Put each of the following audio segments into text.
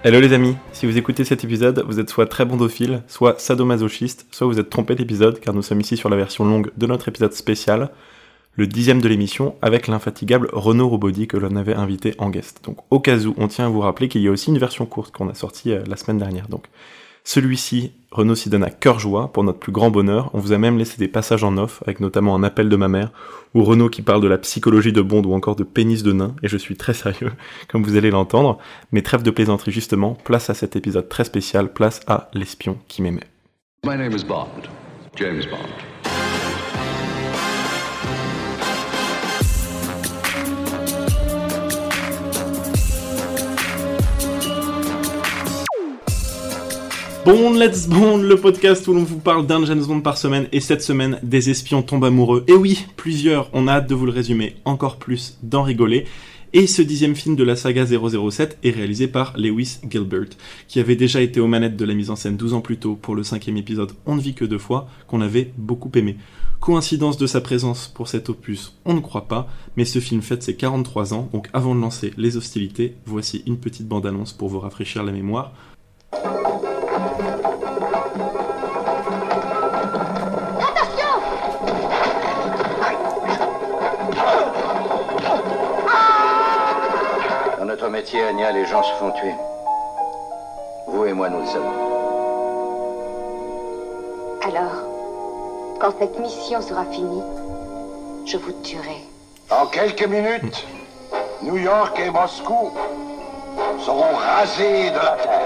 Hello les amis, si vous écoutez cet épisode, vous êtes soit très bondophile, soit sadomasochiste, soit vous êtes trompé d'épisode, car nous sommes ici sur la version longue de notre épisode spécial, le 10e de l'émission, avec l'infatigable Renaud Robaudy que l'on avait invité en guest. Donc au cas où, on tient à vous rappeler qu'il y a aussi une version courte qu'on a sortie la semaine dernière. Donc celui-ci, Renaud s'y donne à cœur joie, pour notre plus grand bonheur. On vous a même laissé des passages en off, avec notamment un appel de ma mère, ou Renaud qui parle de la psychologie de Bond ou encore de pénis de nain, et je suis très sérieux, comme vous allez l'entendre. Mais trêve de plaisanterie justement, place à cet épisode très spécial, place à l'espion qui m'aimait. My name is Bond, James Bond. Bond, Let's Bond, le podcast où l'on vous parle d'un James Bond par semaine, et cette semaine, des espions tombent amoureux. Et oui, plusieurs, on a hâte de vous le résumer encore plus, d'en rigoler. Et ce 10e film de la saga 007 est réalisé par Lewis Gilbert, qui avait déjà été aux manettes de la mise en scène 12 ans plus tôt pour le 5e épisode On ne vit que deux fois, qu'on avait beaucoup aimé. Coïncidence de sa présence pour cet opus, on ne croit pas, mais ce film fête ses 43 ans, donc avant de lancer les hostilités, voici une petite bande-annonce pour vous rafraîchir la mémoire. Dans notre métier, Anya, les gens se font tuer. Vous et moi, nous le savons. Alors, quand cette mission sera finie, je vous tuerai. En quelques minutes, New York et Moscou seront rasés de la terre.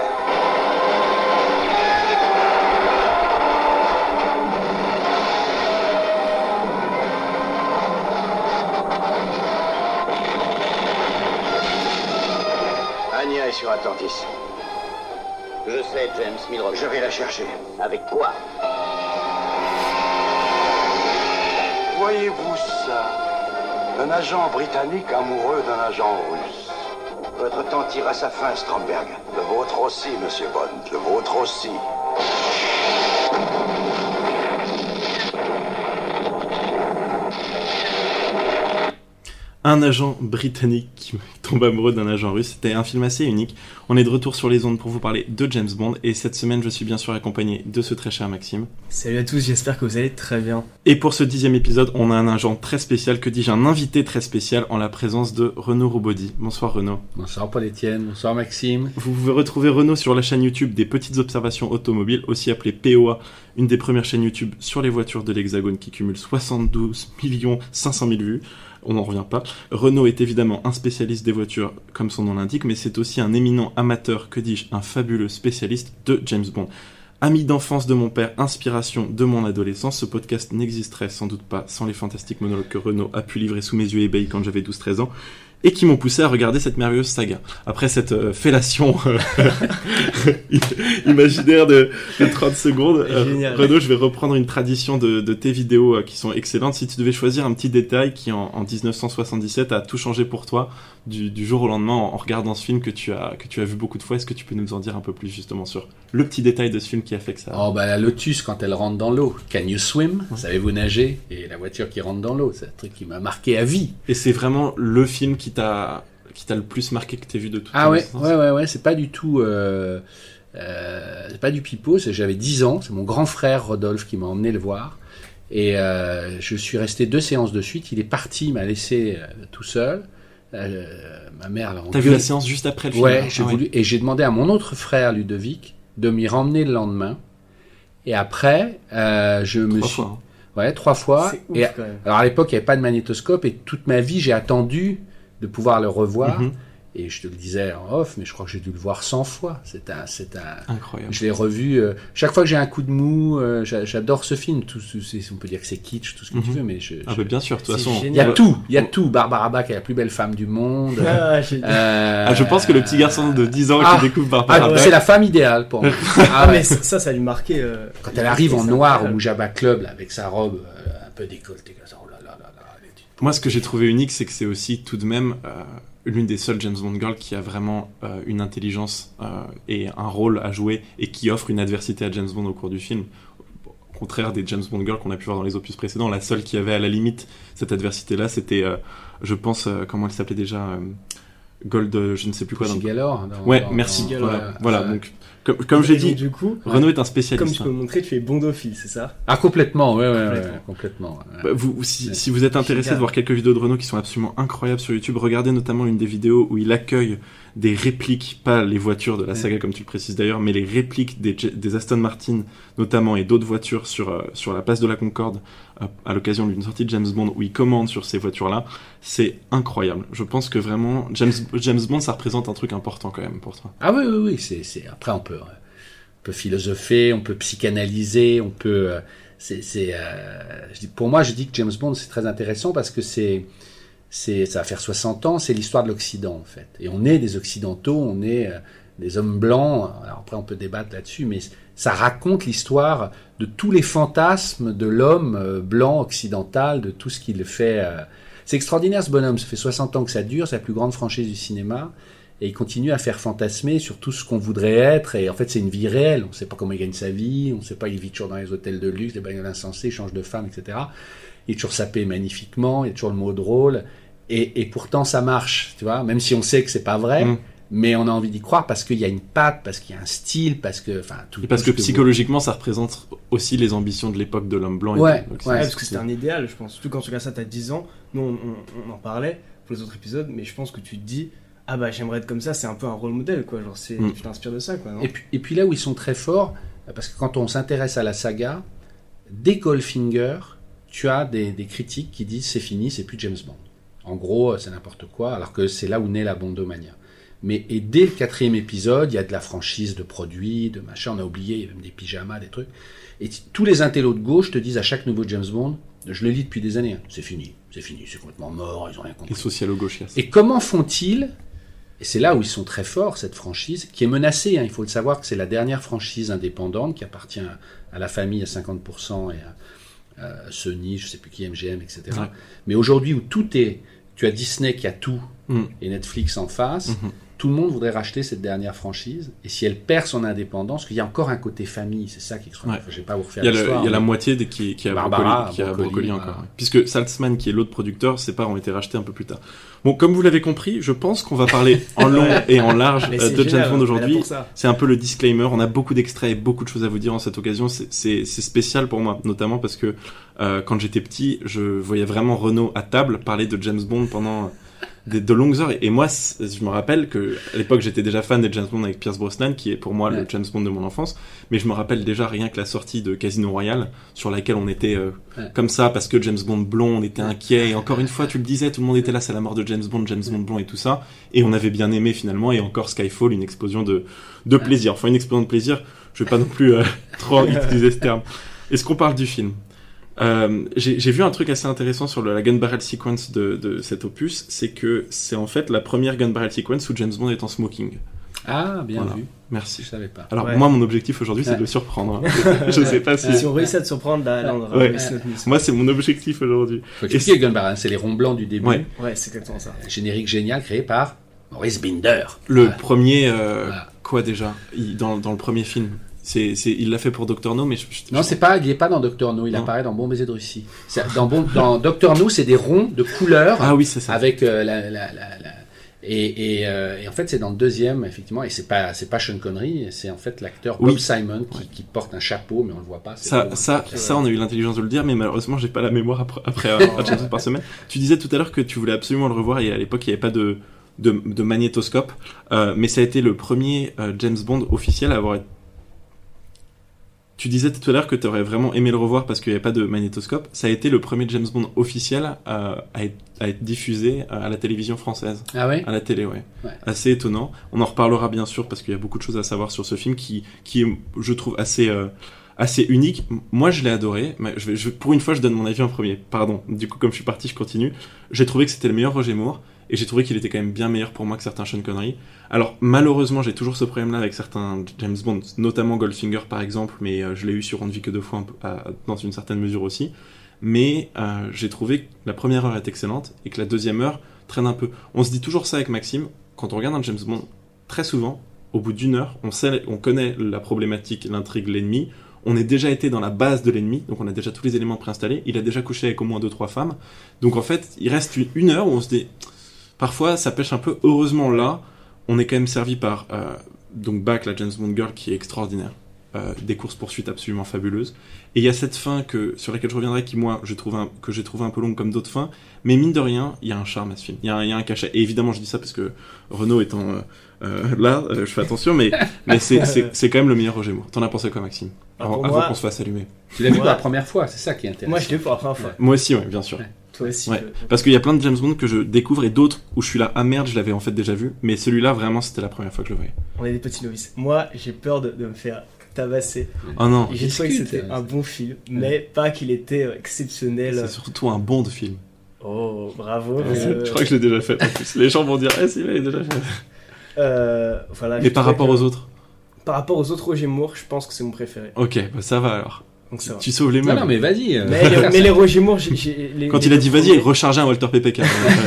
Anya est sur Atlantis. Je sais, James Milrock. Je vais la chercher. Avec quoi? Voyez-vous ça? Un agent britannique amoureux d'un agent russe. Votre temps tire à sa fin, Stromberg. Le vôtre aussi, monsieur Bond. Le vôtre aussi. Un agent britannique qui tombe amoureux d'un agent russe, c'était un film assez unique. On est de retour sur les ondes pour vous parler de James Bond, et cette semaine je suis bien sûr accompagné de ce très cher Maxime. Salut à tous, j'espère que vous allez très bien. Et pour ce 10e épisode, on a un agent très spécial, que dis-je, un invité très spécial en la présence de Renaud Robaudy. Bonsoir Renaud. Bonsoir Paul-Étienne, bonsoir Maxime. Vous pouvez retrouver Renaud sur la chaîne YouTube des Petites Observations Automobiles, aussi appelée POA, une des premières chaînes YouTube sur les voitures de l'Hexagone qui cumule 72 500 000 vues. On n'en revient pas. Renaud est évidemment un spécialiste des voitures, comme son nom l'indique, mais c'est aussi un éminent amateur, que dis-je, un fabuleux spécialiste de James Bond. Ami d'enfance de mon père, inspiration de mon adolescence, ce podcast n'existerait sans doute pas sans les fantastiques monologues que Renaud a pu livrer sous mes yeux ébahis quand j'avais 12-13 ans, et qui m'ont poussé à regarder cette merveilleuse saga. Après cette fellation imaginaire de 30 secondes, Renaud, je vais reprendre une tradition de tes vidéos qui sont excellentes. Si tu devais choisir un petit détail qui, en 1977, a tout changé pour toi, du jour au lendemain, en regardant ce film que tu as vu beaucoup de fois, est-ce que tu peux nous en dire un peu plus justement sur le petit détail de ce film qui a fait que ça... Oh bah la Lotus quand elle rentre dans l'eau, can you swim? Savez-vous nager? Et la voiture qui rentre dans l'eau, c'est un truc qui m'a marqué à vie. Et c'est vraiment le film qui t'a le plus marqué que t'aies vu de toute ton existence. Ouais, c'est pas du tout... c'est pas du pipeau, j'avais 10 ans, c'est mon grand frère Rodolphe qui m'a emmené le voir. Et je suis resté 2 séances de suite, il est parti, il m'a laissé tout seul. Ma mère l'a... T'as vu la séance juste après le film? Ouais, et j'ai demandé à mon autre frère Ludovic de m'y ramener le lendemain. Et après, je me 3 suis... fois. Ouais, 3 fois. C'est ouf, et quand même. Alors à l'époque, il n'y avait pas de magnétoscope, et toute ma vie, j'ai attendu de pouvoir le revoir. Et je te le disais en off, mais je crois que j'ai dû le voir 100 fois. C'est un... Incroyable. Je l'ai revu. Chaque fois que j'ai un coup de mou, j'adore ce film. On peut dire que c'est kitsch, tout ce que tu veux, mais Ah bah bien sûr, de toute façon. il y a tout. Il y a tout. Barbara Bach est la plus belle femme du monde. Je pense que le petit garçon de 10 ans qui découvre Barbara Bach... c'est la femme idéale pour moi. Mais ça lui marquait. Quand elle arrive en noir au Mujaba Club, là, avec sa robe un peu décolletée, comme ça, oh là là là là. Moi, ce que j'ai trouvé unique, c'est que c'est aussi tout de même l'une des seules James Bond girls qui a vraiment une intelligence et un rôle à jouer, et qui offre une adversité à James Bond au cours du film. Au contraire des James Bond girls qu'on a pu voir dans les opus précédents, la seule qui avait à la limite cette adversité-là, c'était, je pense, comment elle s'appelait déjà Gold, je ne sais plus quoi. Galore. Merci. Voilà. Donc, comme j'ai dit, du coup, Renaud est un spécialiste. Comme tu peux le montrer, tu es bondophile, c'est ça? Ah, complètement, complètement. Bah, si vous êtes intéressé de voir quelques vidéos de Renaud qui sont absolument incroyables sur YouTube, regardez notamment une des vidéos où il accueille des répliques, pas les voitures de la saga comme tu le précises d'ailleurs, mais les répliques des Aston Martin notamment et d'autres voitures sur la place de la Concorde à l'occasion d'une sortie de James Bond où il commande sur ces voitures-là. C'est incroyable. Je pense que vraiment James Bond, ça représente un truc important quand même pour toi. Ah oui. Après on peut philosopher, on peut psychanalyser, on peut. Pour moi, je dis que James Bond c'est très intéressant parce que ça va faire 60 ans, c'est l'histoire de l'Occident en fait. Et on est des Occidentaux, on est des hommes blancs. Alors après, on peut débattre là-dessus, mais ça raconte l'histoire de tous les fantasmes de l'homme blanc occidental, de tout ce qu'il fait. C'est extraordinaire ce bonhomme. Ça fait 60 ans que ça dure, c'est la plus grande franchise du cinéma. Et il continue à faire fantasmer sur tout ce qu'on voudrait être. Et en fait, c'est une vie réelle. On ne sait pas comment il gagne sa vie. On ne sait pas, il vit toujours dans les hôtels de luxe, des bagnoles insensées, il change de femme, etc. Il est toujours sapé magnifiquement, il y a toujours le mot drôle. Et pourtant, ça marche, tu vois. Même si on sait que c'est pas vrai, mais on a envie d'y croire parce qu'il y a une patte, parce qu'il y a un style, parce que, parce que psychologiquement, ça représente aussi les ambitions de l'époque de l'homme blanc. Parce que c'était un idéal, je pense. Surtout quand tu regardes ça, t'as 10 ans. Nous, on en parlait pour les autres épisodes, mais je pense que tu te dis. Ah bah j'aimerais être comme ça, c'est un peu un rôle modèle quoi, genre tu t'inspires de ça quoi, non? Et puis là où ils sont très forts, parce que quand on s'intéresse à la saga, dès Goldfinger, tu as des critiques qui disent c'est fini, c'est plus James Bond. En gros, c'est n'importe quoi, alors que c'est là où naît la bondomania. Et dès le 4e épisode, il y a de la franchise de produits, de machin, on a oublié, il y a même des pyjamas, des trucs. Et tous les intellos de gauche te disent à chaque nouveau James Bond, je le lis depuis des années, c'est fini, c'est complètement mort, ils ont rien compris. Les socialo-gauchistes. Et comment font-ils? Et c'est là où ils sont très forts, cette franchise, qui est menacée. Il faut le savoir que c'est la dernière franchise indépendante qui appartient à la famille à 50% et à Sony, je ne sais plus qui, MGM, etc. Ouais. Mais aujourd'hui, où tout est... Tu as Disney qui a tout et Netflix en face. Tout le monde voudrait racheter cette dernière franchise. Et si elle perd son indépendance, qu'il y a encore un côté famille, c'est ça qui est extraordinaire. Je ne vais pas vous refaire l'histoire. Il y a la moitié qui a Brocoli encore. Ouais. Puisque Saltzman, qui est l'autre producteur, ses parts ont été rachetés un peu plus tard. Bon, comme vous l'avez compris, je pense qu'on va parler en long et en large de James Bond aujourd'hui. C'est un peu le disclaimer. On a beaucoup d'extraits et beaucoup de choses à vous dire en cette occasion. C'est spécial pour moi, notamment parce que quand j'étais petit, je voyais vraiment Renaud à table parler de James Bond pendant... de longues heures, et moi je me rappelle que à l'époque j'étais déjà fan de James Bond avec Pierce Brosnan qui est pour moi le James Bond de mon enfance, mais je me rappelle déjà rien que la sortie de Casino Royale sur laquelle on était comme ça parce que James Bond blond, on était inquiet, et encore une fois tu le disais, tout le monde était là, c'est la mort de James Bond blond et tout ça, et on avait bien aimé finalement, et encore Skyfall, une explosion de plaisir, enfin une explosion de plaisir, je vais pas non plus trop utiliser ce terme. Est-ce qu'on parle du film? J'ai vu un truc assez intéressant sur la gun barrel sequence de cet opus, c'est que c'est en fait la première gun barrel sequence où James Bond est en smoking. Ah, bien vu. Merci. Je savais pas. Alors moi, mon objectif aujourd'hui, c'est de le surprendre. Je sais pas si... Si on réussit à te surprendre, là, on aura réussi notre mission. Moi, c'est mon objectif aujourd'hui. Faut expliquer gun barrel, c'est les ronds blancs du début. Ouais, c'est exactement ça. Générique génial créé par Maurice Binder. Le premier... Quoi déjà dans le premier film? Il l'a fait pour Dr No, mais non, il est pas dans Dr No, il apparaît dans Bon baiser de Russie. Dans Dr No, c'est des ronds de couleurs. Ah oui, c'est ça. Avec et en fait, c'est dans le deuxième, effectivement, et c'est pas Sean Connery, c'est en fait l'acteur Bob Simon qui porte un chapeau, mais on le voit pas. Ça, on a eu l'intelligence de le dire, mais malheureusement, j'ai pas la mémoire après James Bond par semaine. Tu disais tout à l'heure que tu voulais absolument le revoir, et à l'époque, il n'y avait pas de magnétoscope, mais ça a été le premier James Bond officiel à avoir été... Tu disais tout à l'heure que tu aurais vraiment aimé le revoir parce qu'il n'y avait pas de magnétoscope. Ça a été le premier James Bond officiel à être diffusé à la télévision française. Ah ouais ? À la télé, ouais. Assez étonnant. On en reparlera bien sûr parce qu'il y a beaucoup de choses à savoir sur ce film qui est, je trouve, assez unique. Moi, je l'ai adoré. Mais pour une fois, je donne mon avis en premier. Pardon. Du coup, comme je suis parti, je continue. J'ai trouvé que c'était le meilleur Roger Moore. Et j'ai trouvé qu'il était quand même bien meilleur pour moi que certains Sean Connery. Alors, malheureusement, j'ai toujours ce problème-là avec certains James Bond, notamment Goldfinger par exemple, mais je l'ai eu sur On ne vit que deux fois, dans une certaine mesure aussi. Mais j'ai trouvé que la première heure est excellente et que la deuxième heure traîne un peu. On se dit toujours ça avec Maxime, quand on regarde un James Bond, très souvent, au bout d'une heure, on connaît la problématique, l'intrigue, l'ennemi, on est déjà été dans la base de l'ennemi, donc on a déjà tous les éléments préinstallés, il a déjà couché avec au moins 2-3 femmes, donc en fait, il reste une heure où on se dit... parfois ça pêche un peu. Heureusement là, on est quand même servi par donc Bach, la James Bond Girl, qui est extraordinaire. Des courses-poursuites absolument fabuleuses. Et il y a cette fin sur laquelle je reviendrai, qui moi, que j'ai trouvé un peu longue comme d'autres fins, mais mine de rien, il y a un charme à ce film, il y a un cachet. Et évidemment, je dis ça parce que Renaud étant là, je fais attention, mais c'est quand même le meilleur Roger Moore. T'en as pensé quoi, Maxime? Avant qu'on se fasse allumer. Tu l'as vu pour la première fois, c'est ça qui est intéressant. Moi, je l'ai vu pour la première fois. Ouais. Moi aussi, ouais, bien sûr. Ouais. Toi aussi. Ouais. Parce qu'il y a plein de James Bond que je découvre et d'autres où je suis là, ah merde, je l'avais en fait déjà vu, mais celui-là, vraiment, c'était la première fois que je le voyais. On est des petits novices. Moi, j'ai peur de me faire tabasser. Oh non. J'ai trouvé que c'était un bon film, mais pas qu'il était exceptionnel. C'est surtout un bon de film. Oh, bravo. Je crois que je l'ai déjà fait en plus. Les gens vont dire, si, il l'a déjà fait. Voilà, mais par rapport aux autres? Par rapport aux autres Roger Moore, je pense que c'est mon préféré. Ok, bah ça va alors. Donc ça va. Tu sauves les meubles. Non, mais vas-y. Mais les Roger Moore, quand il a dit vas-y, il rechargeait un Walter PPK.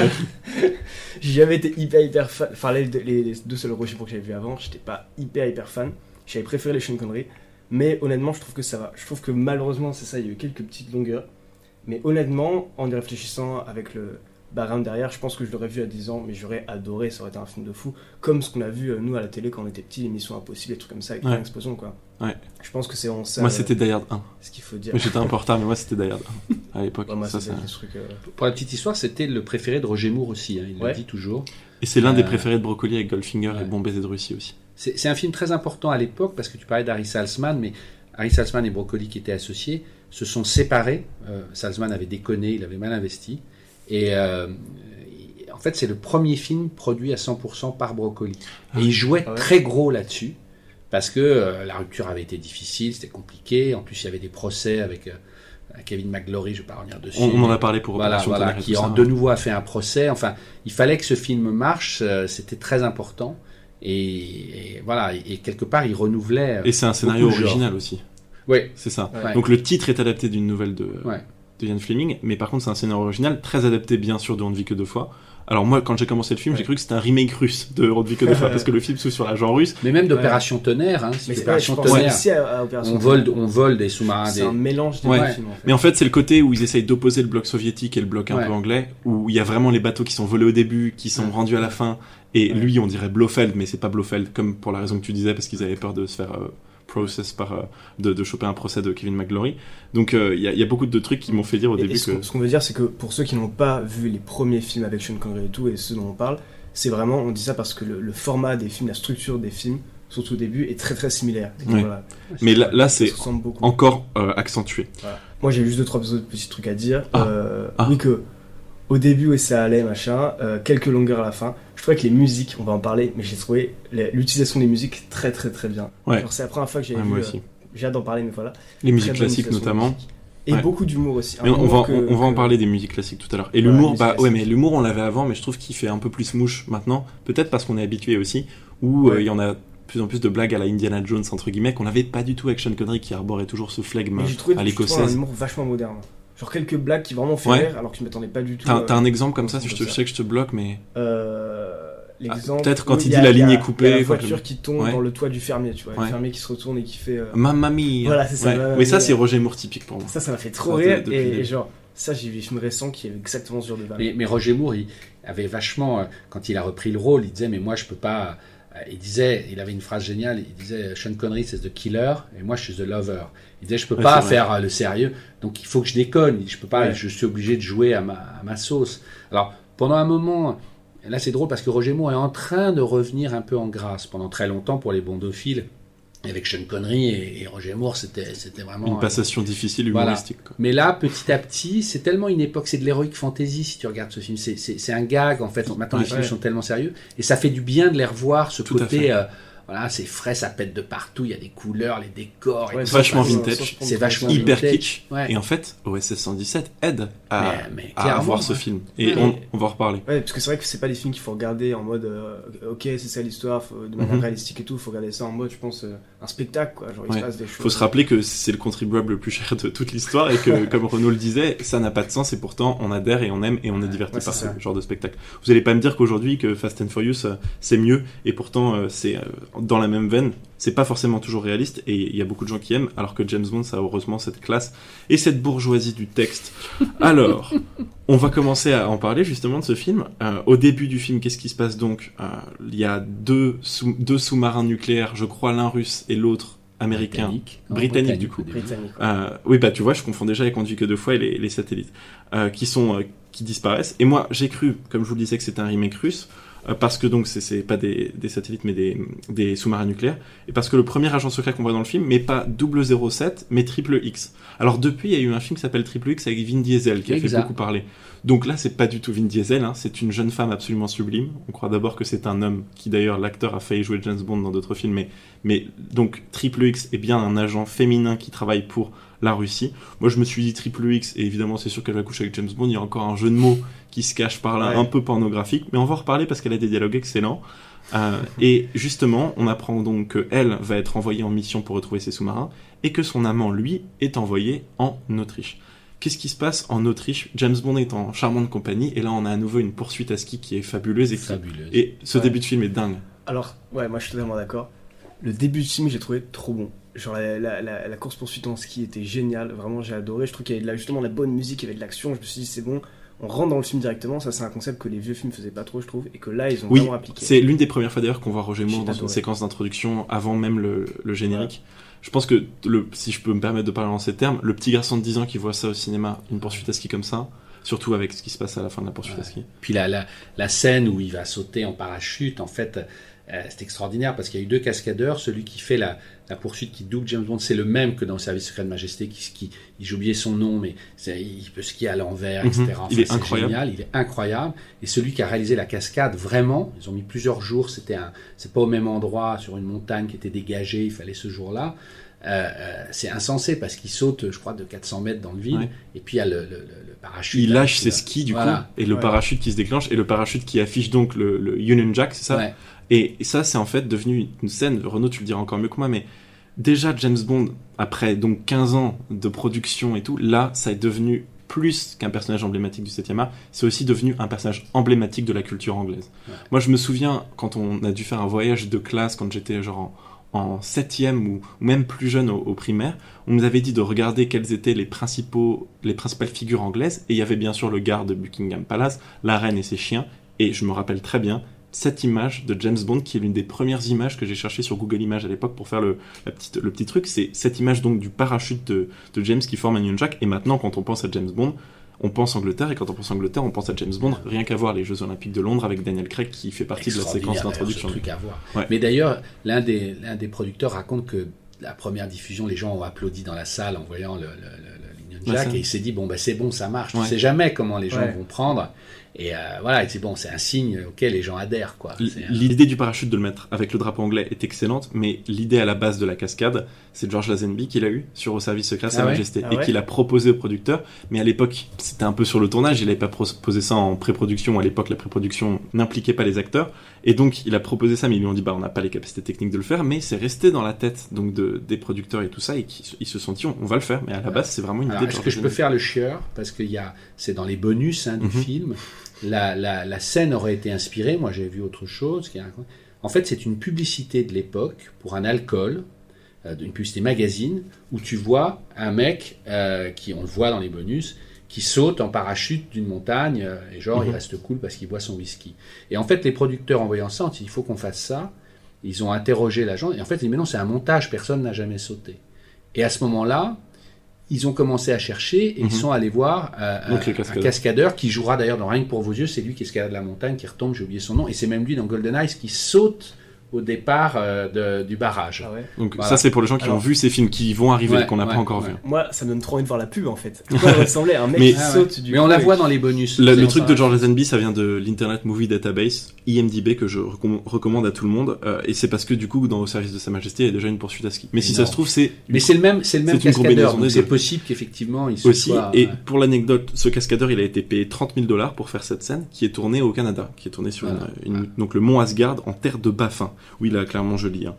J'ai jamais été hyper fan. Enfin, les deux seuls Roger Moore que j'avais vu avant, j'étais pas hyper fan. J'avais préféré les Sean Connery. Mais honnêtement, je trouve que ça va. Je trouve que malheureusement, c'est ça, il y a eu quelques petites longueurs. Mais honnêtement, en y réfléchissant avec le background derrière, je pense que je l'aurais vu à 10 ans, mais j'aurais adoré, ça aurait été un film de fou. Comme ce qu'on a vu, nous, à la télé, quand on était petits, les Missions Impossibles, des trucs comme ça, avec une explosion, quoi. Ouais. Je pense que c'est en ça. Moi, c'était Die Hard 1. Ce qu'il faut dire. Mais j'étais un peu en retard, mais moi, c'était Die Hard 1 à l'époque. Ouais, moi, ça, c'est des trucs. Pour la petite histoire, c'était le préféré de Roger Moore aussi, hein, il le dit toujours. Et c'est l'un des préférés de Brocoli avec Goldfinger et Bon baiser de Russie aussi. C'est un film très important à l'époque, parce que tu parlais d'Harry Saltzman, mais Harry Saltzman et Broccoli, qui étaient associés, se sont séparés. Saltzman avait déconné, il avait mal investi. Et en fait, c'est le premier film produit à 100% par Broccoli. Et il jouait très gros là-dessus, parce que la rupture avait été difficile, c'était compliqué. En plus, il y avait des procès avec Kevin McGlory, je ne vais pas revenir dessus. On en a parlé pour Opération Tonnerre, qui de nouveau a fait un procès. Enfin, il fallait que ce film marche, c'était très important. Et voilà, et quelque part, il renouvelait. Et c'est un scénario original aussi. Oui. C'est ça. Ouais. Donc le titre est adapté d'une nouvelle de Ian Fleming, mais par contre, c'est un scénario original, très adapté, bien sûr, de On ne vit que deux fois. Alors moi, quand j'ai commencé le film, j'ai cru que c'était un remake russe de On ne vit que deux fois, parce que le film s'ouvre sur l'agent russe. Mais même d'Opération Tonnerre, hein. Mais Opération Tonnerre, on vole des sous-marins. C'est un mélange des deux films. En fait. Mais en fait, c'est le côté où ils essayent d'opposer le bloc soviétique et le bloc un peu anglais, où il y a vraiment les bateaux qui sont volés au début, qui sont rendus à la fin, et lui, on dirait Blofeld, mais c'est pas Blofeld, comme pour la raison que tu disais, parce qu'ils avaient peur de se faire process de choper un procès de Kevin McGlory. Donc il y a beaucoup de trucs qui m'ont fait dire au début que... Ce qu'on veut dire, c'est que pour ceux qui n'ont pas vu les premiers films avec Sean Connery et tout, et ceux dont on parle, c'est vraiment, on dit ça parce que le format des films, la structure des films, surtout au début, est très très similaire. Ouais. Voilà. Mais là c'est encore accentué. Voilà. Moi j'ai juste 2-3 autres petits trucs à dire. Oui, que au début, ça allait, machin, quelques longueurs à la fin. Je trouvais que les musiques, on va en parler, mais j'ai trouvé l'utilisation des musiques très très très bien. Ouais. Genre, c'est la première fois que j'avais vu. Moi aussi. J'ai hâte d'en parler, mais voilà. Les musiques classiques notamment. Et beaucoup d'humour aussi. Mais on va en parler des musiques classiques tout à l'heure. Et l'humour, mais l'humour on l'avait avant, mais je trouve qu'il fait un peu plus mouche maintenant. Peut-être parce qu'on est habitué aussi, où il y en a de plus en plus de blagues à la Indiana Jones entre guillemets qu'on n'avait pas du tout avec Sean Connery qui arborait toujours ce flegme à l'écossaise. Un humour vachement moderne. Genre quelques blagues qui vraiment fait rire alors que je m'attendais pas du tout. T'as un exemple comme ça? Je sais que je te bloque, mais l'exemple. Peut-être quand il dit la ligne est coupée. Il y a la voiture qui tombe dans le toit du fermier, tu vois. Le fermier qui se retourne et qui fait. Mamma mia. Voilà, c'est ça. Mais ça, c'est Roger Moore typique pour moi. Ça m'a fait trop rire. Et genre, ça, j'ai vu des films récents qui avaient exactement ce genre de vanne. Mais Roger Moore, il avait vachement. Quand il a repris le rôle, il disait, mais moi, je peux pas. Il avait une phrase géniale, il disait Sean Connery c'est the killer et moi je suis the lover. Il disait je peux pas faire le sérieux, donc il faut que je déconne, je peux pas, je suis obligé de jouer à ma sauce. Alors pendant un moment, là c'est drôle parce que Roger Moore est en train de revenir un peu en grâce. Pendant très longtemps pour les bondophiles, avec Sean Connery et Roger Moore, c'était vraiment une passation difficile humoristique. Voilà. Mais là, petit à petit, c'est tellement une époque, c'est de l'heroic fantasy si tu regardes ce film. C'est un gag en fait. Maintenant, les films sont tellement sérieux et ça fait du bien de les revoir. Ce côté, voilà, c'est frais, ça pète de partout. Il y a des couleurs, les décors. C'est vachement vintage. C'est vachement hyper vintage. kitsch. Ouais. Et en fait, OSS 117 aide à voir ce film. Et on va en reparler. Ouais, parce que c'est vrai que c'est pas des films qu'il faut regarder en mode ok, c'est ça l'histoire, de manière réalistique et tout. Il faut regarder ça en mode, je pense, un spectacle, quoi. Genre, il se passe des choses. Faut se rappeler que c'est le contribuable le plus cher de toute l'histoire et que, comme Renaud le disait, ça n'a pas de sens et pourtant on adhère et on aime et on est diverti par ce genre de spectacle. Vous allez pas me dire qu'aujourd'hui que Fast and Furious c'est mieux et pourtant c'est dans la même veine. C'est pas forcément toujours réaliste et il y a beaucoup de gens qui aiment, alors que James Bond, ça a heureusement cette classe et cette bourgeoisie du texte. Alors, on va commencer à en parler justement de ce film. Au début du film, qu'est-ce qui se passe donc ? Il y a deux sous-marins nucléaires, je crois l'un russe et l'autre américain. Britannique du coup. Britannique. Oui, bah tu vois, je confonds déjà les conduits que 2 fois et les satellites qui disparaissent. Et moi, j'ai cru, comme je vous le disais, que c'était un remake russe. Parce que donc c'est pas des satellites mais des sous-marins nucléaires, et parce que le premier agent secret qu'on voit dans le film mais pas 007 mais Triple X. Alors depuis il y a eu un film qui s'appelle Triple X avec Vin Diesel qui a fait beaucoup parler. Donc là c'est pas du tout Vin Diesel, hein, c'est une jeune femme absolument sublime. On croit d'abord que c'est un homme qui d'ailleurs l'acteur a failli jouer James Bond dans d'autres films, mais donc Triple X est bien un agent féminin qui travaille pour la Russie. Moi je me suis dit Triple X et évidemment c'est sûr qu'elle va coucher avec James Bond, il y a encore un jeu de mots qui se cache par là, un peu pornographique, mais on va en reparler parce qu'elle a des dialogues excellents. Et justement, on apprend donc qu'elle va être envoyée en mission pour retrouver ses sous-marins et que son amant, lui, est envoyé en Autriche. Qu'est-ce qui se passe en Autriche ? James Bond est en charmante compagnie et là on a à nouveau une poursuite à ski qui est fabuleuse. Et ce début de film est dingue. Alors, ouais, moi je suis totalement d'accord. Le début du film, j'ai trouvé trop bon. Genre la course-poursuite en ski était géniale, vraiment j'ai adoré. Je trouve qu'il y avait justement la bonne musique, il y avait de l'action, je me suis dit c'est bon. On rentre dans le film directement, ça c'est un concept que les vieux films faisaient pas trop je trouve, et que là ils ont vraiment appliqué. C'est l'une des premières fois d'ailleurs qu'on voit Roger Moore dans une séquence d'introduction avant même le générique. Ouais. Je pense que, si je peux me permettre de parler en ces termes, le petit garçon de 10 ans qui voit ça au cinéma, une poursuite à ski comme ça, surtout avec ce qui se passe à la fin de la poursuite à ski. Puis la scène où il va sauter en parachute, en fait, c'est extraordinaire parce qu'il y a eu 2 cascadeurs. Celui qui fait la poursuite qui double James Bond, c'est le même que dans le Service Secret de Majesté qui skie. J'ai oublié son nom, mais il peut skier à l'envers, etc. Enfin, il est incroyable. Génial, il est incroyable. Et celui qui a réalisé la cascade, vraiment, ils ont mis plusieurs jours. C'est pas au même endroit, sur une montagne qui était dégagée. Il fallait ce jour-là. C'est insensé parce qu'il saute, je crois, de 400 mètres dans le vide. Ouais. Et puis il y a le parachute. Il lâche ses skis du coup, et le parachute qui se déclenche, et le parachute qui affiche donc le Union Jack, c'est ça ? Et ça, c'est en fait devenu une scène, Renaud, tu le diras encore mieux que moi, mais déjà James Bond, après donc 15 ans de production et tout, là, ça est devenu plus qu'un personnage emblématique du 7e art, c'est aussi devenu un personnage emblématique de la culture anglaise. Ouais. Moi, je me souviens, quand on a dû faire un voyage de classe, quand j'étais genre en 7e ou même plus jeune au primaire, on nous avait dit de regarder quelles étaient les principales figures anglaises, et il y avait bien sûr le garde de Buckingham Palace, la reine et ses chiens, et je me rappelle très bien cette image de James Bond qui est l'une des premières images que j'ai cherchées sur Google Images à l'époque pour faire le petit truc. C'est cette image donc du parachute de James qui forme un Union Jack. Et maintenant, quand on pense à James Bond, on pense Angleterre, et quand on pense Angleterre, on pense à James Bond. Rien qu'à voir les Jeux Olympiques de Londres avec Daniel Craig qui fait partie de la séquence d'introduction. Truc à voir. Ouais. Mais d'ailleurs, l'un des producteurs raconte que la première diffusion, les gens ont applaudi dans la salle en voyant le Union Jack, et il s'est dit bon c'est bon, ça marche. Tu sais jamais comment les gens vont prendre. Et voilà, il dit bon, c'est un signe auquel les gens adhèrent, quoi. L'idée du parachute de le mettre avec le drapeau anglais est excellente, mais l'idée à la base de la cascade, c'est George Lazenby qui l'a eu sur Au Service Secret de Sa Majesté, et qui l'a proposé au producteur. Mais à l'époque, c'était un peu sur le tournage, il n'avait pas proposé ça en pré-production. À l'époque, la pré-production n'impliquait pas les acteurs, et donc il a proposé ça, mais ils lui ont dit on n'a pas les capacités techniques de le faire, mais c'est resté dans la tête donc des producteurs et tout ça, et ils se sont dit on va le faire. Mais à la base, c'est vraiment une idée. Est-ce que je peux faire le chieur, parce que c'est dans les bonus du film. La scène aurait été inspirée, moi j'ai vu autre chose. En fait, c'est une publicité de l'époque pour un alcool, une publicité magazine, où tu vois un mec, on le voit dans les bonus, qui saute en parachute d'une montagne, et il reste cool parce qu'il boit son whisky. Et en fait, les producteurs, en voyant ça, ont dit il faut qu'on fasse ça. Ils ont interrogé l'agent, et en fait, ils disent mais non, c'est un montage, personne n'a jamais sauté. Et à ce moment-là, ils ont commencé à chercher et ils sont allés voir un cascadeur qui jouera d'ailleurs dans Rien que pour vos yeux. C'est lui qui escalade la montagne, qui retombe, j'ai oublié son nom, et c'est même lui dans Golden Eyes qui saute au départ du barrage. Donc voilà. Ça c'est pour les gens qui ont vu ces films qui vont arriver, qu'on n'a pas encore vu. Moi ça me donne trop envie de voir la pub en fait. Ça ressemblait à un mec qui saute du. Mais on la voit dans les bonus. Le truc de George Lazenby, ça vient de l'Internet Movie Database, IMDb, que je recommande à tout le monde, et c'est parce que du coup dans Au Service de Sa Majesté il y a déjà une poursuite à ski. Mais si ça se trouve c'est. Mais c'est le même cascadeur, donc c'est possible qu'effectivement il soit. Et pour l'anecdote, ce cascadeur il a été payé $30,000 pour faire cette scène qui est tournée au Canada, qui est tournée sur donc le mont Asgard en terre de Baffin. Oui, là, clairement, je lis.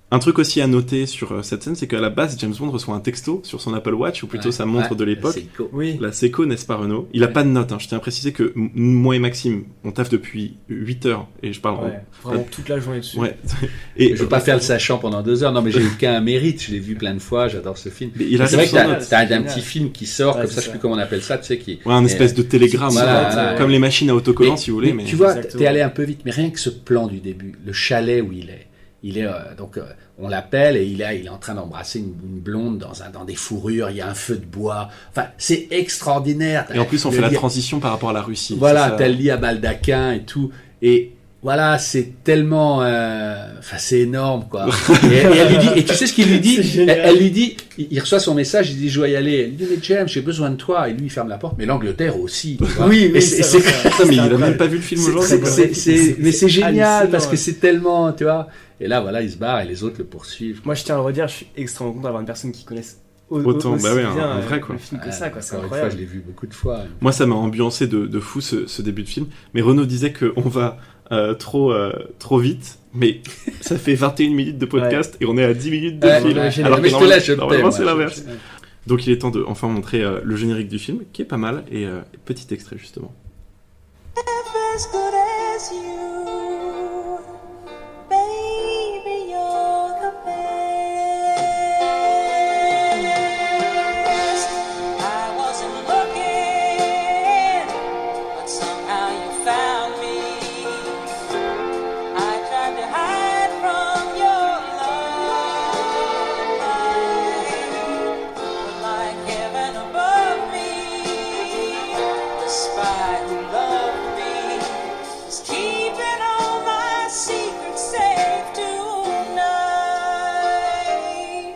Un truc aussi à noter sur cette scène, c'est qu'à la base, James Bond reçoit un texto sur son Apple Watch, ou plutôt sa montre de l'époque. Seiko. Oui. La Seiko, n'est-ce pas Renaud? Il a pas de note, hein. Je tiens à préciser que moi et Maxime, on taffe depuis 8 heures, et je parle... Ouais, vraiment toute la journée dessus. Ouais. Et Je veux pas faire le sachant pendant 2 heures. Non, mais j'ai aucun mérite. Je l'ai vu plein de fois. J'adore ce film. Mais il a C'est vrai que son note. t'as un génial. petit film qui sort, Ouais, comme ça, c'est je sais plus ça. comment on appelle ça, tu sais, qui. Ouais, un espèce de télégramme, Voilà, ça, voilà. comme les machines à autocollants, si vous voulez. Mais Tu vois, Exactement. t'es allé un peu vite, mais rien que ce plan du début, le chalet où il est. On l'appelle et il est en train d'embrasser une blonde dans des fourrures, il y a un feu de bois. Enfin, c'est extraordinaire. Et en plus, on Le fait la lit- transition par rapport à la Russie. Voilà, C'est ça. t'as le lit à baldaquin et tout. Et voilà, c'est tellement... Enfin, c'est énorme, quoi. Et elle lui dit... Et tu sais ce qu'il lui dit? C'est génial. Elle lui dit... Il reçoit son message, il dit, je dois y aller. Elle lui dit, mais James, j'ai besoin de toi. Et lui, il ferme la porte. Mais l'Angleterre aussi. tu vois. Oui, Et c'est Putain, mais il a même pas vu le film aujourd'hui. quoi. mais c'est génial hallucinant, parce que ouais. c'est tellement, tu vois. Et là, voilà, il se barre et les autres le poursuivent. Moi, je tiens à le redire, je suis extrêmement content d'avoir une personne qui connaisse Autant, aussi bah ouais, bien un vrai, quoi. le film que ça, quoi. C'est Encore une fois, je incroyable. l'ai vu beaucoup de fois. Moi, ça m'a ambiancé de fou ce début de film. Mais Renaud disait qu'on va trop vite. Mais ça fait 21 minutes de podcast et on est à 10 minutes de film. ouais, Alors que mais je te laisse, je te normalement, tais, c'est moi. l'inverse. Donc il est temps de enfin montrer le générique du film, qui est pas mal, et petit extrait justement. As good as you, baby, you're the best. I wasn't looking, but somehow you found me. I tried to hide from your love, but like heaven above me, the spy who loved me is keeping all my secrets safe tonight,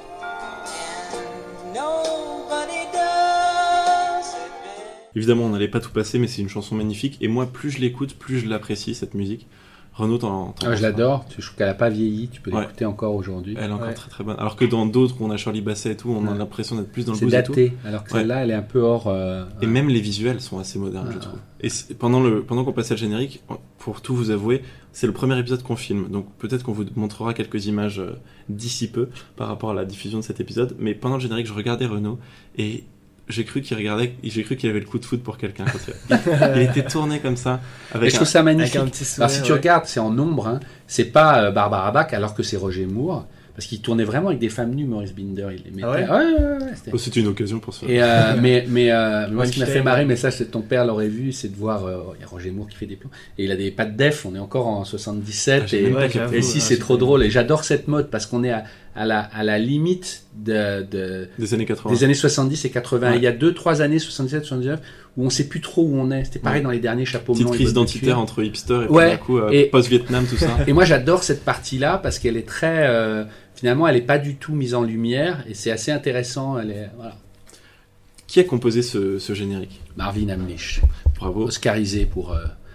and nobody does it better. Évidemment, on n'allait pas tout passer, mais c'est une chanson magnifique, et moi, plus je l'écoute, plus je l'apprécie, cette musique. Renaud, t'en Ah, penses je l'adore. Je trouve qu'elle n'a pas vieilli. Tu peux Ouais. l'écouter encore aujourd'hui. Elle est encore Ouais. très très bonne. Alors que dans d'autres où on a Shirley Bassey et tout, on a Ouais. l'impression d'être plus dans le C'est blues et tout. daté. Alors que Ouais. celle-là, elle est un peu hors. Et même les visuels sont assez modernes, je trouve. Et pendant qu'on passait le générique, pour tout vous avouer, c'est le premier épisode qu'on filme. Donc peut-être qu'on vous montrera quelques images d'ici peu par rapport à la diffusion de cet épisode. Mais pendant le générique, je regardais Renaud et j'ai cru qu'il avait le coup de foot pour quelqu'un. Il était tourné comme ça. Mais Avec je trouve ça magnifique. avec un petit sourire, Alors si tu ouais. regardes, c'est en ombre. Hein. C'est pas Barbara Bach alors que c'est Roger Moore. Parce qu'il tournait vraiment avec des femmes nues, Maurice Binder. Il les mettait. Ah ouais ouais, c'était- Oh, c'était une occasion pour ça. Et moi, ce qui m'a fait Weinstein, marrer, ouais. mais ça, c'est ton père l'aurait vu, c'est de voir, il y a Roger Moore qui fait des plans, et il a des pattes def, on est encore en 77, Ah, j'ai même pas capté. et si c'est trop drôle, et j'adore cette mode, parce qu'on est à la limite Des années 80. des années 70 et 80. Ouais. Il y a 2-3 années, 77, 79, où on sait plus trop où on est. C'était pareil Ouais. dans les derniers chapeaux Petite blancs et crise bottes de identitaire cuir. entre hipsters et puis Ouais. d'un coup Et- post-Vietnam, tout ça. Et moi, j'adore cette partie-là, parce qu'elle est très, finalement, elle est pas du tout mise en lumière, et c'est assez intéressant, voilà. Qui a composé ce générique? Marvin Hamlisch. Bravo. Oscarisé pour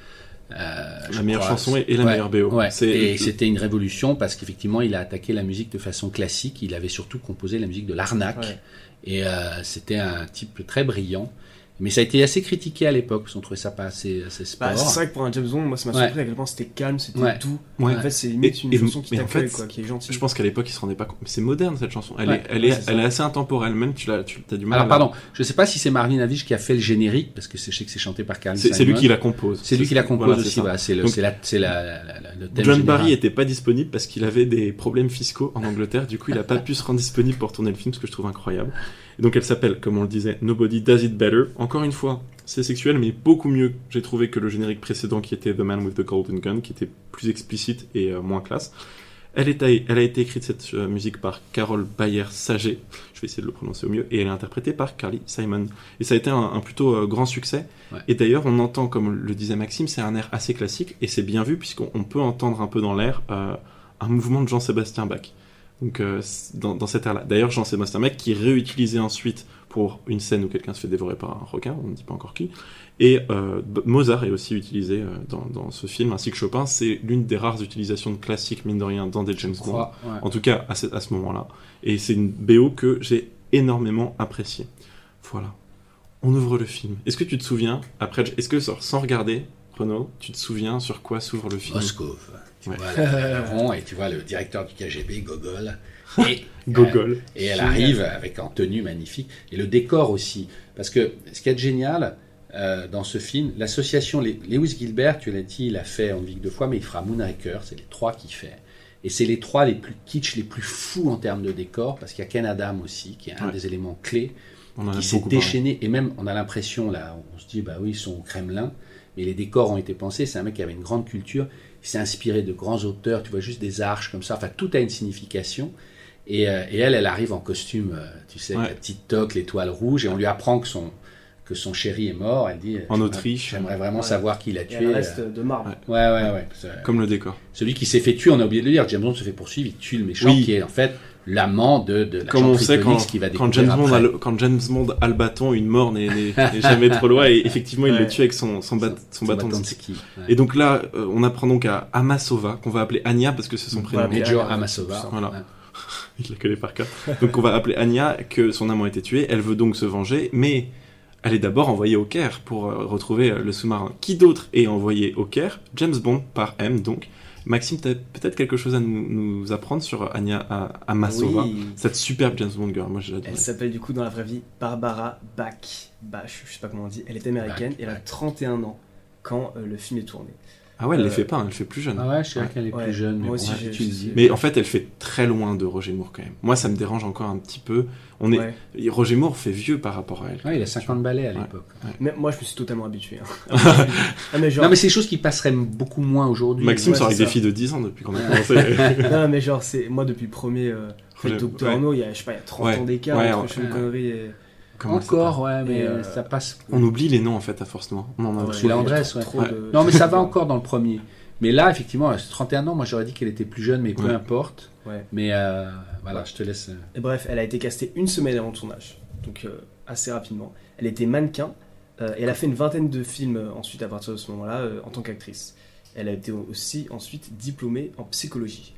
La meilleure chanson et la meilleure BO. Ouais. C'est- Et c'était une révolution parce qu'effectivement il a attaqué la musique de façon classique, il avait surtout composé la musique de l'arnaque, Ouais. et c'était un type très brillant, mais ça a été assez critiqué à l'époque parce qu'on trouvait ça pas assez sport. Bah, c'est vrai que pour un James Bond, moi ça m'a Ouais. surpris à quel point c'était calme, c'était Ouais. doux. Ouais. En fait, c'est limite une Et- chanson qui mais en t'accueille, fait, quoi, qui est gentille. Je pense qu'à l'époque, ils se rendaient pas compte. Mais c'est moderne cette chanson. Elle Ouais. est Ouais, c'est ça. assez intemporelle. Même tu as du mal. Alors à- pardon, je sais pas si c'est Marvin Hamlisch qui a fait le générique parce que je sais que c'est chanté par Carl C'est Simon. lui qui la compose. C'est lui qui la compose Voilà, c'est aussi. ça. Voilà, Donc, c'est le thème John général. Barry était pas disponible parce qu'il avait des problèmes fiscaux en Angleterre. Du coup, il a pas pu se rendre disponible pour tourner le film, ce que je trouve incroyable. Et donc, elle s'appelle, comme on le disait, Nobody Does It Better. Encore une fois, c'est sexuel, mais beaucoup mieux, j'ai trouvé, que le générique précédent qui était The Man with the Golden Gun, qui était plus explicite et moins classe. Elle a été écrite, cette musique, par Carole Bayer-Sager. Je vais essayer de le prononcer au mieux. Et elle est interprétée par Carly Simon. Et ça a été un plutôt grand succès. Ouais. Et d'ailleurs, on entend, comme le disait Maxime, c'est un air assez classique. Et c'est bien vu, puisqu'on peut entendre un peu dans l'air un mouvement de Jean-Sébastien Bach. Donc, dans cet air-là. D'ailleurs, Jean-Sébastien Bach, qui est réutilisé ensuite pour une scène où quelqu'un se fait dévorer par un requin, on ne dit pas encore qui. Et Mozart est aussi utilisé dans ce film, ainsi que Chopin. C'est l'une des rares utilisations de classiques, mine de rien, dans des James Je Bond. crois, ouais. En tout cas, à ce moment-là. Et c'est une BO que j'ai énormément appréciée. Voilà. On ouvre le film. Est-ce que tu te souviens, après, est-ce que sans regarder, Renaud, tu te souviens sur quoi s'ouvre le film? Moscou. Tu Ouais. vois la rond, et tu vois le directeur du KGB, Gogol. Et, Gogol. et elle arrive avec en tenue magnifique. Et le décor aussi. Parce que ce qui est génial dans ce film, l'association Lewis Gilbert, tu l'as dit, il a fait On ne vit que 2 fois, mais il fera Moonraker, c'est les 3 qu'il fait. Et c'est les 3 les plus kitsch, les plus fous en termes de décor, parce qu'il y a Ken Adam aussi, qui est un des éléments clés, On en a qui s'est beaucoup parlé. déchaîné. Et même, on a l'impression, là, on se dit, bah oui, ils sont au Kremlin, mais les décors ont été pensés. C'est un mec qui avait une grande culture, il s'est inspiré de grands auteurs, tu vois, juste des arches comme ça, enfin, tout a une signification. Et elle arrive en costume, tu sais, avec la petite toque, l'étoile rouge, et on lui apprend que son chéri est mort. Elle dit En Autriche. J'aimerais vraiment savoir qui l'a Et tué. elle reste de marbre. Ouais. Comme le décor. Celui qui s'est fait tuer, on a oublié de le dire. James Bond se fait poursuivre, il tue le méchant, qui est en fait l'amant de la Comme on sait qui va quand découvrir après. Quand James Bond a le bâton, une mort n'est jamais trop loin, et effectivement il le tue avec son bâton de ski. Ouais. Et donc là, on apprend donc à Amasova, qu'on va appeler Anya parce que c'est son prénom. Major Amasova. Voilà. Ouais. Il la connaît par cœur. Donc on va appeler Anya, que son amant a été tué. Elle veut donc se venger, mais elle est d'abord envoyée au Caire pour retrouver le sous-marin. Qui d'autre est envoyé au Caire ? James Bond, par M, donc. Maxime, tu as peut-être quelque chose à nous apprendre sur Anya Amasova, Oui. cette superbe James Bond girl. Moi, je l'adore. Elle s'appelle du coup dans la vraie vie Barbara Bach. Je sais pas comment on dit. Elle est américaine et elle a 31 ans quand le film est tourné. Ah ouais, elle les fait pas, elle fait plus jeune. Ah ouais, je sais qu'elle est plus jeune. Moi aussi, tu le dis. Mais en fait, elle fait très loin de Roger Moore quand même. Moi, ça me dérange encore un petit peu. Roger Moore fait vieux par rapport à elle. Ouais, il a 50 balais à l'époque. Ouais. Mais moi, je me suis totalement habitué. Hein. mais genre... Non, mais c'est des choses qui passeraient beaucoup moins aujourd'hui. Maxime sort avec c'est des ça. filles de 10 ans depuis qu'on a commencé. Non, mais genre, c'est moi depuis le premier Docteur No, il y a 30 ans d'écart entre Sean Connery et. Encore, ouais, mais Et, ça passe. On oublie les noms en fait à force noire. On en a Celui-là, Andrés, ouais. Non, mais ça va encore dans le premier. Mais là, effectivement, à 31 ans, moi j'aurais dit qu'elle était plus jeune, mais peu importe. Ouais. Mais voilà, je te laisse. Et bref, elle a été castée une semaine avant le tournage, donc assez rapidement. Elle était mannequin et elle a fait une vingtaine de films ensuite à partir de ce moment-là en tant qu'actrice. Elle a été aussi ensuite diplômée en psychologie.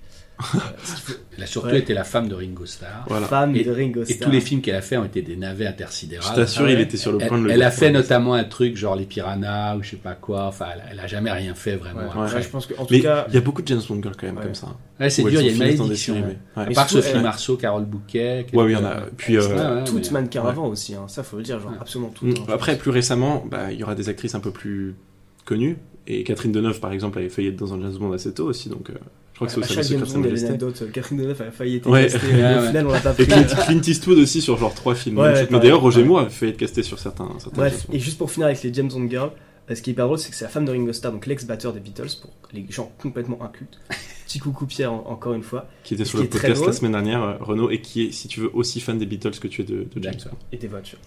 Elle a surtout été la femme de Ringo Starr. Voilà. Femme Et, de Ringo et Starr. tous les films qu'elle a fait ont été des navets intersidérales. Je t'assure, il était sur le point de le Elle a dire. fait notamment un truc genre les Piranhas ou je sais pas quoi. Enfin, elle a jamais rien fait vraiment. Ouais. après. Ouais, je pense que en tout Mais cas, il y a beaucoup de James Bond girls quand même comme ça. Ouais, c'est Où dur, elles il y a une sont finies dans des malédiction. séries, Ouais. mais- ouais. À part surtout, Sophie Marceau, Carole Bouquet. Ouais, oui, il y en a. Puis, toutes mannequins ouais. avant aussi, hein. Ça faut le dire, genre absolument toutes. hein, je Après, pense. plus récemment, il y aura des actrices un peu plus connues. Et Catherine Deneuve, par exemple, avait failli être dans un James Bond assez tôt aussi. Donc, je crois que c'est À aussi chaque un James secret Bond, il y a des de anecdotes. Catherine Deneuve a failli être Ouais. castée, Ouais, mais au ouais. final on l'a pas Et pris. Clint Eastwood aussi sur genre 3 films. Ouais, mais pareil, d'ailleurs, Roger pareil. Moore avait failli être casté sur certains Bref, James Bond. et juste pour finir avec les James Bond Girls, ce qui est hyper drôle, c'est que c'est la femme de Ringo Starr, donc l'ex-batteur des Beatles, pour les gens complètement incultes. Petit coucou Pierre, encore une fois. Qui était ce sur qui le est très podcast la drôle- semaine dernière, Renaud, et qui est, si tu veux, aussi fan des Beatles que tu es de James D'accord. Bond. Et des voitures.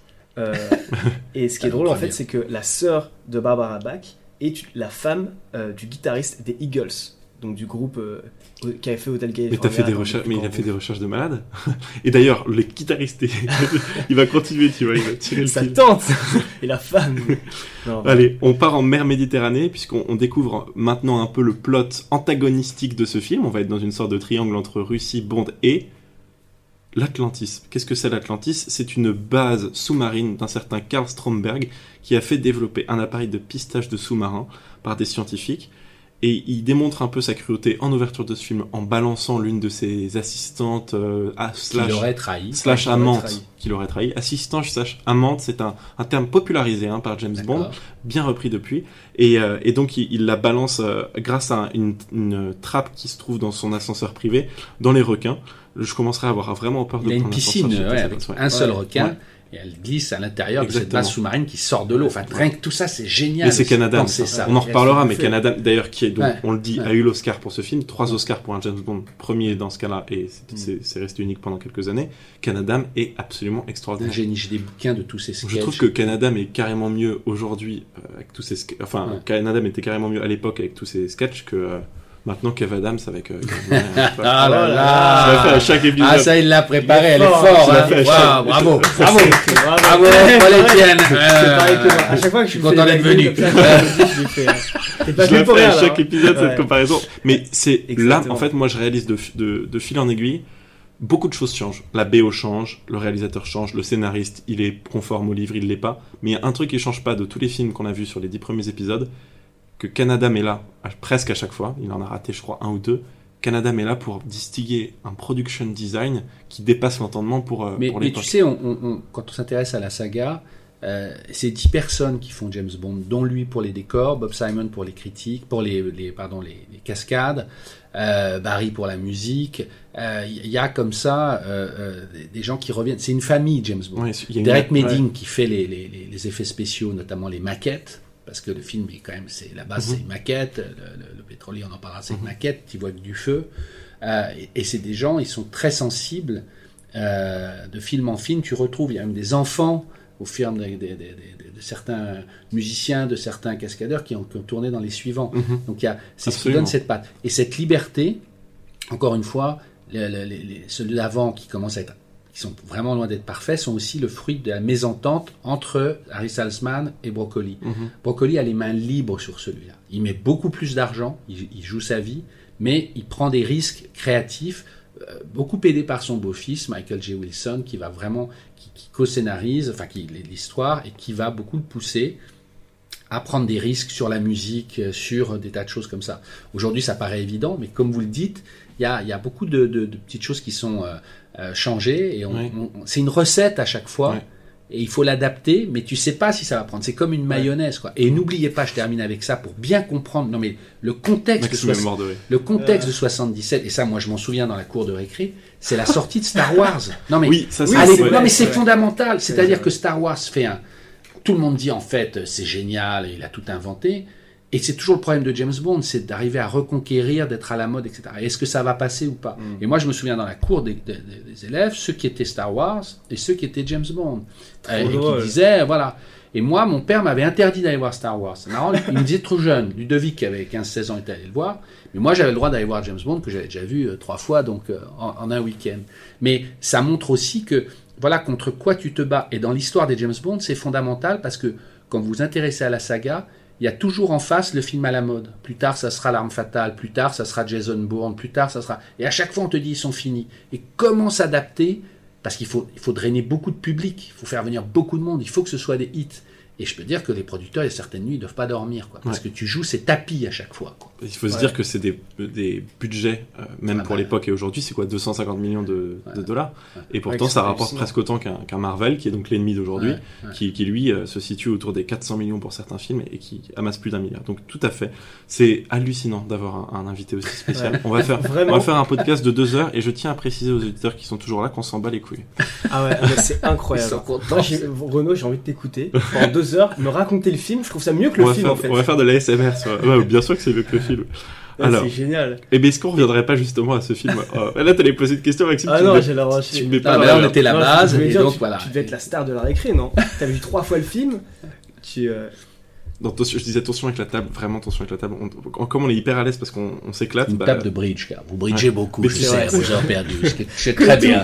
Et ce qui est drôle, très en fait, bien. c'est que la sœur de Barbara Bach est la femme du guitariste des Eagles, donc du groupe qui avait fait Hotel California. Mais t'as fait des recherches, mais il a fait des recherches de malade. Et d'ailleurs, le guitariste, il va continuer, tu vois, il va tirer le Sa fil. tante et la femme. Non, Allez, on part en mer Méditerranée, puisqu'on découvre maintenant un peu le plot antagonistique de ce film. On va être dans une sorte de triangle entre Russie, Bond et l'Atlantis. Qu'est-ce que c'est l'Atlantis ? C'est une base sous-marine d'un certain Karl Stromberg qui a fait développer un appareil de pistage de sous-marins par des scientifiques. Et il démontre un peu sa cruauté en ouverture de ce film en balançant l'une de ses assistantes Qui l'aurait trahi. slash Qui l'aurait amante trahi. qui l'aurait trahi. Assistant slash amante, c'est un terme popularisé par James D'accord. Bond, bien repris depuis. Et donc il la balance grâce à une trappe qui se trouve dans son ascenseur privé, dans les requins. Je commencerai à avoir vraiment peur de Il y a une prendre piscine l'ascenseur chez avec Tesla. un seul Ouais. requin. Ouais. Et elle glisse à l'intérieur de cette Exactement. base sous-marine qui sort de l'eau. Enfin, rien que tout ça, c'est génial. Et c'est Canada. C'est ça. On en reparlera, Ouais, mais c'est Canada, d'ailleurs, qui est donc, Ouais. on le dit, Ouais. a eu l'Oscar pour ce film, 3 Oscars pour un James Bond, premier dans ce cas-là, et c'est resté unique pendant quelques années. Canada est absolument extraordinaire. J'ai des bouquins de tous ces sketchs. Je trouve que Canada est carrément mieux aujourd'hui avec tous ces Ouais. Canada était carrément mieux à l'époque avec tous ces sketchs que maintenant Kev Adams avec Ah là je là. la fais à chaque épisode. Ah, ça, il l'a préparé. Il est Elle est fort, fort. je la hein. fais à Waouh, chaque- bravo. Bravo. Bravo, Bravo, Paul Etienne. C'est pareil que moi. À chaque fois que je suis fais content des d'être blagues venu. comme ça, je l'ai fait, hein. T'es pas Je venu la pour fais rien, à là, chaque hein. épisode cette Ouais. comparaison, mais c'est là Exactement. en fait moi je réalise de fil en aiguille beaucoup de choses changent. La BO change, le réalisateur change, le scénariste il est conforme au livre, il l'est pas, mais il y a un truc qui change pas de tous les films qu'on a vus sur les 10 premiers épisodes, que Canadam est là, presque à chaque fois, il en a raté je crois un ou deux, Canadam est là pour distiller un production design qui dépasse l'entendement pour Mais l'époque. tu sais, quand on s'intéresse à la saga, c'est 10 personnes qui font James Bond, dont lui pour les décors, Bob Simon pour les critiques, pour les cascades, Barry pour la musique. Il y a comme ça des gens qui reviennent. C'est une famille, James Bond. Ouais, il y a Derek une- Medding qui fait les effets spéciaux, notamment les maquettes, parce que le film est quand même, la base c'est une maquette, le pétrolier on en parlera, c'est une maquette, tu vois que du feu. Et c'est des gens, ils sont très sensibles. De film en film, tu retrouves, il y a même des enfants au fur et à mesure de certains musiciens, de certains cascadeurs qui ont tourné dans les suivants. Donc c'est ce qui Absolument. donne cette patte. Et cette liberté, encore une fois, ceux de l'avant qui sont vraiment loin d'être parfaits, sont aussi le fruit de la mésentente entre Harry Saltzman et Broccoli. Broccoli a les mains libres sur celui-là. Il met beaucoup plus d'argent, il joue sa vie, mais il prend des risques créatifs, beaucoup aidé par son beau-fils, Michael J. Wilson, qui va vraiment, qui co-scénarise, l'histoire, et qui va beaucoup le pousser à prendre des risques sur la musique, sur des tas de choses comme ça. Aujourd'hui, ça paraît évident, mais comme vous le dites, il y a beaucoup de petites choses qui sont changées, et c'est une recette à chaque fois, et il faut l'adapter, mais tu sais pas si ça va prendre. C'est comme une mayonnaise, quoi. Et n'oubliez pas, je termine avec ça, pour bien comprendre, non mais le contexte, de 77, et ça, moi, je m'en souviens dans la cour de récré, c'est la sortie de Star Wars. Non mais, Oui, ça, c'est- non mais c'est fondamental. C'est-à-dire que Star Wars fait tout le monde dit en fait c'est génial et il a tout inventé, et c'est toujours le problème de James Bond, c'est d'arriver à reconquérir, d'être à la mode, etc. Et est-ce que ça va passer ou pas? Et moi je me souviens dans la cour des élèves, ceux qui étaient Star Wars et ceux qui étaient James Bond, et qui disaient voilà. Et moi, mon père m'avait interdit d'aller voir Star Wars. C'est marrant, il me disait trop jeune. Ludovic, qui avait 15-16 ans, était allé le voir. Mais moi, j'avais le droit d'aller voir James Bond, que j'avais déjà vu 3 fois, donc en un week-end. Mais ça montre aussi que, voilà, contre quoi tu te bats. Et dans l'histoire des James Bond, c'est fondamental parce que quand vous vous intéressez à la saga, il y a toujours en face le film à la mode. Plus tard, ça sera L'Arme Fatale. Plus tard, ça sera Jason Bourne. Plus tard, ça sera... Et à chaque fois, on te dit, ils sont finis. Et comment s'adapter? Parce qu'il faut drainer beaucoup de public. Il faut faire venir beaucoup de monde. Il faut que ce soit des hits. Et je peux dire que les producteurs, il y a certaines nuits, ils ne doivent pas dormir, quoi, parce que tu joues ces tapis à chaque fois, quoi. Il faut se dire que c'est des budgets, même pour l'époque et aujourd'hui, c'est quoi, 250 millions de dollars. Et pourtant, ça rapporte presque autant qu'un Marvel, qui est donc l'ennemi d'aujourd'hui, qui lui se situe autour des 400 millions pour certains films et qui amasse plus d'1 milliard. Donc tout à fait, c'est hallucinant d'avoir un invité aussi spécial. On va faire un podcast de 2 heures, et je tiens à préciser aux auditeurs qui sont toujours là qu'on s'en bat les couilles. Ah ouais, mais c'est incroyable. Moi, Renaud, j'ai envie de t'écouter pendant 2 heures, me raconter le film. Je trouve ça mieux que le film, en fait. On va faire de l'ASMR. Ouais, bien sûr que c'est mieux que le film. Alors, c'est génial. Et bien, est-ce qu'on reviendrait pas justement à ce film? Là, t'allais poser une question, Maxime. Ah non, j'ai la revanche. Tu me mets pas là, on était la base, et donc voilà. Tu devais être la star de la récré, non? T'as vu 3 fois le film. Non, je disais attention avec la table, vraiment attention avec la table. Comme on est hyper à l'aise parce qu'on s'éclate. Une table de bridge, car vous bridgez beaucoup, je sais, vrai. vous avez perdu. C'est très bien.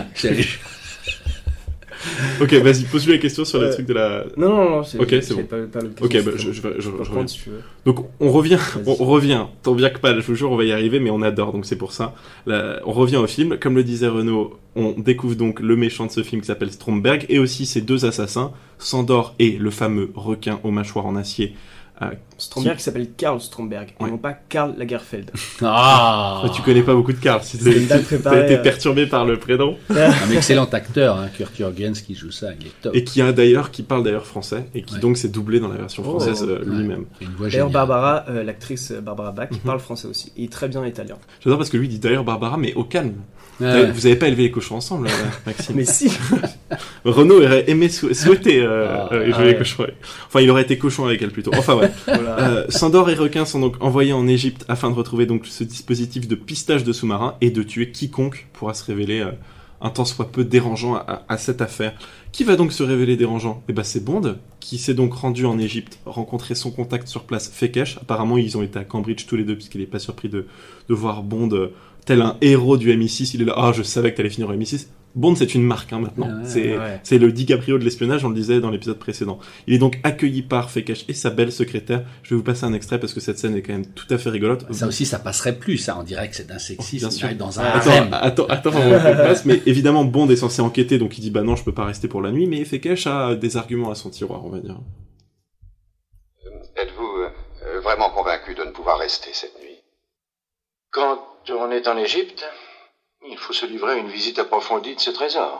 Ok, vas-y, pose-lui la question sur le truc de la... Non, ok, c'est bon. Pas le Ok, bah, je reviens. si tu veux. Donc, on revient, tant bien que pas, je vous jure, on va y arriver, mais on adore, donc c'est pour ça. On revient au film. Comme le disait Renaud, on découvre donc le méchant de ce film qui s'appelle Stromberg, et aussi ses 2 assassins, Sandor et le fameux requin au mâchoire en acier. Stromberg qui s'appelle Karl Stromberg, et non pas Karl Lagerfeld. Tu connais pas beaucoup de Karl, si t'as été perturbé par le prénom. Un excellent acteur, hein, Kurt Jürgens, qui joue ça, il est top. Et qui parle d'ailleurs français, et qui donc s'est doublé dans la version française lui-même. D'ailleurs, Barbara, l'actrice Barbara Bach, parle français aussi, et très bien italien. J'adore parce que lui dit d'ailleurs Barbara, mais au calme. Vous avez pas élevé les cochons ensemble, Maxime? Mais si. Renaud aurait aimé souhaiter élever les cochons. Enfin, il aurait été cochon avec elle plutôt. Enfin, ouais. Voilà. Sandor et requin sont donc envoyés en Égypte afin de retrouver donc ce dispositif de pistage de sous-marins et de tuer quiconque pourra se révéler un tant soit peu dérangeant à cette affaire. Qui va donc se révéler dérangeant? Eh ben, c'est Bond, qui s'est donc rendu en Égypte, rencontrer son contact sur place, Fekesh. Apparemment, ils ont été à Cambridge tous les deux, puisqu'il est pas surpris de voir Bond tel un héros du MI6. Il est là, je savais que t'allais finir au MI6. Bond, c'est une marque, maintenant. C'est le DiCaprio de l'espionnage, on le disait dans l'épisode précédent. Il est donc accueilli par Fekesh et sa belle secrétaire. Je vais vous passer un extrait parce que cette scène est quand même tout à fait rigolote. Ça aussi, ça passerait plus, ça. On dirait que c'est d'un sexisme. Bien sûr. Dans un Attends, on passe. Mais évidemment, Bond est censé enquêter, donc il dit, non, je peux pas rester pour la nuit, mais Fekesh a des arguments à son tiroir, on va dire. Êtes-vous vraiment convaincu rester cette nuit. Quand on est en Égypte, il faut se livrer à une visite approfondie de ces trésors.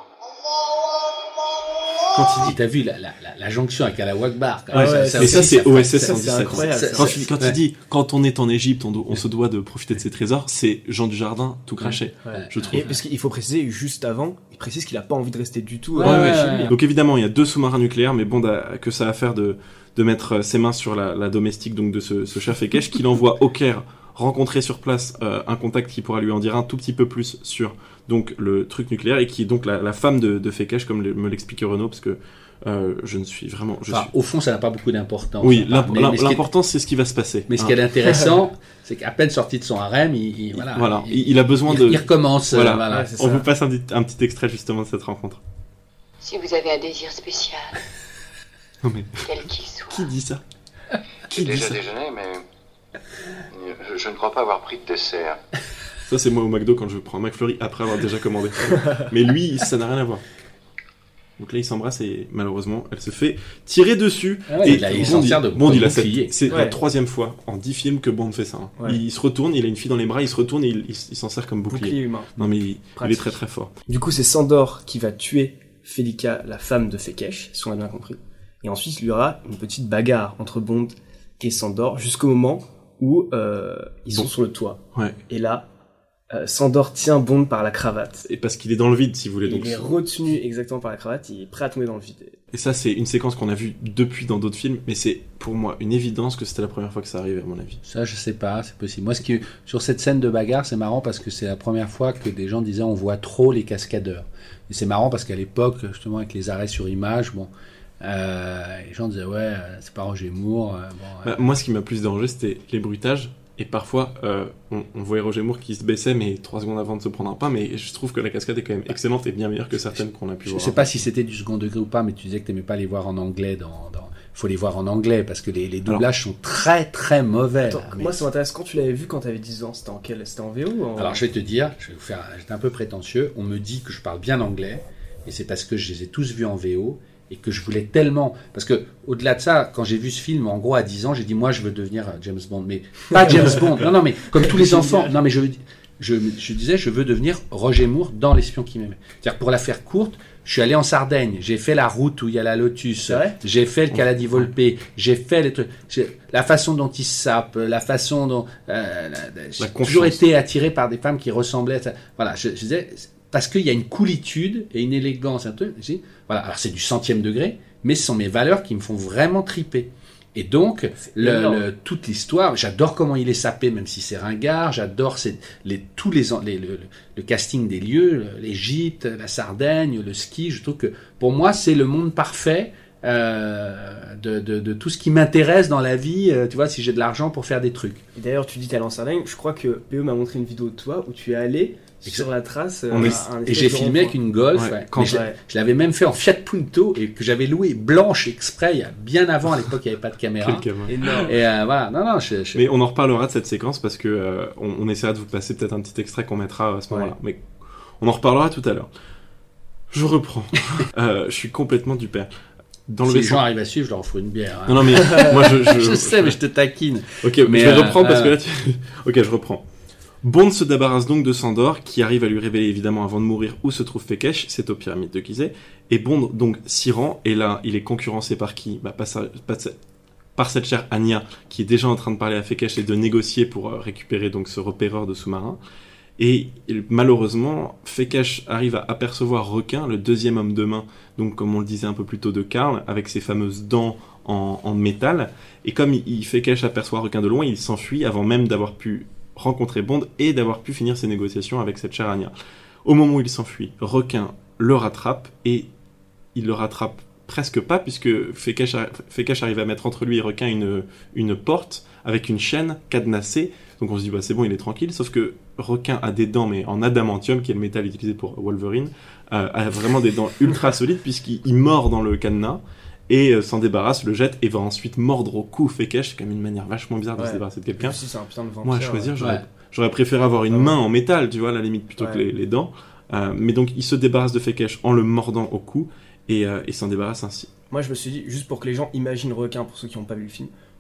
Quand il dit, t'as vu la jonction avec Allah Akbar. Ouais, mais ça, c'est OSS 117. C'est incroyable. Quand il dit, quand on est en Égypte, on se doit de profiter de ses trésors, c'est Jean Dujardin tout craché, je trouve. Et parce qu'il faut préciser, juste avant, il précise qu'il a pas envie de rester du tout Ouais. chez lui. Donc évidemment, il y a 2 sous-marins nucléaires, mais Bond a que ça à faire de mettre ses mains sur la domestique donc de ce cher Fekesh, qu'il envoie au Caire rencontrer sur place un contact qui pourra lui en dire un tout petit peu plus sur donc le truc nucléaire, et qui est donc la femme de Fekesh, comme me l'explique Renaud, parce que je ne suis vraiment... Au fond, ça n'a pas beaucoup d'importance. Oui, Mais l'important, c'est ce qui va se passer. Mais ce qui est intéressant, c'est qu'à peine sorti de son harem, il a besoin de... Il recommence. Voilà. On vous passe un petit extrait justement de cette rencontre. Si vous avez un désir spécial, Non mais... quel qu'il soit. Qui dit ça? J'ai déjà déjeuné, mais je ne crois pas avoir pris de dessert. Ça, c'est moi au McDo quand je prends un McFlurry après avoir déjà commandé. Mais lui, ça n'a rien à voir. Donc là, il s'embrasse et malheureusement, elle se fait tirer dessus. Et il s'en sert de bouclier. C'est la 3e fois en 10 films que Bond fait ça. Hein. Ouais. Il se retourne, il a une fille dans les bras, il se retourne et il s'en sert comme bouclier. Humain. Non mais il est très très fort. Du coup, c'est Sandor qui va tuer Felica, la femme de Fekesh, si on a bien compris. Et ensuite, il y aura une petite bagarre entre Bond et Sandor jusqu'au moment où ils sont sur le toit. Ouais. Et là, Sandor tient Bond par la cravate. Et parce qu'il est dans le vide, si vous voulez. Donc... Il est retenu exactement par la cravate, il est prêt à tomber dans le vide. Et ça, c'est une séquence qu'on a vue depuis dans d'autres films, mais c'est pour moi une évidence que c'était la première fois que ça arrivait, à mon avis. Ça, je sais pas, c'est possible. Moi, sur cette scène de bagarre, c'est marrant parce que c'est la première fois que des gens disaient on voit trop les cascadeurs. Et c'est marrant parce qu'à l'époque, justement, avec les arrêts sur image, les gens disaient ouais, c'est pas Roger Moore. Moi, ce qui m'a plus dérangé, c'était les bruitages. Et parfois, on voyait Roger Moore qui se baissait, mais 3 secondes avant de se prendre un pain. Mais je trouve que la cascade est quand même excellente et bien meilleure que certaines qu'on a pu voir. Je sais pas si c'était du second degré ou pas, mais tu disais que t'aimais pas les voir en anglais. Faut les voir en anglais parce que les doublages sont très très mauvais. Attends, moi, ça m'intéresse. Quand tu l'avais vu quand t'avais 10 ans, c'était en VO ou en... Alors, je vais te dire, j'étais un peu prétentieux. On me dit que je parle bien anglais, et c'est parce que je les ai tous vus en VO. Et que je voulais tellement... Parce que, au-delà de ça, quand j'ai vu ce film, en gros, à 10 ans, j'ai dit, moi, je veux devenir James Bond. Mais pas James Bond. Non, mais comme tous les enfants. Non, mais je disais, je veux devenir Roger Moore dans L'espion qui m'aimait. C'est-à-dire, pour la faire courte, je suis allé en Sardaigne. J'ai fait la route où il y a la Lotus. J'ai fait le Cala di Volpe. J'ai fait les trucs... La façon dont il se sape, la façon dont... j'ai toujours été attiré par des femmes qui ressemblaient... Voilà, je disais... Parce qu'il y a une coolitude et une élégance, un truc. Voilà. Alors c'est du 100e degré, mais ce sont mes valeurs qui me font vraiment triper. Et donc, toute l'histoire, j'adore comment il est sapé, même si c'est ringard. J'adore le casting des lieux, l'Égypte, la Sardaigne, le ski. Je trouve que pour moi, c'est le monde parfait de tout ce qui m'intéresse dans la vie. Tu vois, si j'ai de l'argent pour faire des trucs. Et d'ailleurs, tu dis t'es allé en Sardaigne. Je crois que PO m'a montré une vidéo de toi où tu es allé sur la trace. Et j'ai filmé avec une Golf. Je l'avais même fait en Fiat Punto et que j'avais loué blanche exprès bien avant. À l'époque, il n'y avait pas de caméra. Énorme. Et voilà. Non. Mais on en reparlera de cette séquence parce que on essaiera de vous passer peut-être un petit extrait qu'on mettra à ce moment-là. Mais on en reparlera tout à l'heure. Je reprends. Je suis complètement du père. Si les gens arrivent à suivre, je leur offre une bière. Non, mais moi je sais, mais je te taquine. Ok, mais je vais reprendre parce que là, ok, je reprends. Bond se débarrasse donc de Sandor, qui arrive à lui révéler évidemment avant de mourir où se trouve Fekesh, c'est aux pyramides de Gizeh, et Bond donc s'y rend, et là il est concurrencé par qui ? Par cette chère Anya, qui est déjà en train de parler à Fekesh et de négocier pour récupérer donc ce repéreur de sous-marins. Et malheureusement, Fekesh arrive à apercevoir Requin, le 2e homme de main, donc comme on le disait un peu plus tôt de Karl, avec ses fameuses dents en métal, et comme Fekesh aperçoit Requin de loin, il s'enfuit avant même d'avoir pu rencontrer Bond et d'avoir pu finir ses négociations avec cette chère Anya. Au moment où il s'enfuit, Requin le rattrape, et il le rattrape presque pas, puisque Fekesh arrive à mettre entre lui et Requin une porte avec une chaîne cadenassée. Donc on se dit c'est bon, il est tranquille, sauf que Requin a des dents mais en adamantium, qui est le métal utilisé pour Wolverine, a vraiment des dents ultra solides puisqu'il mord dans le cadenas et s'en débarrasse, le jette et va ensuite mordre au cou Fekesh. C'est quand même une manière vachement bizarre de se débarrasser de quelqu'un. Si c'est un putain de vampire. Moi à choisir, j'aurais préféré avoir une main en métal, tu vois, à la limite, plutôt que les dents. Mais donc il se débarrasse de Fekesh en le mordant au cou et s'en débarrasse ainsi. Moi je me suis dit, juste pour que les gens imaginent Requin, pour ceux qui n'ont pas vu le film,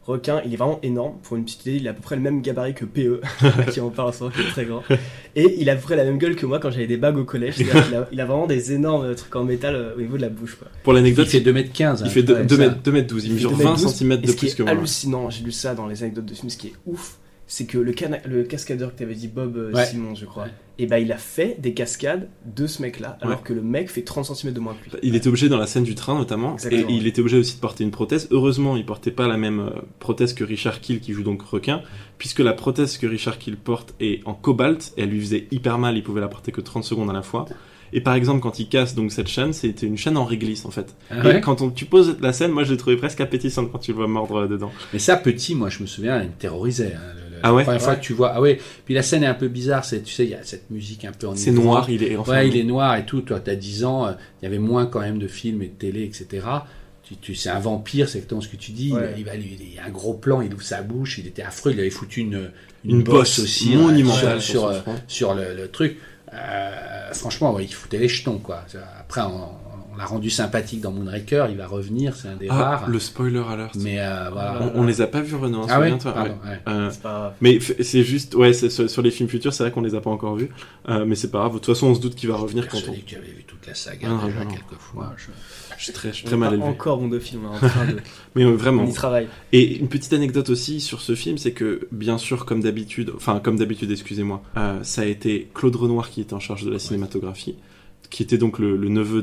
requin, il est vraiment énorme. Pour une petite idée, il a à peu près le même gabarit que PE, qui en parle en ce moment, qui est très grand. Et il a à peu près la même gueule que moi quand j'avais des bagues au collège. C'est-à-dire qu'il a vraiment des énormes trucs en métal au niveau de la bouche, quoi. Pour Il l'anecdote, fait 2m15. il fait 2m12, il mesure 20 cm de Et ce qui plus est que moi. hallucinant, j'ai lu ça dans les anecdotes de film, ce qui est ouf, c'est que le cascadeur que t'avais dit, Bob Ouais. Simmons, je crois, Ouais. et bah il a fait des cascades de ce mec-là, alors que le mec fait 30 cm de moins que lui. Il était obligé dans la scène du train notamment, Exactement. et il était obligé aussi de porter une prothèse. Heureusement, il portait pas la même prothèse que Richard Kiel qui joue donc requin, puisque la prothèse que Richard Kiel porte est en cobalt, et elle lui faisait hyper mal, il pouvait la porter que 30 secondes à la fois. Et par exemple, quand il casse donc cette chaîne, c'était une chaîne en réglisse en fait. Ah Et ouais quand tu poses la scène, moi je l'ai trouvé presque appétissante quand tu le vois mordre dedans. Mais ça, petit, moi, je me souviens, il me terrorisait. Hein, Ah ouais La première fois que tu vois. Ah ouais. Puis la scène est un peu bizarre. C'est, tu sais, il y a cette musique un peu en C'est noir, il est Ouais, il est noir et tout. Toi, t'as 10 ans. Il y avait moins quand même de films et de télé, etc. C'est un vampire, c'est exactement ce que tu dis. Ouais. Il y a un gros plan, il ouvre sa bouche, il était affreux. Il avait foutu une bosse aussi monumentale sur son front. sur le truc. Franchement, ouais, il foutait les jetons, quoi. Après, on l'a rendu sympathique dans Moonraker. Il va revenir, c'est un des rares. Le spoiler alert. Mais voilà. On les a pas vus, Renaud, hein, Ah ouais, souviens-toi. pardon, Ouais. ouais. C'est pas grave. Mais c'est juste, ouais, sur les films futurs, c'est vrai qu'on les a pas encore vus, mais c'est pas grave. De toute façon, on se doute qu'il va revenir quand Persuadé que tu avais vu toute la saga Ah, déjà non. quelques fois. je suis très On mal est pas élevé. encore bon de film, on est en train de... Mais vraiment. on y travaille. Et une petite anecdote aussi sur ce film, c'est que bien sûr, comme d'habitude, excusez-moi, ça a été Claude Renoir qui était en charge de la cinématographie, qui était donc le neveu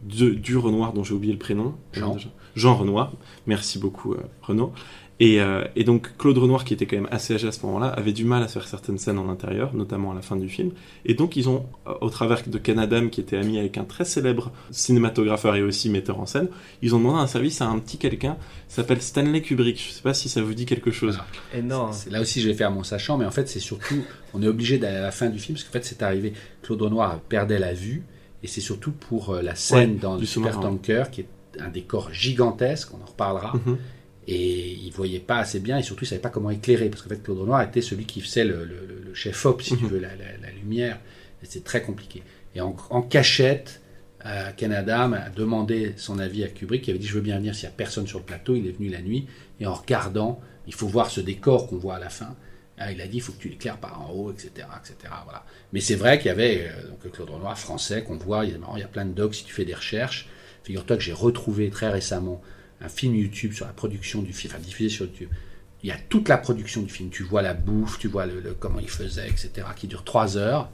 du Renoir dont j'ai oublié le prénom. Jean Renoir. Merci beaucoup, Renaud. Et donc Claude Renoir, qui était quand même assez âgé à ce moment-là, avait du mal à faire certaines scènes en intérieur, notamment à la fin du film. Et donc ils ont, au travers de Ken Adam, qui était ami avec un très célèbre cinématographeur et aussi metteur en scène, ils ont demandé un service à un petit quelqu'un qui s'appelle Stanley Kubrick. Je sais pas si ça vous dit quelque chose. Voilà. Énorme. Là aussi, je vais faire mon sachant, mais en fait, c'est surtout, on est obligé d'aller à la fin du film, parce qu'en fait, c'est arrivé, Claude Renoir perdait la vue, et c'est surtout pour la scène dans le du Super sous-marin. Tanker, qui est un décor gigantesque, on en reparlera, Mhm. et il voyait pas assez bien, et surtout, il savait pas comment éclairer, parce qu'en fait, Claude Renoir était celui qui faisait le chef-op, si tu veux, la lumière, et c'est très compliqué. Et en cachette, Ken Adam a demandé son avis à Kubrick, qui avait dit « Je veux bien venir s'il n'y a personne sur le plateau », il est venu la nuit, et en regardant, il faut voir ce décor qu'on voit à la fin. Il a dit, il faut que tu l'éclaires par en haut, etc., etc. Voilà. Mais c'est vrai qu'il y avait donc Claude Renoir français qu'on voit. Il y a plein de docs si tu fais des recherches. Figure-toi que j'ai retrouvé très récemment un film YouTube sur la production du film, enfin diffusé sur YouTube. Il y a toute la production du film. Tu vois la bouffe, tu vois comment il faisait, etc., qui dure 3 heures.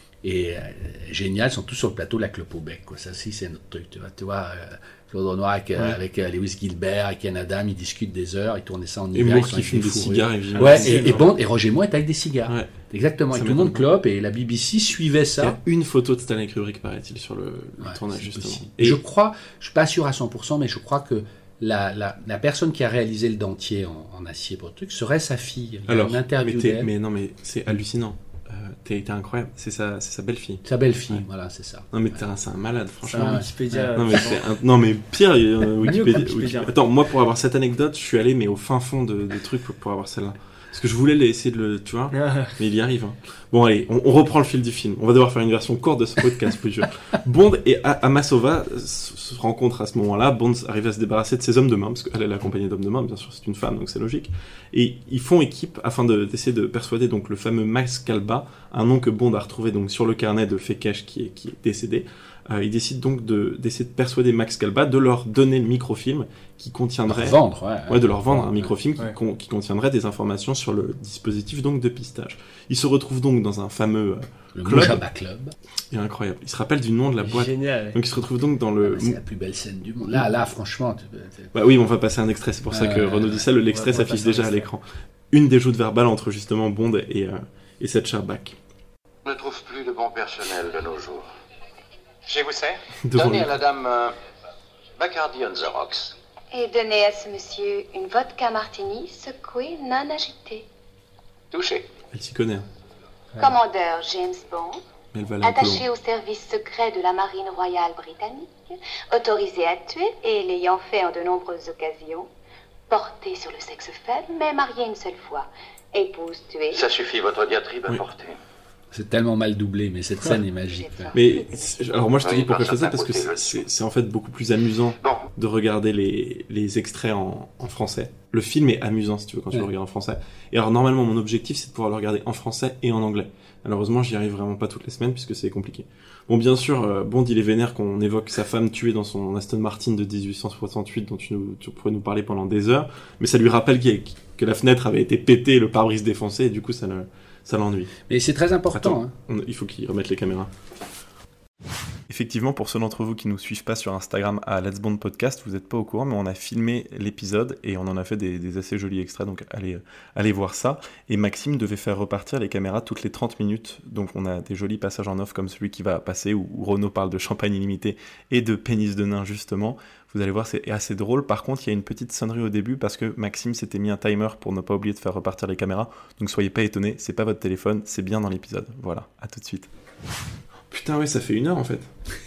Et génial, ils sont tous sur le plateau, la clope au bec, quoi. Ça aussi, c'est notre truc. Tu vois Claude Renoir avec Lewis Gilbert et Ken Adam, ils discutent des heures, ils tournaient ça en Et hiver. Moore ils sont qui avec fume des fourrures. cigares, évidemment. Ouais, et Roger Moore est avec des cigares. Ouais. Exactement, Ça et tout le monde m'étonne clope, et la BBC suivait Il y ça. a une photo de Stanley Kubrick, paraît-il, sur le tournage, c'est justement. possible. Et Je crois, je suis pas sûr à 100%, mais je crois que la personne qui a réalisé le dentier en acier pour le truc serait sa fille. Il y a alors, une interview d'elle. mais non, mais c'est hallucinant. T'es incroyable. C'est sa belle-fille. Sa belle-fille, Ouais. voilà, c'est ça. Non, mais c'est un malade, C'est franchement. un Wikipédia. Non mais, non mais pire, Wikipédia. Wikipédia. Attends, moi pour avoir cette anecdote, je suis allé mais au fin fond de trucs pour avoir celle-là. Parce que je voulais essayer de le, tu vois, mais il y arrive. Hein. Bon allez, on reprend le fil du film. On va devoir faire une version courte de ce podcast plus dur. Bond et Amasova se rencontrent à ce moment-là. Bond arrive à se débarrasser de ses hommes de main, parce qu'elle est accompagnée d'hommes de main, bien sûr c'est une femme, donc c'est logique. Et ils font équipe afin d'essayer de persuader donc le fameux Max Calba, un nom que Bond a retrouvé donc sur le carnet de Fekesh qui est décédé. Il décide donc d'essayer de persuader Max Calba de leur donner le microfilm qui contiendrait... de leur vendre un microfilm qui contiendrait des informations sur le dispositif donc de pistage. Ils se retrouvent donc dans un fameux Le club. Mojaba Club. C'est incroyable. Ils se rappellent du nom de la boîte. Génial. Donc ils se retrouvent donc dans le... C'est la plus belle scène du monde. Là, franchement... Bah oui, on va passer un extrait. C'est pour ça que Renaud dit ça. L'extrait on va s'affiche passer un déjà à extrait. l'écran. Une des joutes verbales entre justement Bond et cette Sherback. On ne trouve plus de bon personnel de nos jours. Je vous sers. Devant Donnez lui. à la dame Bacardi on the rocks. Et donnez à ce monsieur une vodka martini secouée, non agitée. Touché. Elle s'y connaît. Hein. Commandeur James Bond, Mais elle va aller un peu attaché au service secret de la Marine royale britannique, autorisé à tuer et l'ayant fait en de nombreuses occasions, porté sur le sexe faible, mais marié une seule fois, épouse tuée. Ça suffit, votre diatribe Oui. apportée. C'est tellement mal doublé, mais cette scène est magique. Mais alors moi je te Ouais, dis il pourquoi je fais passe ça à parce que côté, c'est en fait beaucoup plus amusant Bon, de regarder les extraits en français. Le film est amusant si tu veux quand tu le regardes en français. Et alors normalement mon objectif c'est de pouvoir le regarder en français et en anglais. Malheureusement j'y arrive vraiment pas toutes les semaines puisque c'est compliqué. Bon bien sûr Bond il est vénère qu'on évoque sa femme tuée dans son Aston Martin de 1868 dont tu pourrais nous parler pendant des heures, mais ça lui rappelle que la fenêtre avait été pétée, le pare-brise défoncé et du coup ça l'ennuie. Mais c'est très important. Attends, il faut qu'ils remettent les caméras. Effectivement, pour ceux d'entre vous qui nous suivent pas sur Instagram à Let's Bond Podcast, vous n'êtes pas au courant, mais on a filmé l'épisode et on en a fait des assez jolis extraits, donc allez voir ça. Et Maxime devait faire repartir les caméras toutes les 30 minutes, donc on a des jolis passages en off comme celui qui va passer où Renaud parle de champagne illimité et de pénis de nain justement. Vous allez voir, c'est assez drôle. Par contre, il y a une petite sonnerie au début parce que Maxime s'était mis un timer pour ne pas oublier de faire repartir les caméras. Donc soyez pas étonnés, c'est pas votre téléphone, c'est bien dans l'épisode. Voilà, à tout de suite. Putain, ouais, ça fait 1 heure en fait.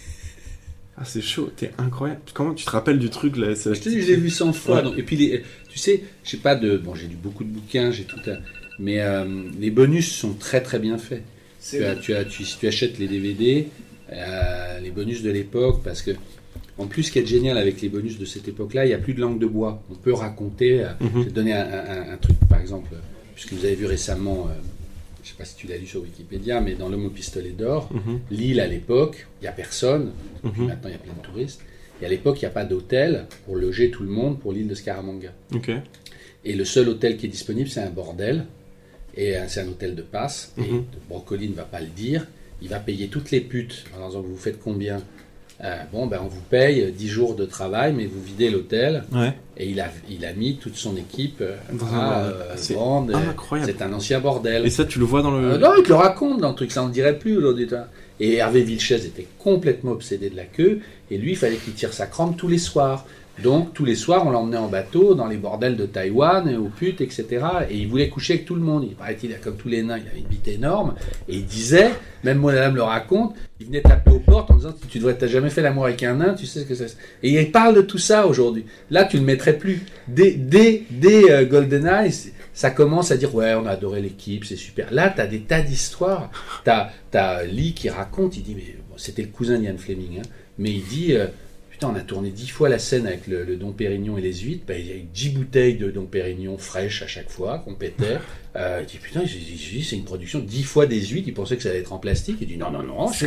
Ah, c'est chaud, t'es incroyable. Comment tu te rappelles du truc là? Je te dis, je l'ai vu 100 fois. Ouais. Donc, et puis, tu sais, j'ai pas de. Bon, j'ai lu beaucoup de bouquins, j'ai tout un. Mais les bonus sont très très bien faits. Si tu achètes les DVD, les bonus de l'époque, parce que. En plus, ce qui est génial avec les bonus de cette époque-là, il n'y a plus de langue de bois. On peut raconter. Je vais te donner un truc, par exemple, puisque vous avez vu récemment, je ne sais pas si tu l'as lu sur Wikipédia, mais dans L'Homme au pistolet d'or, l'île à l'époque, il n'y a personne. Puis maintenant, il y a plein de touristes. Et à l'époque, il n'y a pas d'hôtel pour loger tout le monde pour l'île de Scaramanga. Okay. Et le seul hôtel qui est disponible, c'est un bordel. Et c'est un hôtel de passe. Et Brocoli ne va pas le dire. Il va payer toutes les putes en disant, vous faites combien? On vous paye 10 jours de travail, mais vous videz l'hôtel. Ouais. Et il a mis toute son équipe c'est grande. Incroyable. C'est un ancien bordel. Et ça, tu le vois dans le... non, il te le raconte dans le truc, ça on ne dirait plus aujourd'hui. Et Hervé Vilches était complètement obsédé de la queue, et lui, il fallait qu'il tire sa crampe tous les soirs. Donc, tous les soirs, on l'emmenait en bateau dans les bordels de Taïwan, aux putes, etc. Et il voulait coucher avec tout le monde. Il paraît-il, comme tous les nains, il avait une bite énorme. Et il disait, même moi, madame le raconte, il venait taper aux portes en disant, t'as jamais fait l'amour avec un nain, tu sais ce que c'est. Et il parle de tout ça aujourd'hui. Là, tu ne le mettrais plus. Dès GoldenEye, ça commence à dire, ouais, on a adoré l'équipe, c'est super. Là, t'as des tas d'histoires. T'as Lee qui raconte, il dit, mais bon, c'était le cousin d'Ian Fleming, mais il dit... Putain, on a tourné 10 fois la scène avec le Dom Pérignon et les huîtres. Il y a 10 bouteilles de Dom Pérignon fraîches à chaque fois, qu'on pétait. Il dit, putain, c'est une production 10 fois des huîtres. Il pensait que ça allait être en plastique. Il dit, non,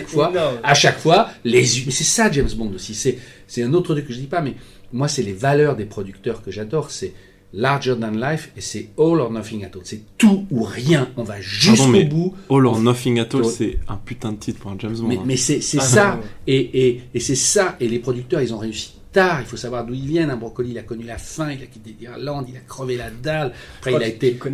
à chaque fois, les huîtres. Mais c'est ça, James Bond aussi. C'est un autre truc que je dis pas, mais moi, c'est les valeurs des producteurs que j'adore. C'est larger than life et c'est all or nothing at all. C'est tout ou rien. On va jusqu'au bout. All or nothing at all, c'est un putain de titre pour un James Bond. Mais c'est ça. Et c'est ça. Et les producteurs, ils ont réussi tard. Il faut savoir d'où ils viennent. Un Brocoli, il a connu la fin. Il a quitté l'Irlande. Il a crevé la dalle. Après, il a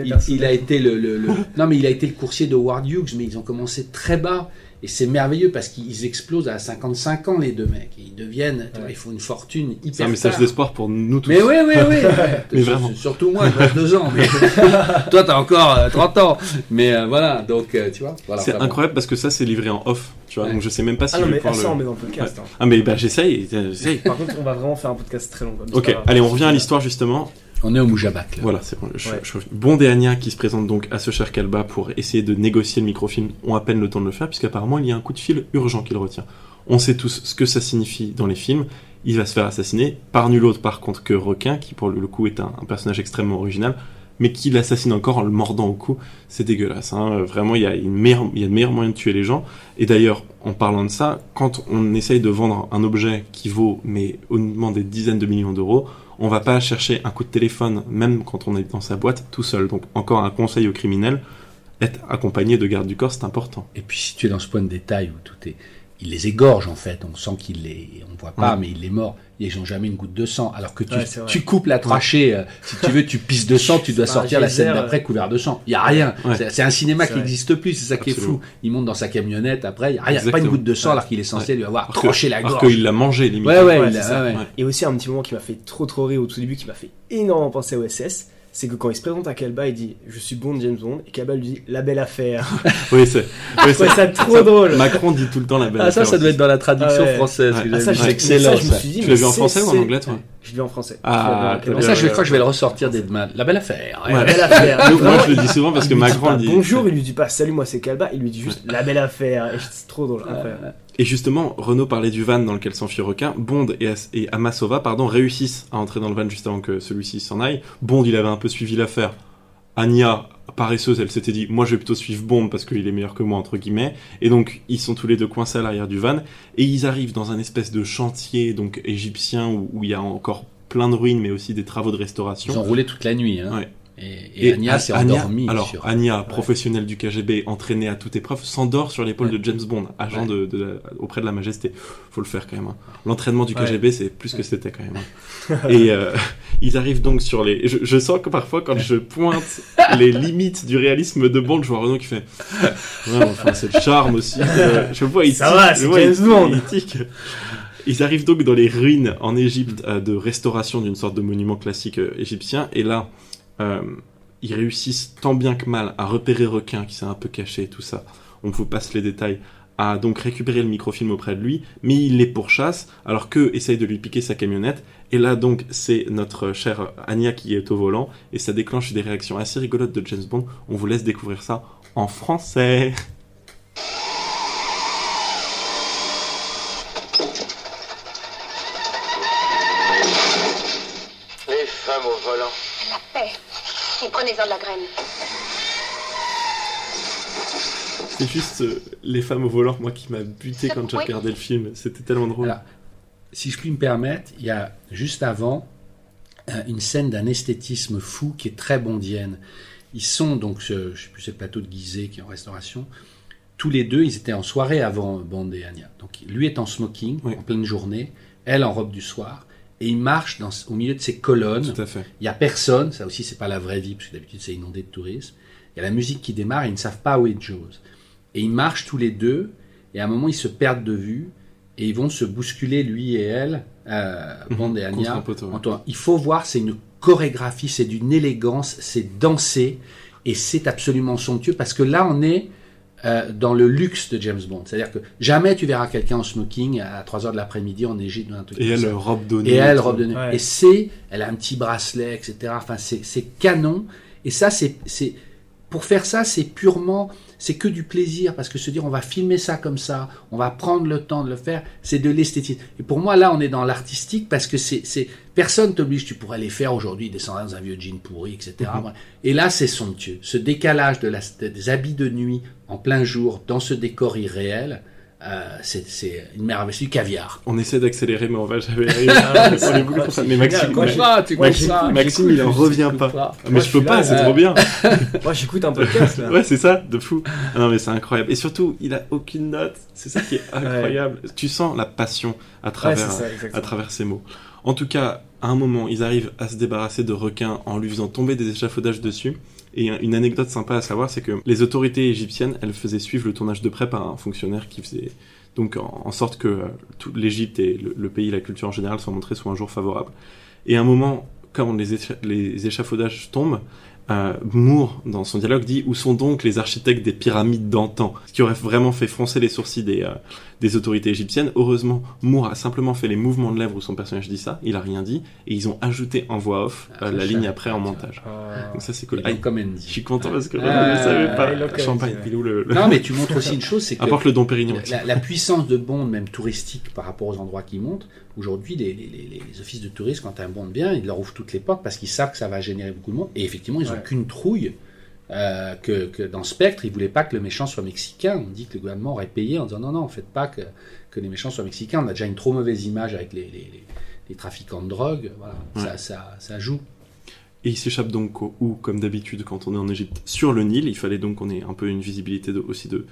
été non, mais il a été le coursier de Howard Hughes. Mais ils ont commencé très bas. Et c'est merveilleux parce qu'ils explosent à 55 ans, les deux mecs. Ils deviennent, ils font une fortune hyper. C'est un message d'espoir pour nous tous. Mais oui. Mais vraiment. Surtout moi, je reste 2 ans. Mais toi, t'as encore 30 ans. Mais voilà, donc tu vois. Voilà, c'est incroyable parce que ça, c'est livré en off. Tu vois, donc je sais même pas si je vais pouvoir ça, on met dans le podcast. Ouais. Ah, mais j'essaye. Par contre, on va vraiment faire un podcast très long. Ok, allez, on revient à l'histoire justement. On est au Moujabac. Voilà, c'est bon. Bond et Anya qui se présentent donc à ce cher Kalba pour essayer de négocier le microfilm ont à peine le temps de le faire, puisqu'apparemment il y a un coup de fil urgent qui le retient. On sait tous ce que ça signifie dans les films. Il va se faire assassiner par nul autre par contre que Requin, qui pour le coup est un personnage extrêmement original, mais qui l'assassine encore en le mordant au cou. C'est dégueulasse. Hein. Vraiment, il y a de meilleurs moyens de tuer les gens. Et d'ailleurs, en parlant de ça, quand on essaye de vendre un objet qui vaut mais honnêtement des dizaines de millions d'euros, on va pas chercher un coup de téléphone, même quand on est dans sa boîte, tout seul. Donc, encore un conseil aux criminels, être accompagné de garde du corps, c'est important. Et puis, si tu es dans ce point de détail où tout est... Il les égorge, en fait. On sent on ne voit pas, mais il est mort. Ils n'ont jamais une goutte de sang. Alors que tu coupes la trachée, si tu veux, tu pisses de sang, tu dois sortir la scène d'après couvert de sang. Il n'y a rien. Ouais. C'est un cinéma qui n'existe plus, c'est ça qui est fou. Il monte dans sa camionnette, après, il n'y a rien. Pas une goutte de sang, alors qu'il est censé lui avoir tranché la gorge. Alors qu'il l'a mangé, limite. Ouais. Et aussi, un petit moment qui m'a fait trop rire au tout début, qui m'a fait énormément penser au SS. C'est que quand il se présente à Kalba, il dit « Je suis Bond, James Bond », et Kalba lui dit « La belle affaire ». Oui, c'est ça trop drôle. Macron dit tout le temps « La belle affaire ». Ça doit être dans la traduction française. Ça, c'est excellent. Tu l'as vu en français ou en anglais, toi ? Je l'ai en français. Ah, Je l'ai en- t'as Ça, bien, je crois que je vais le ressortir dès demain. La belle affaire. Ouais. La belle affaire. Moi, je le dis souvent parce Il que lui dit Macron pas dit. bonjour, il lui dit pas salut, moi c'est Kalba, il lui dit juste la belle affaire. Et c'est trop drôle. incroyable. Et justement, Renaud parlait du van dans lequel s'enfuit Requin. Bond et Amasova, réussissent à entrer dans le van juste avant que celui-ci s'en aille. Bond, il avait un peu suivi l'affaire. Anya, paresseuse, elle s'était dit, moi je vais plutôt suivre Bond parce qu'il est meilleur que moi, entre guillemets. Et donc, ils sont tous les deux coincés à l'arrière du van. Et ils arrivent dans un espèce de chantier donc égyptien où il y a encore plein de ruines, mais aussi des travaux de restauration. Ils ont roulé toute la nuit. Hein. Ouais. Et Anya s'est endormie. Alors, sur... Anya, professionnelle du KGB, entraînée à toute épreuve, s'endort sur l'épaule de James Bond, agent auprès de la Majesté. Faut le faire quand même. Hein. L'entraînement du KGB, c'est plus que c'était quand même. Hein. Et ils arrivent donc sur les... Je sens que parfois, quand je pointe les limites du réalisme de Bond, je vois Renaud qui fait... Ouais, enfin, c'est le charme aussi. Je vois, il Ça va, c'est je vois, James Bond. il tique. Ils arrivent donc dans les ruines en Égypte de restauration d'une sorte de monument classique égyptien. Et là... ils réussissent tant bien que mal à repérer Requin qui s'est un peu caché et tout ça. On vous passe les détails. À donc récupérer le microfilm auprès de lui, mais il les pourchasse alors qu'eux essayent de lui piquer sa camionnette. Et là donc c'est notre chère Anya qui est au volant et ça déclenche des réactions assez rigolotes de James Bond. On vous laisse découvrir ça en français. Les femmes au volant. La paix. Et prenez-en de la graine. C'est juste les femmes au volant, moi qui m'a buté quand j'ai regardé le film. C'était tellement drôle. Alors, si je puis me permettre, il y a juste avant une scène d'un esthétisme fou qui est très bondienne. Ils sont donc, je sais plus, c'est le plateau de Gizeh qui est en restauration. Tous les deux, ils étaient en soirée avant Bond et Anya. Donc lui est en smoking, Oui. en pleine journée, elle en robe du soir, et il marche au milieu de ces colonnes. Tout à fait. Il y a personne, ça aussi c'est pas la vraie vie, parce que d'habitude c'est inondé de tourisme. Il y a la musique qui démarre, et ils ne savent pas où est Jaws. Et ils marchent tous les deux, et à un moment ils se perdent de vue, et ils vont se bousculer, lui et elle, Bond et Contre Anya. un poteau, ouais. Il faut voir, c'est une chorégraphie, c'est d'une élégance, c'est dansé, et c'est absolument somptueux, parce que là on est dans le luxe de James Bond. C'est-à-dire que jamais tu verras quelqu'un en smoking à 3h de l'après-midi en Égypte. Un truc Et comme elle, ça. robe de nuit. Et elle, robe de nuit. Ouais. Et elle a un petit bracelet, etc. Enfin, c'est canon. Et ça, pour faire ça, c'est que du plaisir, parce que se dire on va filmer ça comme ça, on va prendre le temps de le faire, c'est de l'esthétisme. Et pour moi, là, on est dans l'artistique, parce que personne t'oblige, tu pourrais les faire aujourd'hui, descendre dans un vieux jean pourri, etc. Et là, c'est somptueux. Ce décalage des habits de nuit en plein jour, dans ce décor irréel, c'est une merveille, c'est du caviar. On essaie d'accélérer, mais on va jamais arriver. On est beaucoup pour ça. Mais Maxime, Maxime, il en revient pas. Mais je peux pas, c'est trop bien. Moi j'écoute un podcast là. Ouais, c'est ça, de fou. Ah non, mais c'est incroyable. Et surtout, il a aucune note. C'est ça qui est incroyable. Tu sens la passion à travers, c'est ça, exactement. à travers ces mots. En tout cas, à un moment, ils arrivent à se débarrasser de Requin en lui faisant tomber des échafaudages dessus. Et une anecdote sympa à savoir, c'est que les autorités égyptiennes, elles faisaient suivre le tournage de près par un fonctionnaire qui faisait donc en sorte que toute l'Égypte et le pays, la culture en général, soient montrés sous un jour favorable. Et à un moment, quand les échafaudages tombent, Moore, dans son dialogue, dit « Où sont donc les architectes des pyramides d'antan ?» Ce qui aurait vraiment fait froncer les sourcils des autorités égyptiennes. Heureusement, Moore a simplement fait les mouvements de lèvres où son personnage dit ça, il a rien dit, et ils ont ajouté en voix off la ligne après en montage. Donc ça, c'est cool. Et donc, comme elle Je dit. suis content parce que je ne savais pas. Champagne, pilou, Non, mais tu montres aussi une chose, c'est que apporte le Dom Pérignon. la puissance de Bond, même touristique, par rapport aux endroits qui montent, aujourd'hui, les offices de tourisme, quand un Bond vient, ils leur ouvrent toutes les portes parce qu'ils savent que ça va générer beaucoup de monde. Et effectivement, ils n'ont qu'une trouille que dans Spectre, ils ne voulaient pas que le méchant soit mexicain. On dit que le gouvernement aurait payé en disant non, faites pas que les méchants soient mexicains. On a déjà une trop mauvaise image avec les trafiquants de drogue. Voilà, ça joue. Et il s'échappe donc où, comme d'habitude, quand on est en Égypte, sur le Nil. Il fallait donc qu'on ait un peu une visibilité aussi de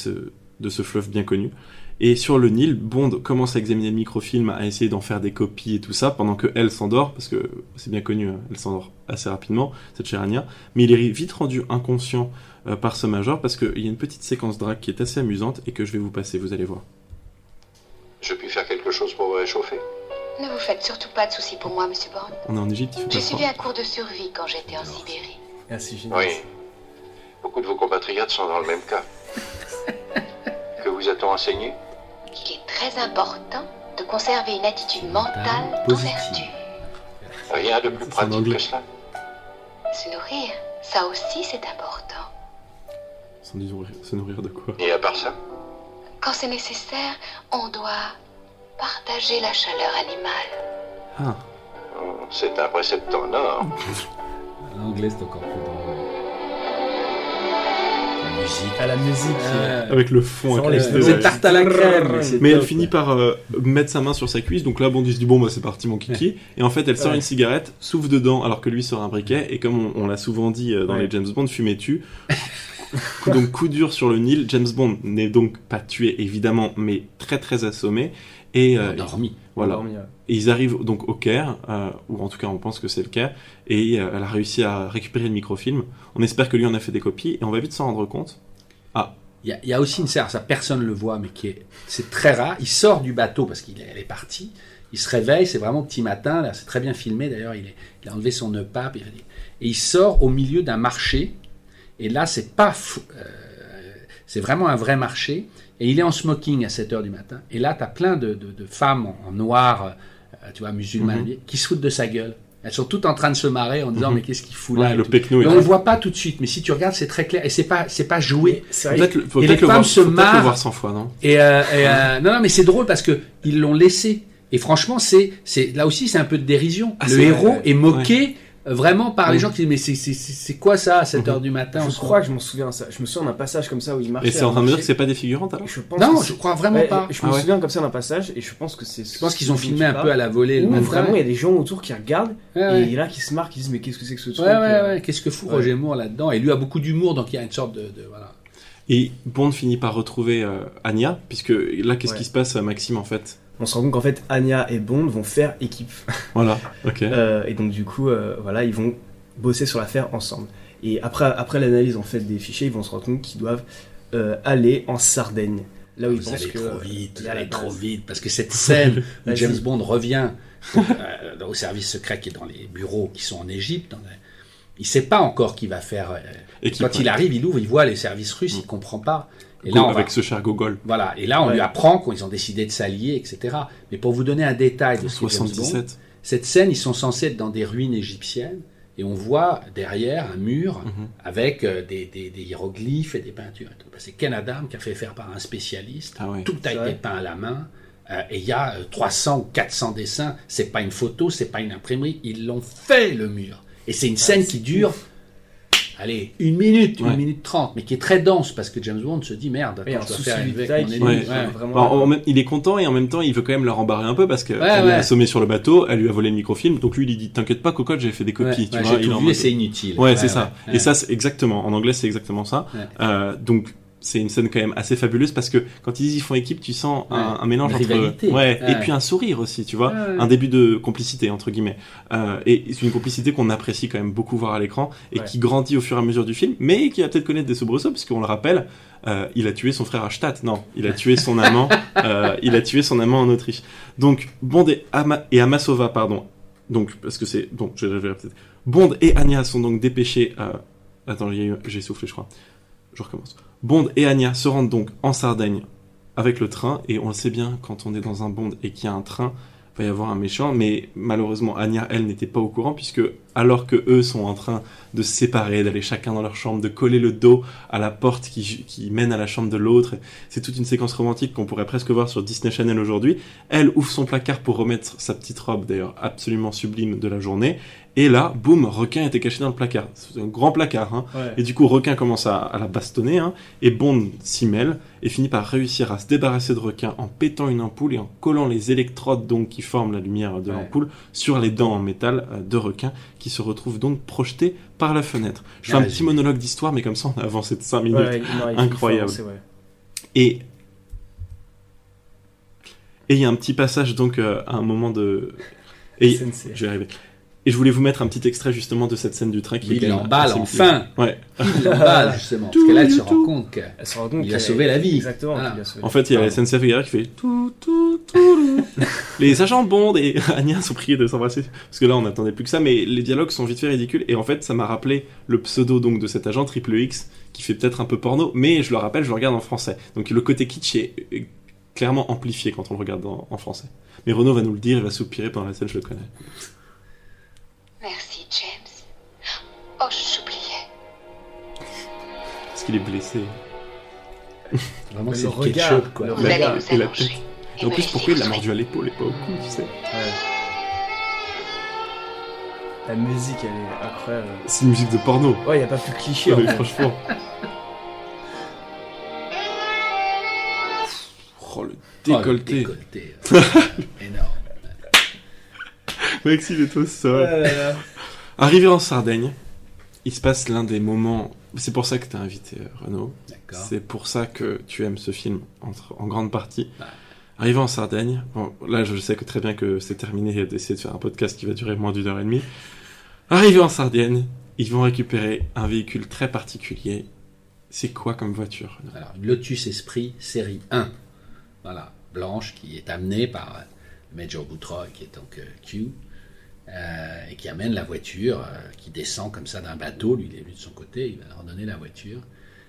ce fleuve bien connu. Et sur le Nil, Bond commence à examiner le microfilm, à essayer d'en faire des copies et tout ça, pendant que elle s'endort, parce que c'est bien connu, elle s'endort assez rapidement, cette chère Anya. Mais il est vite rendu inconscient par ce major, parce qu'il y a une petite séquence drague qui est assez amusante et que je vais vous passer, vous allez voir. Je puis faire quelque chose pour vous réchauffer. Ne vous faites surtout pas de soucis pour moi, monsieur Bond. On est en Égypte, il fait J'ai pas suivi froid. un cours de survie quand j'étais en Sibérie. Ah, c'est génial. Oui. Beaucoup de vos compatriotes sont dans le même cas. Que vous a-t-on enseigné? Il est très important de conserver une attitude mentale d'ouverture. Rien de plus en pratique anglais. que cela. Se nourrir, ça aussi c'est important. Se nourrir de quoi? Et à part ça, Quand c'est nécessaire, on doit partager la chaleur animale. Ah, c'est un précepte en or. En anglais, c'est encore plus drôle. La musique. À la musique. avec le fond Sans incrusté, les- ouais. C'est tarte à la crème. c'est Mais elle top. finit par mettre sa main sur sa cuisse, donc là Bond il se dit bon bah c'est parti mon kiki, et en fait elle sort Ouais. une cigarette, souffle dedans alors que lui sort un briquet, et comme on l'a souvent dit dans Ouais. les James Bond, fumer tue. Donc coup dur sur le Nil, James Bond n'est donc pas tué évidemment, mais très très assommé, et Endormi. voilà. Endormi, ouais. Et ils arrivent donc au Caire, ou en tout cas on pense que c'est le Caire, et elle a réussi à récupérer le microfilm. On espère que lui en a fait des copies, et on va vite s'en rendre compte. Il y a aussi une serre, ça personne le voit, mais c'est très rare. Il sort du bateau parce elle est partie. Il se réveille, c'est vraiment petit matin. Là, c'est très bien filmé d'ailleurs. Il a enlevé son nœud pape et il sort au milieu d'un marché. Et là, c'est c'est vraiment un vrai marché. Et il est en smoking à 7h du matin. Et là, tu as plein de femmes en noir, tu vois, musulmanes, qui se foutent de sa gueule. Elles sont toutes en train de se marrer en disant mais qu'est-ce qu'il fout là Ouais, et le tout. pecno Mais et on tout. le voit pas tout de suite. Mais si tu regardes, c'est très clair. Et c'est pas joué. C'est vrai. Faut Et peut-être les femmes se faut peut-être le marrent. voir 100 fois, non? Non, mais c'est drôle parce que ils l'ont laissé. Et franchement, c'est là aussi, c'est un peu de dérision. Ah, le c'est vrai, héros ouais. est moqué vraiment par les Ouais. gens qui disent mais c'est quoi ça à 7h du matin Je on se crois que je m'en souviens ça. Je me souviens d'un passage comme ça où il marchait. Et c'est en train de me dire que marché. c'est pas des figurantes alors? Je pense Non, que je c'est- crois vraiment Ouais, pas. Je me Ah ouais. souviens comme ça d'un passage et je pense que c'est. Je pense qu'ils ont filmé un peu à la volée le Où matin. vraiment il y a des gens autour qui regardent Ouais, et là qui se marquent, qui disent mais qu'est-ce que c'est que ce truc ouais. Qu'est-ce que fout Ouais. Roger Moore là-dedans? Et lui a beaucoup d'humour, donc il y a une sorte de voilà. Et Bond finit par retrouver Anya, puisque là, qu'est-ce Ouais. qui se passe à Maxime en fait? On se rend compte qu'en fait Anya et Bond vont faire équipe. Voilà, ok. Et donc du coup voilà ils vont bosser sur l'affaire ensemble. Et après l'analyse en fait des fichiers, ils vont se rendre compte qu'ils doivent aller en Sardaigne. Là où ils Vous pensent allez que trop vite, il y vous a la allez trop base. vite, parce que cette scène où Vas-y. James Bond revient au service secret qui est dans les bureaux qui sont en Égypte, il sait pas encore qu'il va faire. Et qui Quand il arrive, il ouvre, il voit les services russes, il comprend pas. Et là, on va- avec ce cher Gogol. Voilà, et là on Ouais. lui apprend qu'ils ont décidé de s'allier, etc. Mais pour vous donner un détail de ce qu'est James Bond, 77. cette scène, ils sont censés être dans des ruines égyptiennes, et on voit derrière un mur avec des hiéroglyphes et des peintures. Et tout. C'est Ken Adam qui a fait faire par un spécialiste. Ah ouais. Tout a C'est été vrai. peint à la main. Et il y a 300 ou 400 dessins. C'est pas une photo, c'est pas une imprimerie. Ils l'ont fait le mur. Et c'est une scène qui dure, allez, 1 minute, Ouais. 1 minute 30, mais qui est très dense parce que James Bond se dit merde, Et attends, un je dois souci faire du avec détail mon qui ennemi. Ouais. Ouais. vraiment. Alors, il est content et en même temps il veut quand même leur embarrer un peu parce qu'elle Ouais, l'a ouais. assommé sur le bateau, elle lui a volé le microfilm, donc lui il lui dit t'inquiète pas Cocotte, j'ai fait des copies. Ouais, Tu ouais, vois, j'ai il est tout en vu et mode- c'est inutile. Ouais, c'est ça. ouais. Et ça, c'est exactement, en anglais, c'est exactement ça. Ouais. Donc, c'est une scène quand même assez fabuleuse parce que quand ils disent ils font équipe, tu sens un mélange Une entre. rivalité. Ouais, et Ouais. puis un sourire aussi, tu vois. Ouais, ouais. Un début de complicité, entre guillemets. Et c'est une complicité qu'on apprécie quand même beaucoup voir à l'écran et Ouais. qui grandit au fur et à mesure du film, mais qui va peut-être connaître des soubresauts puisqu'on le rappelle, il a tué son frère à Stadt. Non, il a tué son amant. Il a tué son amant en Autriche. Donc, Bond et Amasova, pardon. Donc, parce que c'est. Donc, je vais répéter. Bond et Anya sont donc dépêchés. Attends, j'ai soufflé, je crois. Je recommence. Bond et Anya se rendent donc en Sardaigne avec le train, et on le sait bien, quand on est dans un Bond et qu'il y a un train, il va y avoir un méchant, mais malheureusement Anya, elle, n'était pas au courant, puisque alors que eux sont en train de se séparer, d'aller chacun dans leur chambre, de coller le dos à la porte qui mène à la chambre de l'autre, c'est toute une séquence romantique qu'on pourrait presque voir sur Disney Channel aujourd'hui, elle ouvre son placard pour remettre sa petite robe, d'ailleurs absolument sublime de la journée, et là, boum, Requin était caché dans le placard. C'est un grand placard, hein. Ouais. Et du coup, Requin commence à la bastonner, hein, et Bond s'y mêle, et finit par réussir à se débarrasser de Requin en pétant une ampoule et en collant les électrodes donc qui forment la lumière de Ouais. l'ampoule sur les dents en métal de Requin, qui se retrouvent donc projetés par la fenêtre. Je fais Ah, un vas-y. petit monologue d'histoire, mais comme ça on a avancé de 5 minutes. Ouais, non, il faut Incroyable. avancer, ouais. Et il y a un petit passage donc à un moment de... Et Sensei. je vais arriver. Et je voulais vous mettre un petit extrait justement de cette scène du train qui est Il quand même l'emballe assez enfin. Ouais. Il l'emballe justement. Parce que là, elle se rend compte que Elle se rend compte Il a qu'elle- sauvé la vie. Exactement. Voilà. qu'il a sauvé En fait, il y a la Pardon. SNCF Gare qui fait tout. Les agents Bond et Anya sont priés de s'embrasser parce que là, on n'attendait plus que ça, mais les dialogues sont vite fait ridicules. Et en fait, ça m'a rappelé le pseudo donc de cet agent Triple X qui fait peut-être un peu porno, mais je le rappelle, je le regarde en français. Donc le côté kitsch est clairement amplifié quand on le regarde en français. Mais Renaud va nous le dire, il va soupirer pendant la scène, je le connais. James. Oh, j'oubliais. Parce qu'il est blessé. Vraiment, Le c'est le regard, ketchup, quoi. le Vous allez regard nous et la allonger. tête. Et Et en me plus, laisser pourquoi il l'a vous mordu à l'épaule et pas au cou, tu sais? Ouais. La musique, elle est incroyable. C'est une musique de porno. Ouais, y a pas plus cliché. Ouais, en mais fait. franchement. Oh, le décolleté. Oh, le décolleté. Énorme. Maxime est au Oh sol. là là. Arrivé en Sardaigne, il se passe l'un des moments. C'est pour ça que t'as invité Renaud. D'accord. C'est pour ça que tu aimes ce film en grande partie. Ouais. Arrivé en Sardaigne, bon, là je sais que très bien que c'est terminé d'essayer de faire un podcast qui va durer moins d'1h30. Arrivé en Sardaigne, ils vont récupérer un véhicule très particulier. C'est quoi comme voiture? Alors, une Lotus Esprit série 1. Voilà, blanche, qui est amenée par Major Boutroy, qui est donc Q, et qui amène la voiture, qui descend comme ça d'un bateau. Lui, il est venu de son côté, il va leur donner la voiture.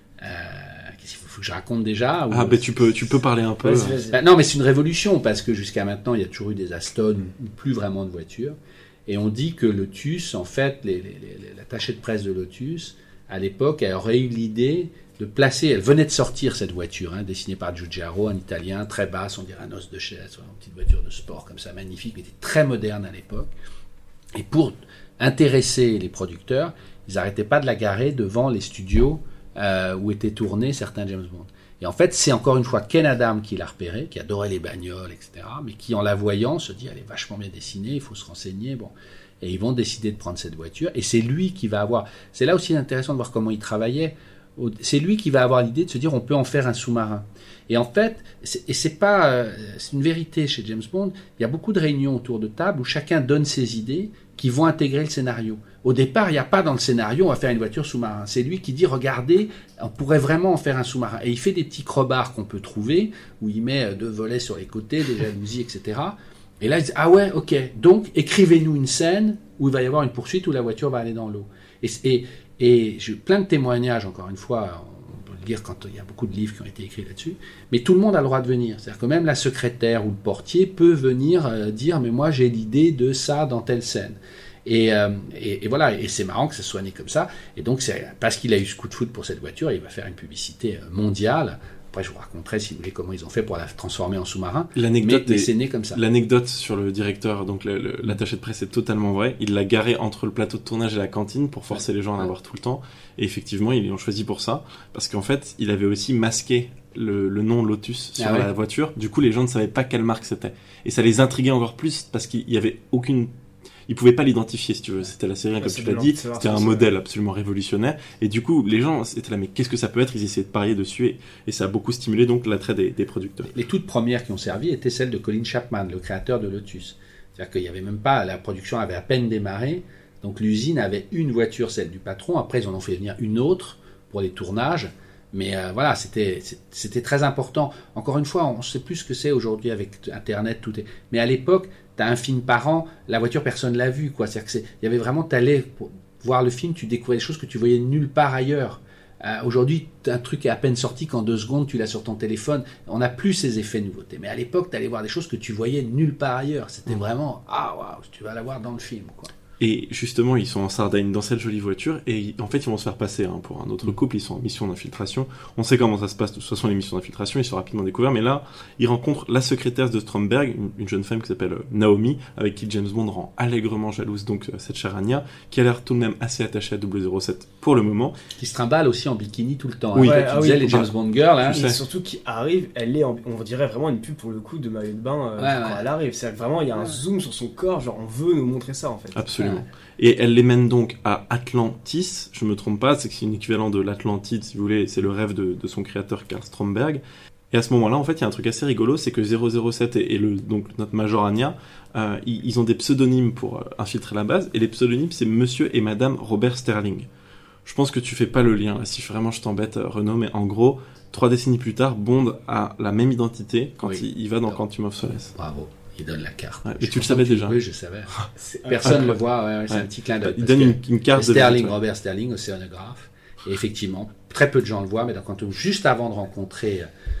Qu'est-ce qu'il faut que je raconte déjà ou... Ah, ben tu peux parler un peu. Vas-y, vas-y. Ben, non, mais c'est une révolution, parce que jusqu'à maintenant, il y a toujours eu des Aston ou plus vraiment de voitures. Et on dit que Lotus, en fait, l'attaché de presse de Lotus, à l'époque, elle aurait eu l'idée de placer, elle venait de sortir cette voiture, dessinée par Giugiaro, un Italien, très basse, on dirait un os de chaise, une petite voiture de sport comme ça, magnifique, mais était très moderne à l'époque. Et pour intéresser les producteurs, ils n'arrêtaient pas de la garer devant les studios où étaient tournés certains James Bond. Et en fait, c'est encore une fois Ken Adam qui l'a repéré, qui adorait les bagnoles, etc., mais qui, en la voyant, se dit, elle est vachement bien dessinée, il faut se renseigner, bon. Et ils vont décider de prendre cette voiture, et c'est lui qui va avoir... C'est là aussi intéressant de voir comment il travaillait. C'est lui qui va avoir l'idée de se dire, on peut en faire un sous-marin. Et en fait, c'est une vérité chez James Bond, il y a beaucoup de réunions autour de table où chacun donne ses idées qui vont intégrer le scénario. Au départ, il n'y a pas dans le scénario, on va faire une voiture sous-marin. C'est lui qui dit, regardez, on pourrait vraiment en faire un sous-marin. Et il fait des petits crobards qu'on peut trouver, où il met 2 volets sur les côtés, des jalousies, etc. Et là, il dit, ah ouais, ok, donc écrivez-nous une scène où il va y avoir une poursuite où la voiture va aller dans l'eau. Et j'ai plein de témoignages, encore une fois, on peut le dire quand il y a beaucoup de livres qui ont été écrits là-dessus, mais tout le monde a le droit de venir. C'est-à-dire que même la secrétaire ou le portier peut venir dire, mais moi j'ai l'idée de ça dans telle scène. Et voilà, et c'est marrant que ça soit né comme ça. Et donc, c'est parce qu'il a eu ce coup de foudre pour cette voiture, il va faire une publicité mondiale. Après, je vous raconterai, si vous voulez, comment ils ont fait pour la transformer en sous-marin. Mais c'est né comme ça. L'anecdote sur le directeur, donc l'attaché de presse, est totalement vrai. Il l'a garé entre le plateau de tournage et la cantine pour forcer les gens à en avoir tout le temps. Et effectivement, ils l'ont choisi pour ça. Parce qu'en fait, il avait aussi masqué le nom Lotus sur la voiture. Du coup, les gens ne savaient pas quelle marque c'était. Et ça les intriguait encore plus parce qu'il n'y avait aucune... Ils pouvaient pas l'identifier, si tu veux. C'était la série, comme tu l'as dit. C'était un modèle absolument révolutionnaire. Et du coup, les gens étaient là, mais qu'est-ce que ça peut être? Ils essayaient de parier dessus. Et ça a beaucoup stimulé donc l'attrait des producteurs. Les toutes premières qui ont servi étaient celles de Colin Chapman, le créateur de Lotus. C'est-à-dire qu'il y avait même pas... La production avait à peine démarré. Donc l'usine avait une voiture, celle du patron. Après, ils en ont fait venir une autre pour les tournages. Mais voilà, c'était très important. Encore une fois, on ne sait plus ce que c'est aujourd'hui avec Internet. Tout est... Mais à l'époque... T'as un film par an, la voiture, personne l'a vue, quoi. C'est-à-dire que il y avait vraiment, t'allais pour voir le film, tu découvrais des choses que tu voyais nulle part ailleurs. Aujourd'hui, un truc est à peine sorti qu'en 2 secondes, tu l'as sur ton téléphone. On n'a plus ces effets nouveautés. Mais à l'époque, t'allais voir des choses que tu voyais nulle part ailleurs. C'était vraiment, waouh, tu vas la voir dans le film, quoi. Et justement, ils sont en Sardaigne dans cette jolie voiture et en fait, ils vont se faire passer pour un autre couple. Ils sont en mission d'infiltration. On sait comment ça se passe. De toute façon, les missions d'infiltration, ils sont rapidement découverts. Mais là, ils rencontrent la secrétaire de Stromberg, une jeune femme qui s'appelle Naomi, avec qui James Bond rend allègrement jalouse donc cette chère Anya, qui a l'air tout de même assez attachée à 007 pour le moment. Qui se trimballe aussi en bikini tout le temps. Oui. Tu disais les James Bond girls. Hein. Et surtout qui arrive, elle est, on dirait vraiment une pub pour le coup de maillot de bain quand elle arrive. C'est vraiment, il y a un zoom sur son corps, genre on veut nous montrer ça en fait. Absolument. Et elle les mène donc à Atlantis, je me trompe pas, c'est un équivalent de l'Atlantide, si vous voulez, c'est le rêve de son créateur Karl Stromberg. Et à ce moment-là, en fait, il y a un truc assez rigolo, c'est que 007 et donc notre Major Anya, ils ont des pseudonymes pour infiltrer la base, et les pseudonymes, c'est Monsieur et Madame Robert Sterling. Je pense que tu fais pas le lien, là, si vraiment je t'embête, Renaud, mais en gros, 3 décennies plus tard, Bond a la même identité quand il va dans Quantum of Solace. Bravo. Il donne la carte. Ouais, mais tu le savais déjà. Oui, je savais. Personne ne le voit, c'est un petit clin d'œil. Il donne une carte de Sterling, Robert Sterling, océanographe. Et effectivement, très peu de gens le voient, mais dans Quantum, juste avant de rencontrer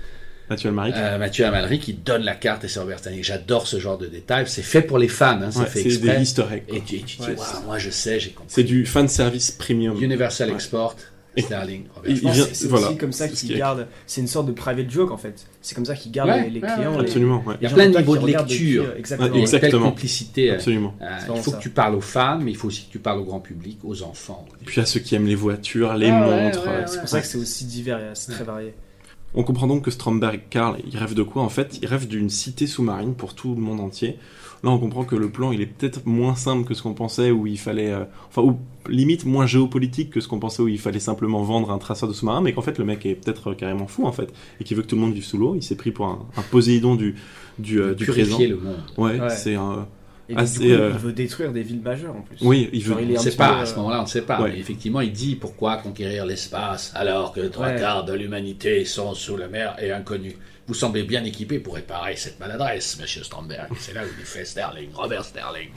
Mathieu Almaric. Mathieu Amalric qui donne la carte et c'est Robert Stanley. J'adore ce genre de détails. C'est fait pour les fans, hein, c'est Ouais, fait c'est exprès. des easter eggs, quoi. Et tu dis, Ouais, waouh, moi je sais, j'ai compris. C'est du fan service premium. Universal Ouais. Export, Sterling, Robert Il Je pense vient- que c'est voilà, aussi comme ça c'est ce qu'ils qui est- gardent. C'est une sorte de private joke en fait. C'est comme ça qu'ils gardent Ouais, les ouais, clients. ouais, les- Absolument, ouais. Il y a les plein gens de niveaux qui de regardent lecture. depuis, exactement. Ouais, Une telle exactement. complicité. Absolument. C'est Il vraiment faut ça. que tu parles aux fans, mais il faut aussi que tu parles au grand public, aux enfants. Puis à ceux qui aiment les voitures, les Ah, montres. ouais, ouais, C'est pour ça que c'est aussi divers, et c'est très varié. On comprend donc que Stromberg, Karl, il rêve de quoi en fait? Il rêve d'une cité sous-marine pour tout le monde entier. Là, on comprend que le plan, il est peut-être moins simple que ce qu'on pensait, où il fallait, ou limite moins géopolitique que ce qu'on pensait, où il fallait simplement vendre un traceur de sous-marin, mais qu'en fait, le mec est peut-être carrément fou en fait, et qui veut que tout le monde vive sous l'eau. Il s'est pris pour un Poséidon du présent. Purifier le monde. Ouais, Ouais. c'est un. Et Assez, du coup, il il veut détruire des villes majeures en plus. Oui, il veut. Genre, il On est ne un sait petit pas, peu, à ce moment-là, on ne sait pas. Ouais. Mais effectivement, il dit pourquoi conquérir l'espace alors que trois Ouais. quarts de l'humanité sont sous la mer et inconnus. Vous semblez bien équipé pour réparer cette maladresse, monsieur Stromberg. C'est là où il fait Sterling, Robert Sterling.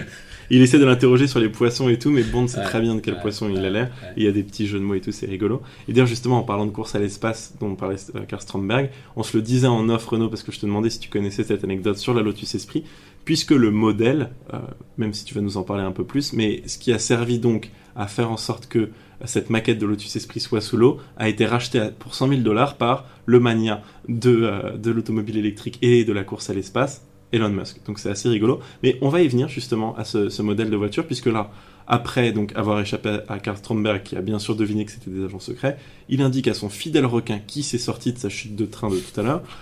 Il essaie de l'interroger sur les poissons et tout, mais Bond sait Ouais, très bien de quel ouais, poisson il a ouais, l'air. ouais. Il y a des petits jeux de mots et tout, c'est rigolo. Et d'ailleurs, justement, en parlant de course à l'espace dont parlait Karl Stromberg, on se le disait en off, Renaud, parce que je te demandais si tu connaissais cette anecdote sur la Lotus Esprit, puisque le modèle, même si tu vas nous en parler un peu plus, mais ce qui a servi donc à faire en sorte que cette maquette de Lotus Esprit soit sous l'eau, a été racheté pour 100 000 $ par le mania de l'automobile électrique et de la course à l'espace, Elon Musk. Donc c'est assez rigolo. Mais on va y venir justement à ce modèle de voiture, puisque là, après donc avoir échappé à Karl Stromberg, qui a bien sûr deviné que c'était des agents secrets, il indique à son fidèle requin, qui s'est sorti de sa chute de train de tout à l'heure,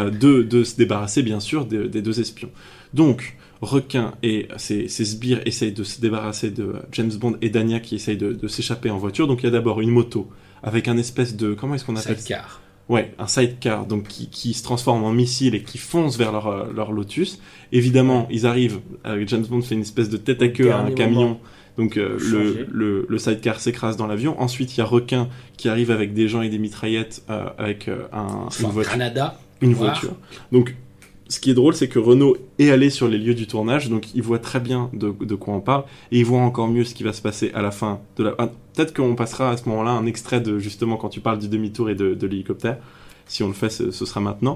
de se débarrasser bien sûr des deux espions. Donc, Requin et ses sbires essayent de se débarrasser de James Bond et Dania qui essayent de s'échapper en voiture. Donc il y a d'abord une moto avec un espèce de... Comment est-ce qu'on appelle ça? Sidecar. Ouais, un sidecar donc qui se transforme en missile et qui fonce vers leur Lotus. Évidemment, ils arrivent, James Bond fait une espèce de tête à queue à un Dernier camion. moment. Donc Changer. le sidecar s'écrase dans l'avion. Ensuite, il y a Requin qui arrive avec des gens et des mitraillettes avec une voiture. Canada. Une Voir. voiture. Donc, ce qui est drôle, c'est que Renault est allé sur les lieux du tournage, donc il voit très bien de quoi on parle, et il voit encore mieux ce qui va se passer à la fin de la... peut-être qu'on passera à ce moment-là un extrait de, justement, quand tu parles du demi-tour et de l'hélicoptère. Si on le fait, ce sera maintenant.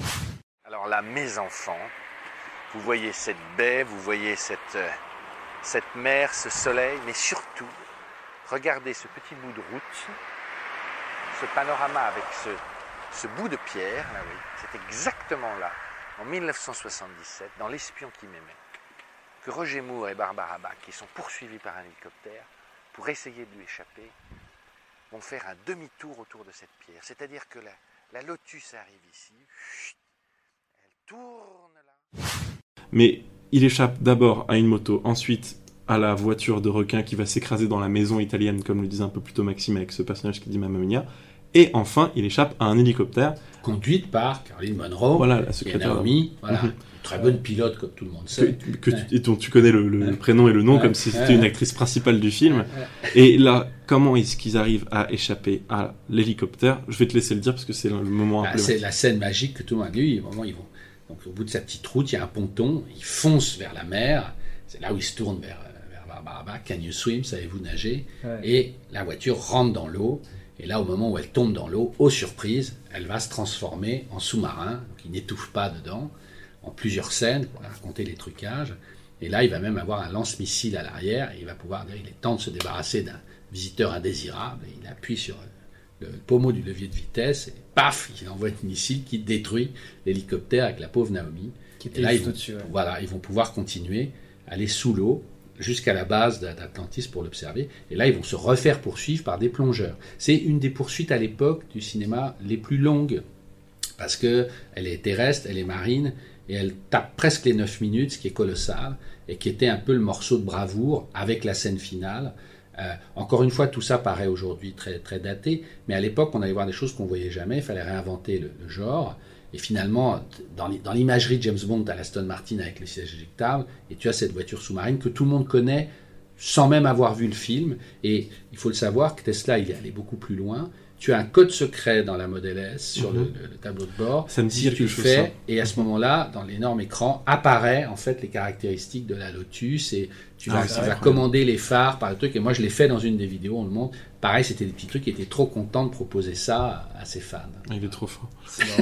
Alors là, mes enfants, vous voyez cette baie, vous voyez cette mer, ce soleil, mais surtout, regardez ce petit bout de route, ce panorama avec ce bout de pierre, là oui, c'est exactement là, en 1977, dans L'espion qui m'aimait, que Roger Moore et Barbara Bach, qui sont poursuivis par un hélicoptère, pour essayer de lui échapper, vont faire un demi-tour autour de cette pierre. C'est-à-dire que la Lotus arrive ici, chut, elle tourne là. Mais il échappe d'abord à une moto, ensuite à la voiture de Requin qui va s'écraser dans la maison italienne, comme le disait un peu plus tôt Maxime avec ce personnage qui dit Mamma Mia. Et enfin, il échappe à un hélicoptère. Conduite par Caroline Munro Voilà, la et secrétaire. Naomi. Voilà. Mhm. Une très bonne pilote, comme tout le monde sait. Et dont tu connais le prénom et le nom, Ouais. comme si c'était Ouais. une actrice principale du film. Ouais. Et là, comment est-ce qu'ils arrivent à échapper à l'hélicoptère? Je vais te laisser le dire parce que c'est le moment Bah, emblématique. c'est la scène magique que tout le monde a vue. Au moment où ils vont, donc au bout de sa petite route, il y a un ponton. Ils foncent vers la mer. C'est là où ils se tournent vers Barbara Bach. Can you swim? Savez-vous nager? Ouais. Et la voiture rentre dans l'eau. Et là, au moment où elle tombe dans l'eau, aux surprises, elle va se transformer en sous-marin. Donc, il n'étouffe pas dedans. En plusieurs scènes pour raconter les trucages. Et là, il va même avoir un lance-missile à l'arrière. Et il va pouvoir dire il est temps de se débarrasser d'un visiteur indésirable. Et il appuie sur le pommeau du levier de vitesse. Et paf, il envoie un missile qui détruit l'hélicoptère avec la pauvre Naomi. Qui Et était là, juste ils vont, au-dessus. Ouais. voilà, ils vont pouvoir continuer, aller sous l'eau jusqu'à la base d'Atlantis pour l'observer. Et là, ils vont se refaire poursuivre par des plongeurs. C'est une des poursuites à l'époque du cinéma les plus longues, parce que elle est terrestre, elle est marine, et elle tape presque les 9 minutes, ce qui est colossal, et qui était un peu le morceau de bravoure avec la scène finale. Encore une fois, tout ça paraît aujourd'hui très, très daté, mais à l'époque, on allait voir des choses qu'on ne voyait jamais, il fallait réinventer le genre. Et finalement, dans l'imagerie de James Bond, tu as l'Aston Martin avec le siège éjectable, et tu as cette voiture sous-marine que tout le monde connaît sans même avoir vu le film. Et il faut le savoir que Tesla, il est allé beaucoup plus loin. Tu as un code secret dans la Model S sur le tableau de bord. Ça me dit Si quelque tu le chose, fais, ça. et à ce moment-là, dans l'énorme écran, apparaît en fait les caractéristiques de la Lotus, et tu Ah vas, oui, c'est tu vas incroyable. commander les phares par le truc. Et moi, je l'ai fait dans une des vidéos, on le montre. Pareil, c'était des petits trucs qui étaient trop contents de proposer ça à ses fans. Il est trop fort. C'est marrant.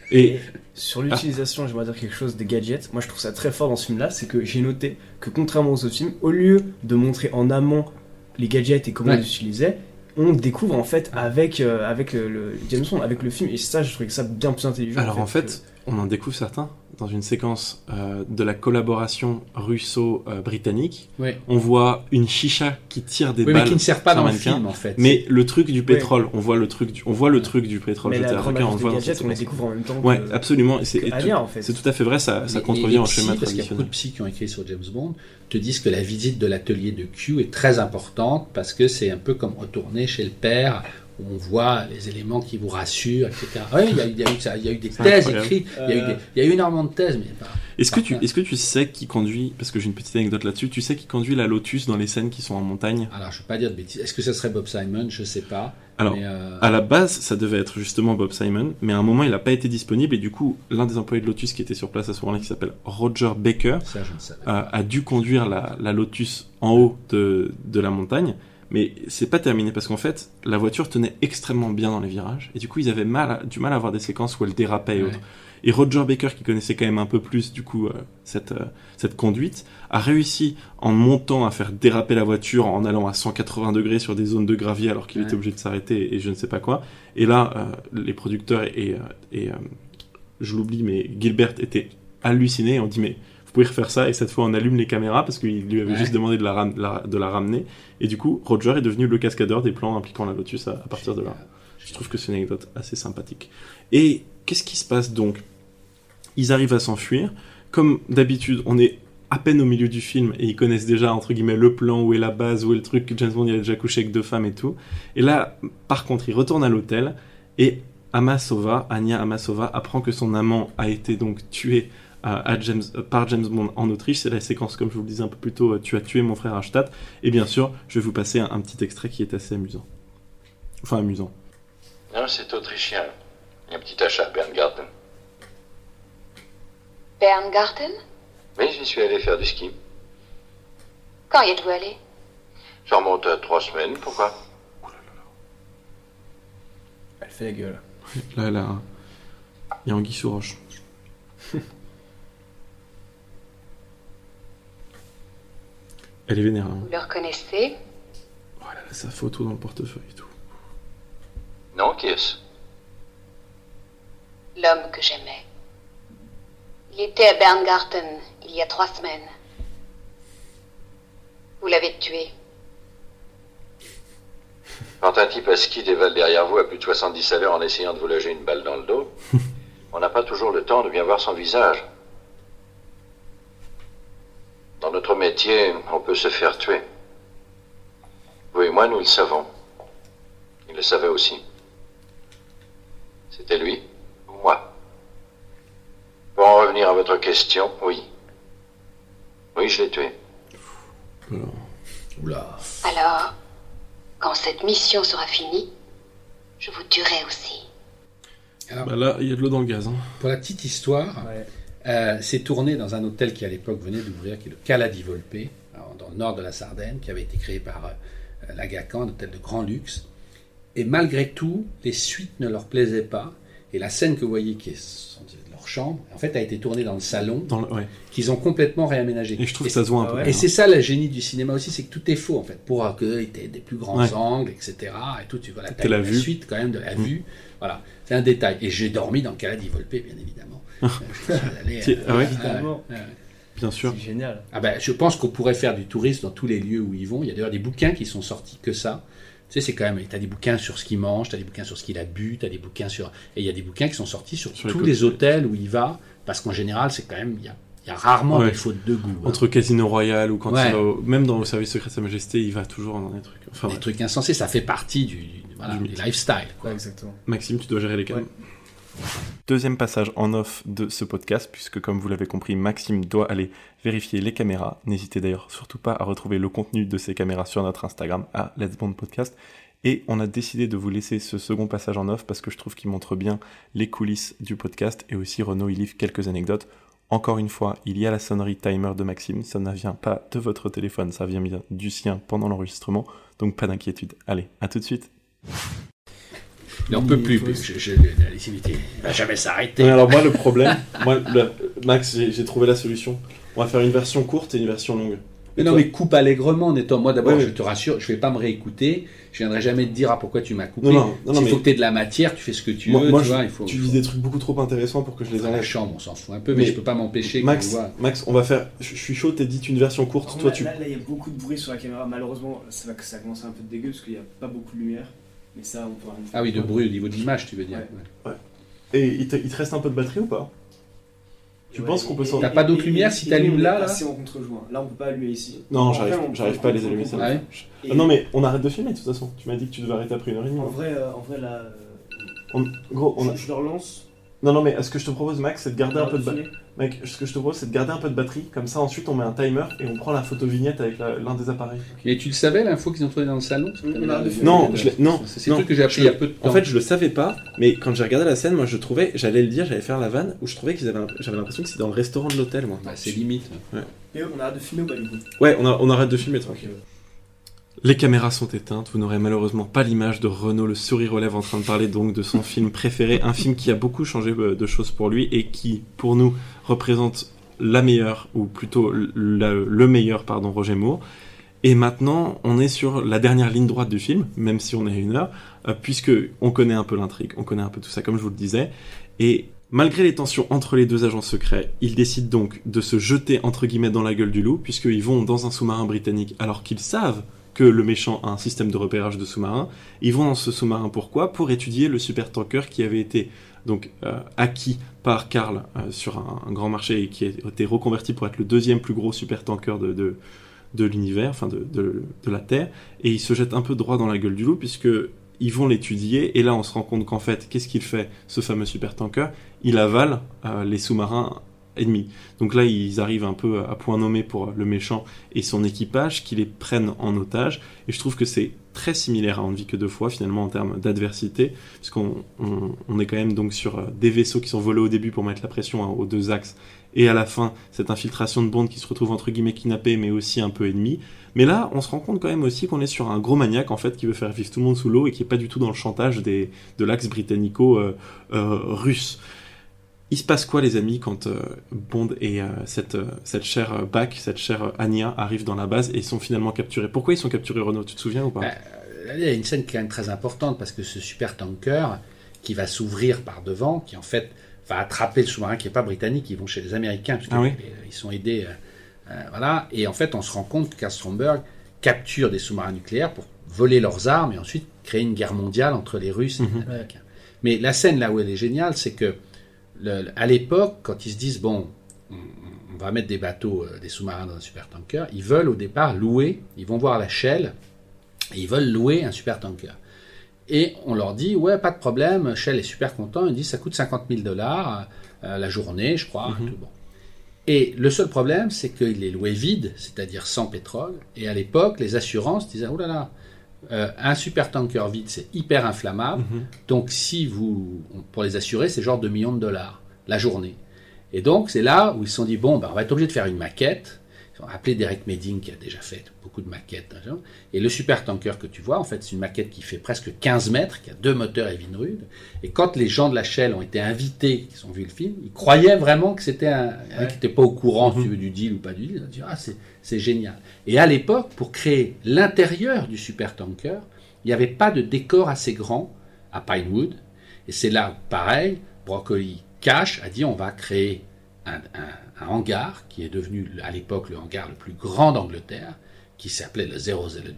Et sur l'utilisation, j'aimerais dire quelque chose des gadgets. Moi, je trouve ça très fort dans ce film-là, c'est que j'ai noté que contrairement aux autres films, au lieu de montrer en amont les gadgets et comment ils les utilisaient, on découvre en fait avec le James Bond, avec le film. Et ça, je trouvais que ça bien plus intelligent. alors en fait, on en découvre certains dans une séquence de la collaboration russo-britannique. Ouais. On voit une chicha qui tire des Oui, balles mais qui ne sert pas sur dans un le mannequin. film en fait. Mais le truc du pétrole, on voit le truc du pétrole mais jeté la à grande Rocca, on le majorité voit des dans cette gadgets, on les séquence. découvre en même temps. Ouais, que- absolument. Et que Alien, en fait. c'est tout à fait vrai, ça Les- contrevient les au psy, schéma parce qu'il y a beaucoup traditionnel. de psy qui ont écrit sur James Bond, te disent que la visite de l'atelier de Q est très importante parce que c'est un peu comme retourner chez le père où on voit les éléments qui vous rassurent, etc. Oui, il y a eu des thèses incroyable. écrites, il y a eu énormément de thèses, mais pas. Est-ce que tu sais qui conduit, parce que j'ai une petite anecdote là-dessus, tu sais qui conduit la Lotus dans les scènes qui sont en montagne? Alors, je ne vais pas dire de bêtises. Est-ce que ça serait Bob Simon? Je ne sais pas. Alors, Mais, à la base, ça devait être justement Bob Simon, mais à un moment, il n'a pas été disponible, et du coup, l'un des employés de Lotus qui était sur place à ce moment-là, qui s'appelle Roger Baker, ça, je ne savais pas. a dû conduire la Lotus en haut de la montagne, mais c'est pas terminé, parce qu'en fait, la voiture tenait extrêmement bien dans les virages, et du coup, ils avaient du mal à avoir des séquences où elle dérapait et Ouais. autres. Et Roger Baker, qui connaissait quand même un peu plus, du coup, cette conduite, a réussi, en montant, à faire déraper la voiture en allant à 180 degrés sur des zones de gravier alors qu'il Ouais. était obligé de s'arrêter et je ne sais pas quoi. Et là, les producteurs et je l'oublie, mais Gilbert étaient hallucinés et ont dit, mais vous pouvez refaire ça, et cette fois on allume les caméras parce qu'il lui avait Ouais. juste demandé de la ramener. Et du coup, Roger est devenu le cascadeur des plans impliquant la Lotus à partir de là. Je trouve que c'est une anecdote assez sympathique. Et qu'est-ce qui se passe donc? Ils arrivent à s'enfuir. Comme d'habitude, on est à peine au milieu du film et ils connaissent déjà, entre guillemets, le plan, où est la base, où est le truc, que James Bond il a déjà couché avec 2 femmes et tout. Et là, par contre, ils retournent à l'hôtel et Anya Amasova apprend que son amant a été donc tué par James Bond en Autriche. C'est la séquence, comme je vous le disais un peu plus tôt, tu as tué mon frère Hallstatt. Et bien sûr, je vais vous passer un petit extrait qui est assez amusant. Enfin, amusant. Non, c'est autrichien. Un petit achat, Berngarten. Berngarten? Mais j'y suis allé faire du ski. Quand y êtes-vous allé? Ça remonte à 3 semaines, pourquoi? Elle fait la gueule. Là, il y a Anguille sous roche. Elle est vénère. Hein. Vous le reconnaissez? Voilà, sa photo dans le portefeuille et tout. Non, qui est-ce? L'homme que j'aimais. Il était à Berngarten il y a 3 semaines. Vous l'avez tué. Quand un type à ski dévale derrière vous à plus de 70 à l'heure en essayant de vous loger une balle dans le dos, on n'a pas toujours le temps de bien voir son visage. Dans notre métier, on peut se faire tuer. Vous et moi, nous le savons. Il le savait aussi. C'était lui ou moi. Pour en revenir à votre question, oui. Oui, je l'ai tué. Oula. Alors, quand cette mission sera finie, je vous tuerai aussi. Alors, Bah là, il y a de l'eau dans le gaz. Hein. pour la petite histoire, c'est tourné dans un hôtel qui à l'époque venait d'ouvrir, qui est le Cala di Volpe, alors, dans le nord de la Sardaigne, qui avait été créé par l'Agacan, un hôtel de grand luxe. Et malgré tout, les suites ne leur plaisaient pas. Et la scène que vous voyez, qui est leur chambre, en fait, a été tournée dans le salon, Ouais. qu'ils ont complètement réaménagé. Et je trouve que ça se voit un peu. ouais. Et c'est ça le génie du cinéma aussi, c'est que tout est faux en fait, pour que tu aies des plus grands Ouais. angles, etc. Et tout, tu vois Que la vue. suite quand même de la vue. Voilà, c'est un détail. Et j'ai dormi dans le Cala di Volpe, bien évidemment. Je suis allé, Ah ouais Évidemment. Bien sûr. C'est génial. Ah ben, je pense qu'on pourrait faire du tourisme dans tous les lieux où ils vont. Il y a d'ailleurs des bouquins qui sont sortis que ça. Tu sais, c'est quand même. T'as des bouquins sur ce qu'il mange, t'as des bouquins sur ce qu'il a bu, t'as des bouquins sur. Et il y a des bouquins qui sont sortis sur Sur les tous côtés. les hôtels où il va, parce qu'en général, c'est quand même. Il y a rarement Ouais. des fautes de goût. hein. Entre Casino Royale ou quand Ouais. il va même dans le service secret de Sa Majesté, il va toujours dans des trucs. Enfin, Des ouais. trucs insensés, ça fait partie Du du lifestyle. Quoi. Ouais, exactement. Maxime, tu dois gérer les câbles. Deuxième passage en off de ce podcast, puisque comme vous l'avez compris, Maxime doit aller vérifier les caméras. N'hésitez d'ailleurs surtout pas à retrouver le contenu de ces caméras sur notre Instagram, à Let's Bond Podcast. Et on a décidé de vous laisser ce second passage en off parce que je trouve qu'il montre bien les coulisses du podcast et aussi Renaud il livre quelques anecdotes. Encore une fois, il y a la sonnerie timer de Maxime, ça ne vient pas de votre téléphone, ça vient bien du sien pendant l'enregistrement, donc pas d'inquiétude. Allez, à tout de suite. Il n'en peut plus. La lessivité, il va jamais s'arrêter. Ouais, alors moi, le problème, Max, j'ai trouvé la solution. On va faire une version courte et une version longue. Mais non, mais coupe allègrement, Netto. Moi, d'abord, Ouais, je te rassure, je vais pas me réécouter. Je viendrai jamais te dire pourquoi tu m'as coupé. Non, S'il mais faut que tu aies de la matière, tu fais ce que tu moi, veux. moi, tu vois, tu dis des trucs beaucoup trop intéressants pour que je les à la enlève. chambre, on s'en fout un peu, mais je peux pas m'empêcher. Max, qu'on voit. Max, on va faire. Je suis chaud, t'édites une version courte. Par Toi, contre, tu. là, il y a beaucoup de bruit sur la caméra. Malheureusement, ça commence un peu de dégueu parce qu'il n'y a pas beaucoup de lumière. Mais ça, on peut rien faire. Ah oui, de bruit au niveau de l'image, tu veux dire. Ouais. Ouais. Et il te reste un peu de batterie ou pas? Tu penses qu'on peut s'en. T'as pas d'autre lumière si t'allumes là, là Si on contre-joint. Là, on peut pas allumer ici. Non, Après, j'arrive pas à les allumer. Ça. Ah ouais Et- Ah non, mais on arrête de filmer de toute façon. Tu m'as dit que tu devais arrêter après 1h30. En vrai, là, Gros, on a. je le relance. Non, mais ce que je te propose, Max, c'est de garder un peu de batterie. filmer. Mec, ce que je te propose, c'est de garder un peu de batterie. Comme ça, ensuite, on met un timer et on prend la photo vignette avec l'un des appareils. Et tu le savais, l'info qu'ils ont trouvé dans le salon On a de filmer. Non, non. C'est ces trucs que j'ai appris il y a peu de temps. En fait, je le savais pas, mais quand j'ai regardé la scène, moi, je trouvais, j'allais le dire, j'allais faire la vanne, où je trouvais j'avais l'impression que c'était dans le restaurant de l'hôtel, moi. Bah, c'est limite. Et on arrête de filmer ou pas du coup? Ouais, on arrête de filmer, tranquille. Les caméras sont éteintes, vous n'aurez malheureusement pas l'image de Renaud le sourire aux lèvres en train de parler donc de son film préféré, un film qui a beaucoup changé de choses pour lui et qui, pour nous, représente la meilleure, ou plutôt le meilleur, Roger Moore. Et maintenant, on est sur la dernière ligne droite du film, même si on est à 1 heure, puisque on connaît un peu l'intrigue, on connaît un peu tout ça, comme je vous le disais, et malgré les tensions entre les deux agents secrets, ils décident donc de se jeter entre guillemets dans la gueule du loup, puisqu'ils vont dans un sous-marin britannique alors qu'ils savent que le méchant a un système de repérage de sous-marins. Ils vont dans ce sous-marin, pourquoi ? Pour étudier le supertanker qui avait été donc acquis par Carl sur un grand marché et qui a été reconverti pour être le 2e plus gros supertanker de l'univers, enfin de la Terre, et ils se jettent un peu droit dans la gueule du loup, puisque ils vont l'étudier, et là on se rend compte qu'en fait, qu'est-ce qu'il fait, ce fameux supertanker ? Il avale les sous-marins ennemis. Donc là, ils arrivent un peu à point nommé pour le méchant et son équipage, qui les prennent en otage, et je trouve que c'est très similaire à On ne vit que 2 fois, finalement, en termes d'adversité, puisqu'on est quand même donc sur des vaisseaux qui sont volés au début pour mettre la pression aux 2 axes, et à la fin, cette infiltration de Bond qui se retrouve entre guillemets kidnappé, mais aussi un peu ennemi. Mais là, on se rend compte quand même aussi qu'on est sur un gros maniaque, en fait, qui veut faire vivre tout le monde sous l'eau, et qui est pas du tout dans le chantage de l'axe britannico-russe. Il se passe quoi, les amis, quand Bond et cette chère Back, cette chère Anya arrivent dans la base et sont finalement capturés ? Pourquoi ils sont capturés, Renaud ? Tu te souviens ou pas ? Il y a une scène qui est quand même très importante, parce que ce supertanker qui va s'ouvrir par devant, qui en fait va attraper le sous-marin qui n'est pas britannique, ils vont chez les Américains, parce qu'ils sont aidés. Voilà. Et en fait, on se rend compte que Stromberg capture des sous-marins nucléaires pour voler leurs armes et ensuite créer une guerre mondiale entre les Russes et les Américains. Mais la scène là où elle est géniale, c'est que à l'époque, quand ils se disent bon, on va mettre des bateaux, des sous-marins dans un supertanker, ils veulent au départ louer, ils vont voir la Shell et ils veulent louer un supertanker. Et on leur dit ouais, pas de problème, Shell est super content, ils disent ça coûte $50,000 la journée, je crois. Tout bon. Et le seul problème, c'est qu'il est loué vide, c'est-à-dire sans pétrole. Et à l'époque, les assurances disaient oh là là, un supertanker vide, c'est hyper inflammable. Donc, pour les assurer, c'est genre $2 millions la journée. Et donc, c'est là où ils se sont dit bon, on va être obligé de faire une maquette. Ils ont appelé Derek Medding, qui a déjà fait beaucoup de maquettes. Et le supertanker que tu vois, en fait, c'est une maquette qui fait presque 15 mètres, qui a 2 moteurs Evinrude. Et quand les gens de la Shell ont été invités, qui ont vu le film, ils croyaient vraiment que c'était qui n'était pas au courant si tu veux, du deal ou pas du deal. Ils ont dit ah, c'est génial. Et à l'époque, pour créer l'intérieur du supertanker, il n'y avait pas de décor assez grand à Pinewood. Et c'est là, pareil, Broccoli Cash a dit on va créer un hangar qui est devenu à l'époque le hangar le plus grand d'Angleterre, qui s'appelait le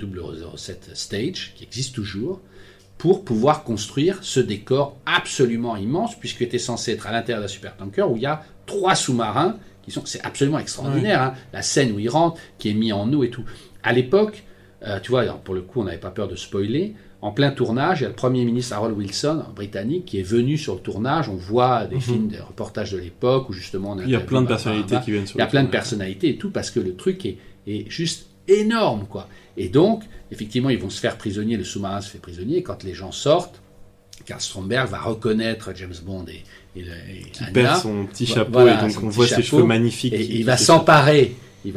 007 Stage, qui existe toujours, pour pouvoir construire ce décor absolument immense, puisqu'il était censé être à l'intérieur d'un supertanker où il y a 3 sous-marins qui sont... C'est absolument extraordinaire, hein, la scène où ils rentrent, qui est mis en eau et tout. À l'époque, tu vois, alors pour le coup, on n'avait pas peur de spoiler. En plein tournage, il y a le Premier ministre Harold Wilson, britannique, qui est venu sur le tournage. On voit des films, des reportages de l'époque où justement... Il y a plein de personnalités qui viennent sur le tournage. Il y a plein de personnalités et tout, parce que le truc est juste énorme, quoi. Et donc, effectivement, ils vont se faire prisonniers, le sous-marin se fait prisonnier, et quand les gens sortent, Carl Stromberg va reconnaître James Bond et qui Anya, perd son petit chapeau, voilà, et donc on voit ses cheveux magnifiques. Et il va s'emparer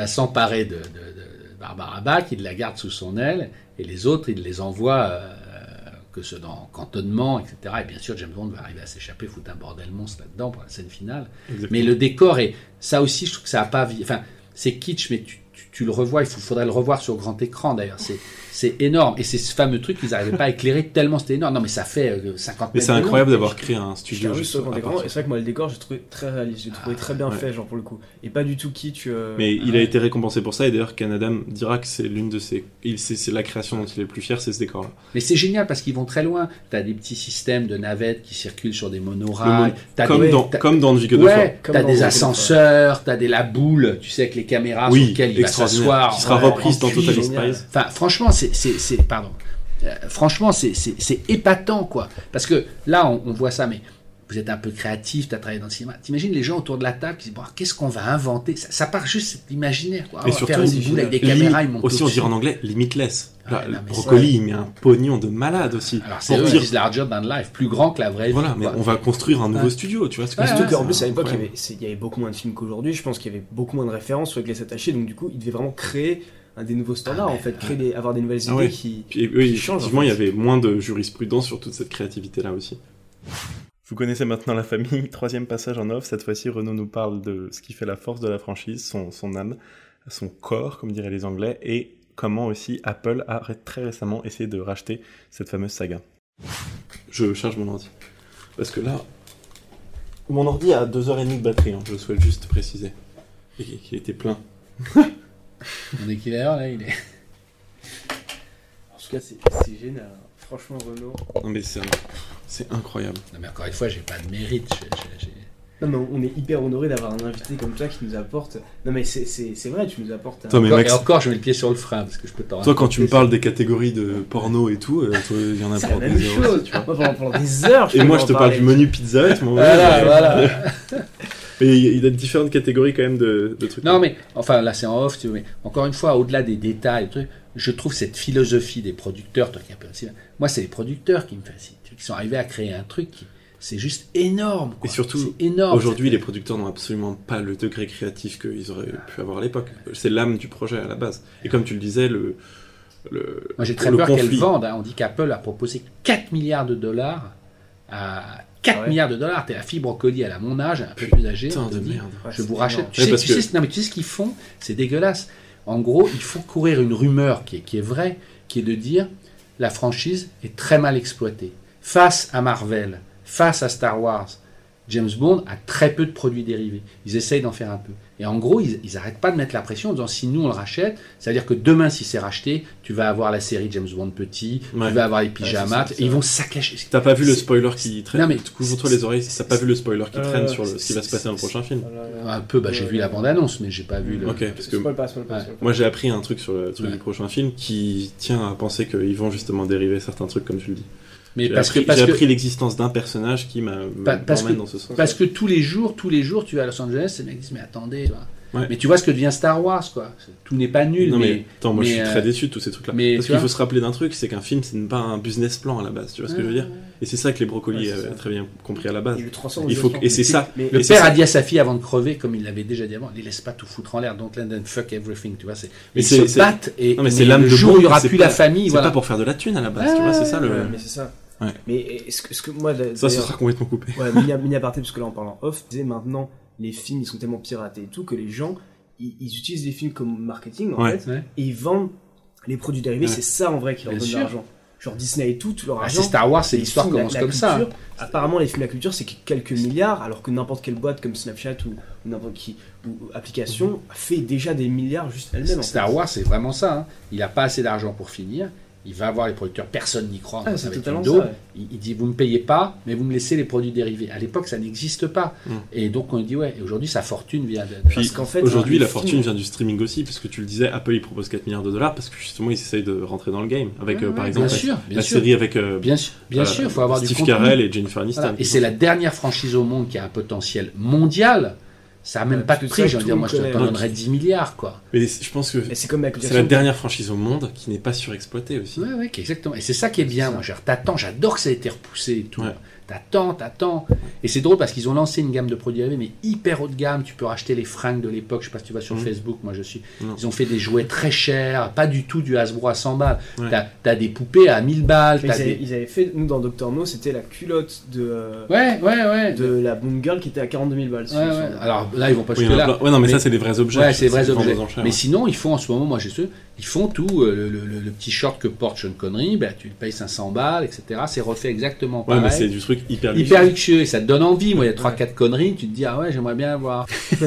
de Barbara Bach, il la garde sous son aile, et les autres, il les envoie que ceux dans Cantonnement, etc. Et bien sûr, James Bond va arriver à s'échapper, foutre un bordel monstre là-dedans pour la scène finale. Exactement. Mais le décor, et ça aussi, je trouve que ça a pas... Enfin, c'est kitsch, mais tu le revois, il faudrait le revoir sur grand écran d'ailleurs. C'est énorme. Et c'est ce fameux truc qu'ils n'arrivaient pas à éclairer tellement c'était énorme. Non, mais ça fait 50 Mais mètres c'est de incroyable long. d'avoir créé un studio Juste juste sur grand à écran, partir. et c'est vrai que moi le décor j'ai trouvé très réaliste, j'ai trouvé très bien ouais. fait, genre pour le coup. Et pas du tout kitsch. Mais il a été récompensé pour ça, et d'ailleurs Canadam dira que c'est l'une de ses... c'est la création dont il est le plus fier, c'est ce décor-là. Mais c'est génial parce qu'ils vont très loin. T'as des petits systèmes de navettes qui circulent sur des monorails. T'as Comme, des- dans, t'as- comme dans Vieux de Ouais, Comme t'as dans des Vieux de ascenseurs, t'as la boule, tu sais, avec les caméras sur Oui, lesquelles il va extraordinaire. s'asseoir. Qui sera Ouais, reprise en dans cuir. Total génial. Spies. Enfin, franchement, pardon. Franchement, c'est épatant, quoi. Parce que là, on voit ça, mais vous êtes un peu créatif, t'as travaillé dans le cinéma. T'imagines les gens autour de la table qui disent, bon, qu'est-ce qu'on va inventer? Ça part juste de l'imaginaire, quoi. Et On va surtout, faire des boules avec des caméras, ils montent aussi on au-dessus. dirait en anglais limitless. Ah, Là, non, le mais Brocoli, il met un pognon de malade aussi. Alors, c'est Pour eux, ils dire- disent larger than life, plus grand que la vraie Voilà, vie. mais quoi. on va construire un nouveau Ouais. studio, tu vois ce que Ouais, je veux Surtout dire, qu'en plus, c'est à l'époque, incroyable. il y avait beaucoup moins de films qu'aujourd'hui. Je pense qu'il y avait beaucoup moins de références sur lesquelles s'attacher. Donc, du coup, il devait vraiment créer des nouveaux standards, Ah, en fait. Avoir des nouvelles idées Ah ouais. qui. Puis, oui, qui change, effectivement, en il fait. y avait moins de jurisprudence sur toute cette créativité-là aussi. Vous connaissez maintenant la famille. Troisième passage en off. Cette fois-ci, Renaud nous parle de ce qui fait la force de la franchise, son âme, son corps, comme diraient les Anglais, et comment aussi Apple a très récemment essayé de racheter cette fameuse saga. Je charge mon ordi. Parce que là, mon ordi a 2h30 de batterie, hein, je souhaite juste préciser. Et qu'il était plein. On est quelle heure, là? Il est... En tout cas, c'est génial. Franchement, Renaud. Non mais c'est incroyable. Non, mais encore une fois, j'ai pas de mérite. Non, mais on est hyper honoré d'avoir un invité comme toi qui nous apporte. Non, mais c'est vrai, tu nous apportes. Toi, mais Encore, Max, et encore, je mets le pied sur le frein parce que je peux t'en toi, quand tu me raconter, parles des catégories de porno et tout, toi, il y en a C'est pour la des même heures chose. aussi, tu vois. Moi, pendant des heures, Et peux moi, en je te parle parler. du menu pizza Hut, mon Voilà. Et il y a différentes catégories quand même de trucs. Non, mais enfin là, c'est en off. Tu vois, mais encore une fois, au-delà des détails, trucs, je trouve cette philosophie des producteurs, toi qui es un peu aussi, moi, c'est les producteurs qui me fascinent, qui sont arrivés à créer un truc qui. C'est juste énorme. Quoi. Et surtout, c'est énorme, aujourd'hui, les producteurs n'ont absolument pas le degré créatif qu'ils auraient pu avoir à l'époque. C'est l'âme du projet à la base. Et comme tu le disais, Moi, j'ai très peur qu'elle vende. Hein. On dit qu'Apple a proposé 4 milliards de dollars à 4 milliards de dollars. T'es la fille Brocoli, elle a mon âge, un peu plus âgée. Putain on te de dit, merde. Ouais, je c'est vous rachète. énorme. Tu Ouais, sais, parce tu que- sais, non, mais tu sais ce qu'ils font? C'est dégueulasse. En gros, ils font courir une rumeur qui est vraie, qui est de dire la franchise est très mal exploitée. Face à Marvel, face à Star Wars, James Bond a très peu de produits dérivés. Ils essayent d'en faire un peu. Et en gros, ils n'arrêtent pas de mettre la pression en disant si nous on le rachète, ça veut dire que demain, si c'est racheté, tu vas avoir la série James Bond petit, Ouais. tu vas avoir les pyjamas, c'est ça, et ils vont saccager. T'as pas vu le C'est- spoiler qui traîne. Non, mais- Couvre-toi les oreilles si t'as pas vu le spoiler qui traîne sur ce qui va se c'est- passer dans le prochain film. Un peu, j'ai vu la bande-annonce, mais j'ai pas vu le. Ok, parce que Spoil pas, spoil pas, Ouais. spoil pas. moi j'ai appris un truc sur le truc Ouais. du prochain film qui tient à penser qu'ils vont justement dériver certains trucs comme tu le dis. Mais J'ai parce appris, que, j'ai appris l'existence d'un personnage qui parce m'emmène que- dans ce sens. Parce que tous les jours, tu vas à Los Angeles, les mecs disent mais attendez, tu vois. Ouais. Mais tu vois ce que devient Star Wars, quoi. Tout n'est pas nul, Non mais, mais attends, moi je suis mais, très déçu de tous ces trucs-là. mais Parce tu qu'il vois- faut se rappeler d'un truc, c'est qu'un film c'est pas un business plan à la base, tu vois ce que je veux dire. Et c'est ça que les brocolis Ouais, c'est avaient ça. très bien compris à la base. Il le transforme en Il faut business et c'est plan. ça. Mais- le et c'est père ça. a dit à sa fille avant de crever, comme il l'avait déjà dit avant, ne laisse pas tout foutre en l'air, don't let them fuck everything, tu vois. Mais Ils c'est- se battent et Non mais c'est mais l'âme le de jour où il n'y Bond, aura c'est plus pas- la famille, C'est voilà. pas pour faire de la thune à la base, tu vois, c'est ça le. Ouais, mais c'est ça. Ouais. Mais est-ce que moi, Ça, ce d'ailleurs- sera complètement coupé. Ouais, mini aparté, parce que là, en parlant off, je disais maintenant, les films, ils sont tellement piratés et tout, que les gens, ils utilisent les films comme marketing, en Ouais. fait, Ouais. et ils vendent les produits dérivés, Ouais. c'est ça, en vrai, qui leur Bien donne de sûr. l'argent. Genre Disney et tout leur Ah, argent. c'est Star Wars, c'est les l'histoire films, commence la comme ça. culture, apparemment, les films, la culture, c'est quelques milliards, alors que n'importe quelle boîte comme Snapchat ou n'importe qui, ou application, fait déjà des milliards juste elle-même. en fait. Star Wars, c'est vraiment ça. Hein. Il a pas assez d'argent pour finir. Il va voir les producteurs, personne n'y croit. Ah, Ça c'est va être totalement une daube. ça, ouais. Il dit vous me payez pas, mais vous me laissez les produits dérivés. À l'époque, ça n'existe pas. Et donc on dit ouais. Et aujourd'hui, sa fortune vient de. Puis Parce qu'en fait, aujourd'hui, les la films- fortune vient du streaming aussi, parce que tu le disais, Apple il propose 4 milliards de dollars parce que justement ils essayent de rentrer dans le game avec par exemple bien sûr, la série avec Bien sûr, il faut avoir du Steve contenu. Carell et Jennifer Aniston. Voilà. Et c'est la dernière franchise au monde qui a un potentiel mondial. Ça a même Ouais, pas parce de que prix. ça, J'ai envie de dire, tout moi, le je monde t'en connaît. donnerais 10 milliards, quoi. Mais je pense que Et c'est comme avec c'est la dernière franchise au monde qui n'est pas surexploitée aussi. Ouais, exactement. Et c'est ça qui est bien. Moi, j'attends, j'adore que ça ait été repoussé et tout. Ouais. T'attends. Et c'est drôle parce qu'ils ont lancé une gamme de produits dérivés, mais hyper haut de gamme. Tu peux racheter les fringues de l'époque. Je sais pas si tu vas sur Facebook, moi je suis. Non. Ils ont fait des jouets très chers, pas du tout du Hasbro à 100 balles. Ouais. T'as des poupées à 1000 balles. Mais t'as ils avaient fait, nous dans Dr No, c'était la culotte Ouais. de la Bond Girl qui était à 42 000 balles. si Ouais, je me ouais. souviens. Alors là, ils vont pas Oui, il y jusque en a là. plein. Ouais, non, mais Mais- ça, c'est des vrais objets. Ouais, c'est des vrais ils vendent objets. aux enchères, Mais ouais. sinon, ils font en ce moment, moi j'ai ceux, ils font tout. Le petit short que porte Sean Connery, ben, tu le payes 500 balles, etc. C'est refait exactement Ouais, pareil. mais c'est du truc hyper Hyper luxueux, et ça te donne envie. Moi, il y a 3-4 conneries, tu te dis, ah ouais, j'aimerais bien avoir.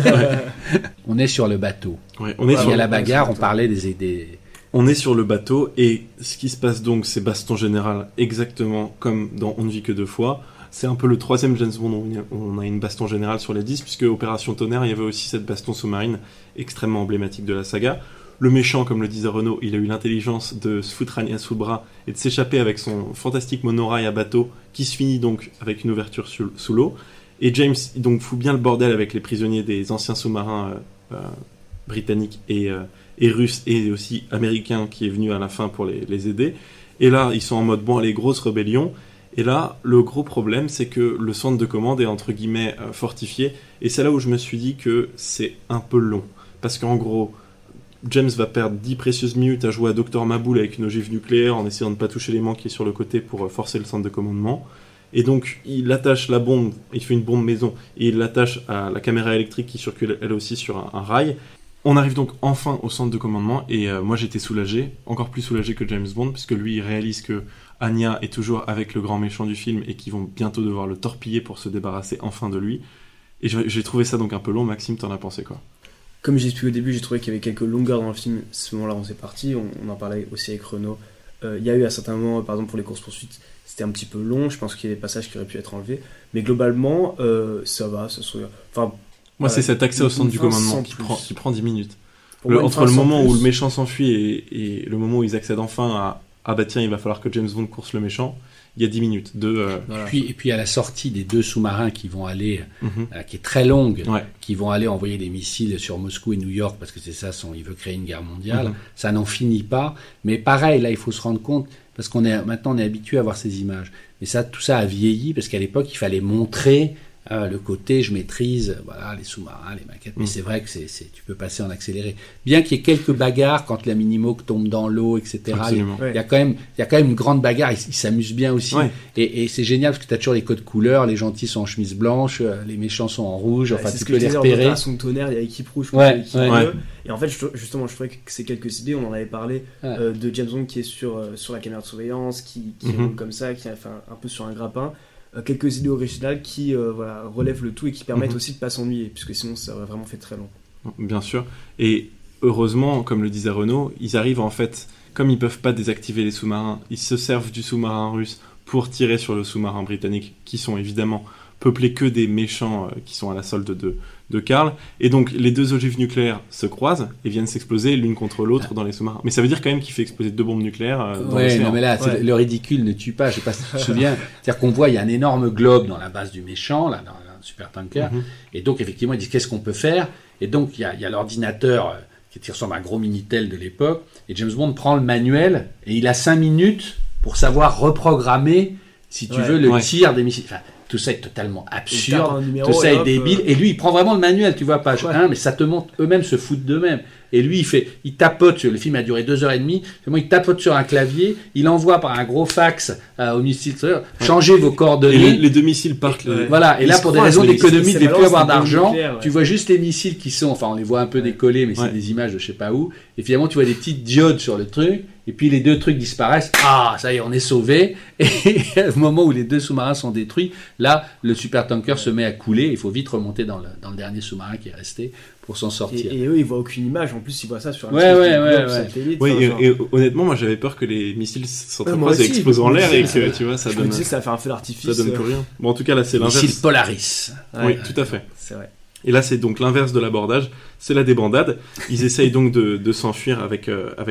On est sur le bateau. Ouais, on est Il sur y a la bagarre, on bateau. parlait des... On est sur le bateau et ce qui se passe donc, c'est baston général, exactement comme dans On ne vit que deux fois. C'est un peu le troisième James Bond où on a une baston générale sur les 10, puisque Opération Tonnerre, il y avait aussi cette baston sous-marine extrêmement emblématique de la saga. Le méchant, comme le disait Renaud, il a eu l'intelligence de se foutre Anya sous le bras et de s'échapper avec son fantastique monorail à bateau, qui se finit donc avec une ouverture sous l'eau. Et James, donc, fout bien le bordel avec les prisonniers des anciens sous-marins britanniques et russes, et aussi américains, qui est venu à la fin pour les aider. Et là, ils sont en mode, bon, allez, grosse rébellion. Et là, le gros problème, c'est que le centre de commande est entre guillemets fortifié. Et c'est là où je me suis dit que c'est un peu long. Parce qu'en gros, James va perdre 10 précieuses minutes à jouer à Dr Maboul avec une ogive nucléaire en essayant de ne pas toucher l'aimant qui est sur le côté pour forcer le centre de commandement. Et donc, il attache la bombe, il fait une bombe maison, et il l'attache à la caméra électrique qui circule elle aussi sur un rail. On arrive donc enfin au centre de commandement, et moi j'étais soulagé, encore plus soulagé que James Bond, puisque lui il réalise que Anya est toujours avec le grand méchant du film, et qu'ils vont bientôt devoir le torpiller pour se débarrasser enfin de lui. Et j'ai trouvé ça donc un peu long. Maxime, t'en as pensé quoi? Comme j'ai expliqué au début, j'ai trouvé qu'il y avait quelques longueurs dans le film. À ce moment-là, on s'est parti. On en parlait aussi avec Renaud. Il y a eu à certains moments, par exemple pour les courses-poursuites, c'était un petit peu long. Je pense qu'il y a des passages qui auraient pu être enlevés. Mais globalement, ça va. Enfin, Moi, c'est cet accès au centre du une fin commandement sans qui prend 10 minutes. Pour moi, une Entre fin le sans moment plus. où le méchant s'enfuit et le moment où ils accèdent enfin à ah bah tiens, il va falloir que James Bond course le méchant, il y a 10 minutes. Voilà. Et puis à la sortie des deux sous-marins qui vont aller, qui est très longue, Ouais. qui vont aller envoyer des missiles sur Moscou et New York, parce que c'est ça, il veut créer une guerre mondiale, ça n'en finit pas. Mais pareil, là, il faut se rendre compte, parce maintenant on est habitué à voir ces images. Mais ça, tout ça a vieilli, parce qu'à l'époque, il fallait montrer le côté, je maîtrise, voilà, les sous-marins, les maquettes. Mais c'est vrai que tu peux passer en accéléré. Bien qu'il y ait quelques bagarres quand la Minimoog tombe dans l'eau, etc. Absolument. Il y a quand même une grande bagarre. Ils s'amusent bien aussi. Ouais. Et c'est génial parce que tu as toujours les codes couleurs. Les gentils sont en chemise blanche, les méchants sont en rouge. Enfin, c'est tu ce que peux je les disais en repérer. Opération Tonnerre, il y a équipe rouge contre Ouais, équipe ouais. bleue. Ouais. Et en fait, justement, je trouvais que ces quelques idées, on en avait parlé, de James Bond qui est sur la caméra de surveillance, qui roule comme ça, qui est enfin, un peu sur un grappin. Quelques idées originales qui relèvent le tout et qui permettent aussi de pas s'ennuyer, puisque sinon ça aurait vraiment fait très long. Bien sûr. Et heureusement, comme le disait Renaud, ils arrivent en fait, comme ils peuvent pas désactiver les sous-marins, ils se servent du sous-marin russe pour tirer sur le sous-marin britannique, qui sont évidemment peuplés que des méchants qui sont à la solde de Karl. Et donc les deux ogives nucléaires se croisent et viennent s'exploser l'une contre l'autre dans les sous-marins. Mais ça veut dire quand même qu'il fait exploser 2 bombes nucléaires dans Ouais, l'océan. non, mais là, le ridicule ne tue pas. Je sais pas si tu te souviens. C'est-à-dire qu'on voit, il y a un énorme globe dans la base du méchant, là, dans le supertanker. Et donc, effectivement, ils disent qu'est-ce qu'on peut faire. Et donc, il y a l'ordinateur qui ressemble à un gros Minitel de l'époque. Et James Bond prend le manuel et il a 5 minutes pour savoir reprogrammer, si tu veux, le tir des missiles. Enfin, tout ça est totalement absurde, tout ça est débile. Et lui, il prend vraiment le manuel, tu vois, page 1, mais ça te montre, eux-mêmes se foutent d'eux-mêmes. Et lui, il tapote, le film a duré 2h30, il tapote sur un clavier, il envoie par un gros fax au missile, changez vos coordonnées. Et les deux missiles partent. Voilà, et là, pour des raisons d'économie, de ne plus avoir d'argent, nucléaires, tu vois juste les missiles qui sont, enfin, on les voit un peu décollés, mais c'est des images de je sais pas où, et finalement, tu vois des petites diodes sur le truc, et puis les deux trucs disparaissent, ça y est, on est sauvés, et au moment où les deux sous-marins sont détruits, là, le supertanker se met à couler, il faut vite remonter dans le dernier sous-marin qui est resté pour s'en sortir. Et eux, ils voient aucune image, en plus, ils voient ça sur un satellite. Oui, enfin, et honnêtement, moi j'avais peur que les missiles s'entreprenent moi et aussi, explosent en l'air et je que tu vois, ça je me donne. disais que ça va faire un feu d'artifice. Ça donne plus rien. Bon, en tout cas, là c'est l'inverse. Missile Polaris. Oui, tout à fait. C'est vrai. Et là, c'est donc l'inverse de l'abordage, c'est la débandade. Ils essayent donc de s'enfuir avec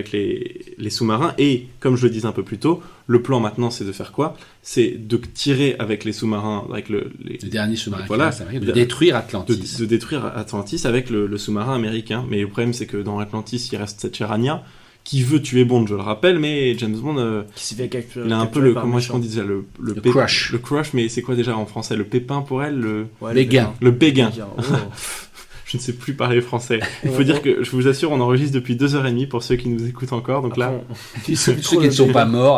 les sous-marins. Et, comme je le disais un peu plus tôt, le plan maintenant, c'est de faire quoi? C'est de tirer avec les sous-marins, avec le dernier sous-marin, voilà, de détruire Atlantis. De détruire Atlantis avec le sous-marin américain. Mais le problème, c'est que dans Atlantis, il reste cette chère Anya, qui veut tuer Bond, je le rappelle, mais James Bond, Qui s'est fait capturer. il a un peu le, comment est-ce qu'on dit déjà, le crush. Le crush, mais c'est quoi déjà en français? Le pépin pour elle, Ouais, Béguin. le béguin. Oh. Je ne sais plus parler français. Il faut dire que, je vous assure, on enregistre depuis 2h30 pour ceux qui nous écoutent encore, donc là, Ceux qui ne sont pas morts,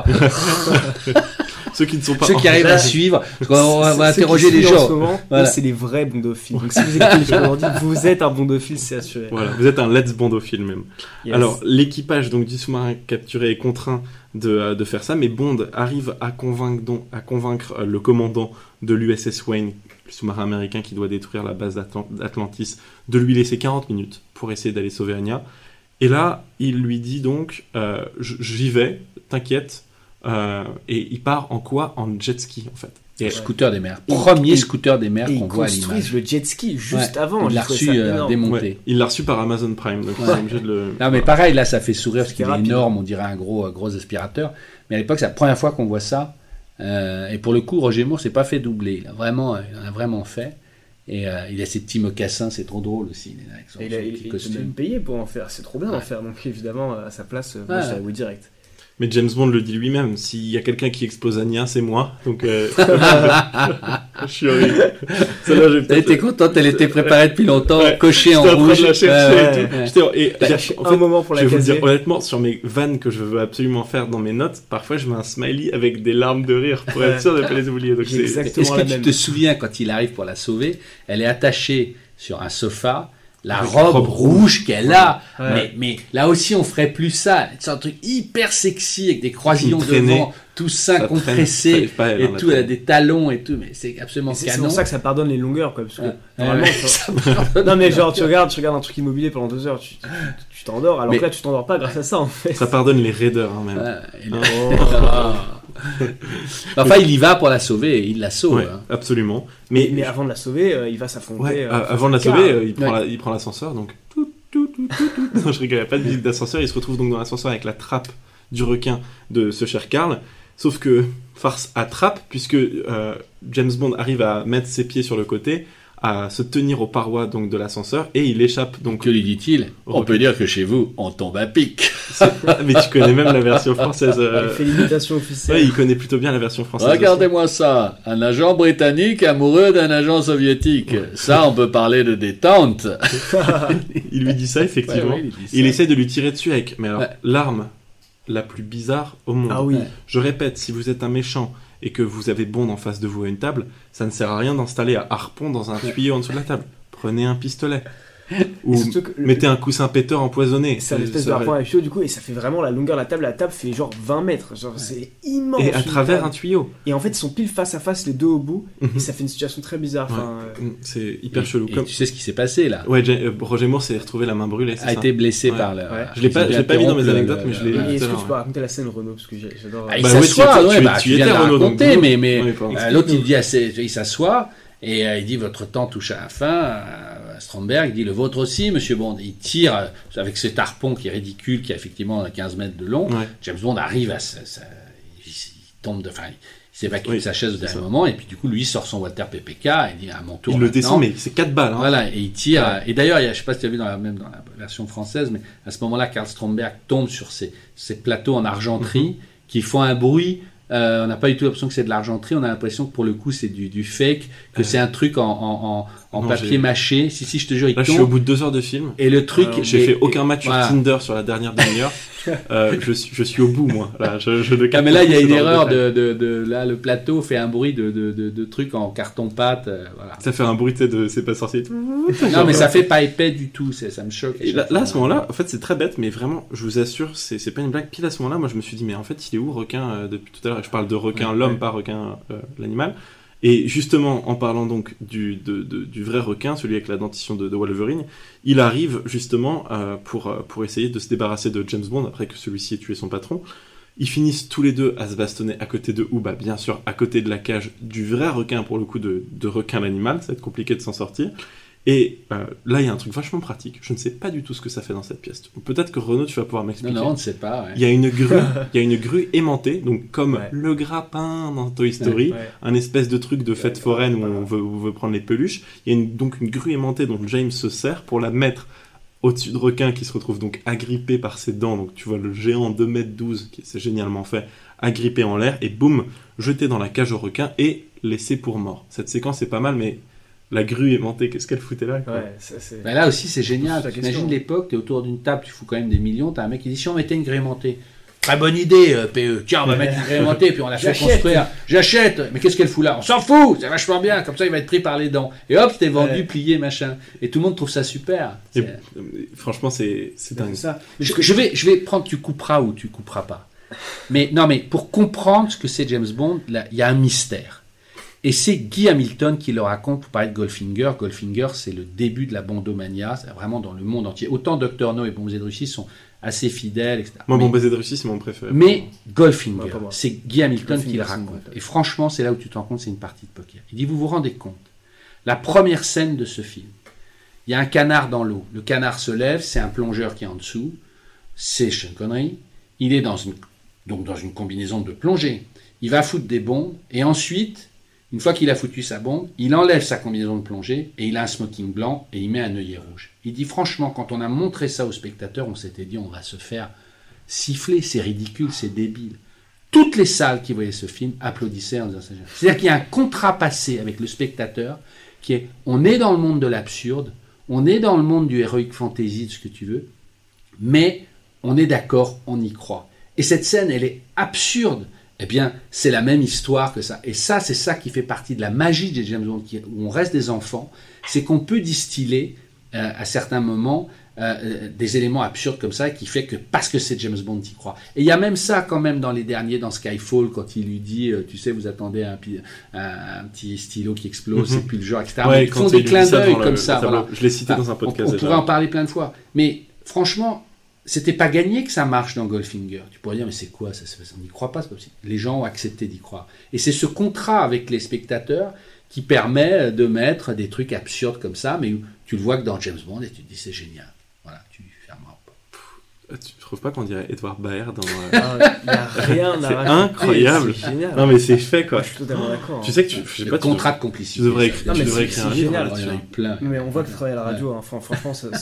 ceux qui ne sont pas... ceux qui arrivent à suivre, on va Ceux interroger qui les suivent en gens. ce moment, Voilà. c'est les vrais bondophiles. Donc si vous écoutez les choses aujourd'hui, vous êtes un bondophile, c'est assuré. Voilà, vous êtes un let's bondophile même. Yes. Alors, l'équipage donc du sous-marin capturé est contraint de faire ça, mais Bond arrive à convaincre le commandant de l'USS Wayne, le sous-marin américain qui doit détruire la base d'Atlantis, de lui laisser 40 minutes pour essayer d'aller sauver Anya. Et là, il lui dit donc, j'y vais, t'inquiète, et il part en quoi? En jet ski, en fait. Et Scooter des mers. Premier et- scooter des mers Et qu'on ils voit à construisent l'image. le jet ski juste Ouais, avant. il l'a J'ai trouvé reçu ça énorme. démonté. ouais, il l'a reçu par Amazon Prime, donc on est obligé de le... Non mais pareil, là ça fait sourire parce C'était qu'il est rapide. énorme, on dirait un gros aspirateur. Mais à l'époque, c'est la première fois qu'on voit ça. Et pour le coup, Roger Moore s'est pas fait doubler. Il en a vraiment fait. Et il a ses petits mocassins, c'est trop drôle aussi. Il est là avec son Et petit il peut costume. même payer pour en faire. C'est trop bien d'en Ouais. faire. Donc évidemment, à sa place, moi Ouais. je l'avoue direct. Mais James Bond le dit lui-même, s'il y a quelqu'un qui explose Anya, c'est moi. Donc, je suis horrible. Celle-là, j'ai Elle était contente, elle était préparée depuis longtemps, Ouais, cochée en j'étais en train rouge. de la chercher Ouais, et tout. ouais. J'étais- et Chercher en un fait, moment pour la je vais vous caser. dire honnêtement, sur mes vannes que je veux absolument faire dans mes notes, parfois je mets un smiley avec des larmes de rire pour être sûr de ne pas les oublier. Donc J'ai c'est exactement Est-ce la que tu même. te souviens quand il arrive pour la sauver, elle est attachée sur un sofa, la Avec robe la robe rouge qu'elle a. Ouais. Mais là aussi, on ferait plus ça. C'est un truc hyper sexy avec des croisillons Une traînée. devant, tout ça Ça compressé traîne, ça arrive pas, elle, et hein, la tout. Elle a traîne. des talons et tout, mais c'est absolument Et c'est canon. pour ça que ça pardonne les longueurs, quoi. Parce que Ouais. normalement, Ouais, ça- ça non mais genre tu regardes un truc immobilier pendant 2 heures, tu t'endors. Alors Mais- que là, tu t'endors pas grâce à ça en fait. Ça pardonne les raideurs, hein, même. Ouais, Hein. Enfin, il y va pour la sauver et il la sauve. Ouais, hein. absolument. Mais avant de la sauver, il va s'affronter. Ouais, avant de la sauver, il prend l'ascenseur, donc... Non, je rigole, il n'y a pas de musique d'ascenseur, il se retrouve donc dans l'ascenseur avec la trappe du requin de ce cher Karl, sauf que farce attrape, puisque James Bond arrive à mettre ses pieds sur le côté, à se tenir aux parois donc de l'ascenseur, et il échappe donc... Que lui dit-il? On peut dire que chez vous, on tombe à pic. Mais tu connais même la version française. Il fait l'imitation officielle. Ouais, il connaît plutôt bien la version française. Regardez-moi ça, un agent britannique amoureux d'un agent soviétique. Ça, on peut parler de détente. aussi. Il lui dit ça, effectivement. Ouais, il dit ça. Il essaie de lui tirer dessus avec, mais alors, Ouais. l'arme la plus bizarre au monde. Ah oui. Ouais. Je répète, si vous êtes un méchant et que vous avez Bond en face de vous à une table, ça ne sert à rien d'installer un harpon dans un tuyau en dessous de la table. Prenez un pistolet. Ou Et surtout que mettez un coussin péteur empoisonné. c'est un espèce de harpon avec tuyau du coup et ça fait vraiment la longueur de la table. La table fait genre 20 mètres. Genre c'est immense. Et à une travers table. un tuyau. Et en fait ils sont pile face à face les deux au bout. Mhm. Et ça fait une situation très bizarre. Enfin, C'est hyper Et- chelou. et Comme... tu sais ce qui s'est passé là? Ouais, Roger Moore s'est retrouvé la main brûlée, c'est A ça. été blessé Ouais. par le. Ouais. Je l'ai pas mis dans mes anecdotes, mais je l'ai- Et tout à est-ce que l'heure, tu peux raconter la scène Renaud parce que j'adore. Ah, il Bah ouais, s'assoit, tu ouais, bah, tu tu viens de étais, la Renaud, donc raconter, dis-nous. mais Oui, pardon. l'autre il dit, il s'assoit et il dit votre temps touche à la fin. Stromberg dit le vôtre aussi, Monsieur Bond. Il tire avec cet harpon qui est ridicule, qui a effectivement 15 mètres de long. Ouais. James Bond arrive à il tombe de, enfin, il s'évacue Oui, de sa chaise au c'est dernier ça. moment et puis du coup lui il sort son Walter PPK et il dit à mon tour. Il le maintenant. descend, mais c'est 4 balles. Hein. Voilà, et il tire. Et d'ailleurs, je sais pas si tu as vu même dans la version française, mais à ce moment-là, Karl Stromberg tombe sur ces plateaux en argenterie qui font un bruit. On n'a pas du tout l'impression que c'est de l'argenterie, on a l'impression que pour le coup c'est du fake, que c'est un truc en Non, papier j'ai- mâché. Si, je te jure, il Là, je suis au tombe. bout de 2 heures de film. Et le truc. J'ai et- fait aucun match voilà. sur Tinder sur la dernière demi-heure. Je suis au bout, moi. Là, je ne Ah, mais là, il y a capte une pas ce genre erreur détail. là, le plateau fait un bruit de trucs en carton-pâte. Voilà. Ça fait un bruit, tu sais, de c'est pas sorcier. Non, mais ça fait pas épais du tout, ça me choque. Et là, à ce moment-là, en fait, c'est très bête, mais vraiment, je vous assure, c'est pas une blague. Pile à ce moment-là, moi, je me suis dit, mais en fait, il est où requin depuis tout à l'heure? Je parle de requin, Ouais, l'homme, ouais. pas requin, l'animal. Et justement, en parlant donc du vrai requin, celui avec la dentition de Wolverine, il arrive justement pour essayer de se débarrasser de James Bond après que celui-ci ait tué son patron. Ils finissent tous les deux à se bastonner à côté de, ou bah bien sûr à côté de la cage du vrai requin, pour le coup de requin l'animal, ça va être compliqué de s'en sortir. Et là, il y a un truc vachement pratique. Je ne sais pas du tout ce que ça fait dans cette pièce. Peut-être que Renaud, tu vas pouvoir m'expliquer. Non, on ne sait pas. Ouais. Il y a une grue aimantée, donc comme Ouais. le grappin dans Toy Story, Ouais. un espèce de truc de fête foraine où on veut prendre les peluches. Il y a donc une grue aimantée dont James se sert pour la mettre au-dessus de requin qui se retrouve donc agrippé par ses dents. Donc tu vois le géant 2m12, c'est génialement fait, agrippé en l'air et boum, jeté dans la cage au requin et laissé pour mort. Cette séquence est pas mal, mais la grue aimantée, qu'est-ce qu'elle foutait là, quoi. Ouais, ça, c'est... Ben là aussi, c'est génial. C'est la T'imagines question. l'époque, t'es autour d'une table, tu fous quand même des millions, t'as un mec qui dit si on mettait une grue aimantée. Très bonne idée, PE. Tiens, on va mettre une grue aimantée, puis on la fait J'achète. construire. J'achète. Mais qu'est-ce qu'elle fout là? On s'en fout. C'est vachement bien. Comme ça, il va être pris par les dents. Et hop, c'était vendu, Ouais. plié, machin. Et tout le monde trouve ça super. Et, C'est- franchement, c'est dingue. C'est ça. Je vais prendre, tu couperas ou tu couperas pas. Mais non, mais pour comprendre ce que c'est James Bond, là, il y a un mystère. Et c'est Guy Hamilton qui le raconte pour parler de Goldfinger. Goldfinger, c'est le début de la bondomania, c'est vraiment dans le monde entier. Autant Dr. No et Bon Baiser de Russie sont assez fidèles, etc. Moi, mais, Bon Baiser de Russie, c'est mon préféré. mais Goldfinger, Ouais, pas moi. c'est Guy Hamilton qui Goldfinger, le c'est mon raconte. préféré. Et franchement, c'est là où tu te rends compte, c'est une partie de poker. Il dit, vous vous rendez compte, la première scène de ce film, il y a un canard dans l'eau. Le canard se lève, c'est un plongeur qui est en dessous, c'est Sean Connery. Il est dans une combinaison de plongée. Il va foutre des bombes, et ensuite, une fois qu'il a foutu sa bombe, il enlève sa combinaison de plongée, et il a un smoking blanc, et il met un œillet rouge. Il dit, franchement, quand on a montré ça aux spectateurs, on s'était dit, on va se faire siffler, c'est ridicule, c'est débile. Toutes les salles qui voyaient ce film applaudissaient en disant ça. C'est-à-dire qu'il y a un contrat passé avec le spectateur qui est, on est dans le monde de l'absurde, on est dans le monde du heroic fantasy, de ce que tu veux, mais on est d'accord, on y croit. Et cette scène, elle est absurde. Eh bien, c'est la même histoire que ça. Et ça, c'est ça qui fait partie de la magie des James Bond, où on reste des enfants, c'est qu'on peut distiller à certains moments des éléments absurdes comme ça, qui fait que parce que c'est James Bond, t'y crois. Et il y a même ça quand même dans les derniers, dans Skyfall, quand il lui dit, tu sais, vous attendez un petit stylo qui explose, Mhm. et puis le genre, etc. Ouais, Ils quand font il des lui clins dit ça d'œil dans le comme ça. tableau. Voilà. Je l'ai cité Enfin, dans un podcast on déjà. pourrait en parler plein de fois. Mais franchement, c'était pas gagné que ça marche dans Goldfinger. Tu pourrais dire, mais c'est quoi ça? On n'y croit pas, c'est pas possible. Les gens ont accepté d'y croire. Et c'est ce contrat avec les spectateurs qui permet de mettre des trucs absurdes comme ça, mais où tu le vois que dans James Bond et tu te dis, c'est génial. Voilà, tu fermes. Tu trouves pas qu'on dirait Edouard Baer dans... Il n'y a rien à C'est rajouter, incroyable. C'est génial. Non mais c'est fait quoi. Moi, je suis totalement d'accord. Tu sais que je sais Le pas, contrat de complicité. tu devrais ça. écrire, Non, tu mais devrais c'est écrire un livre génial. Il y en a eu plein. Mais on voit que tu travailles à la radio, hein. Franchement, ça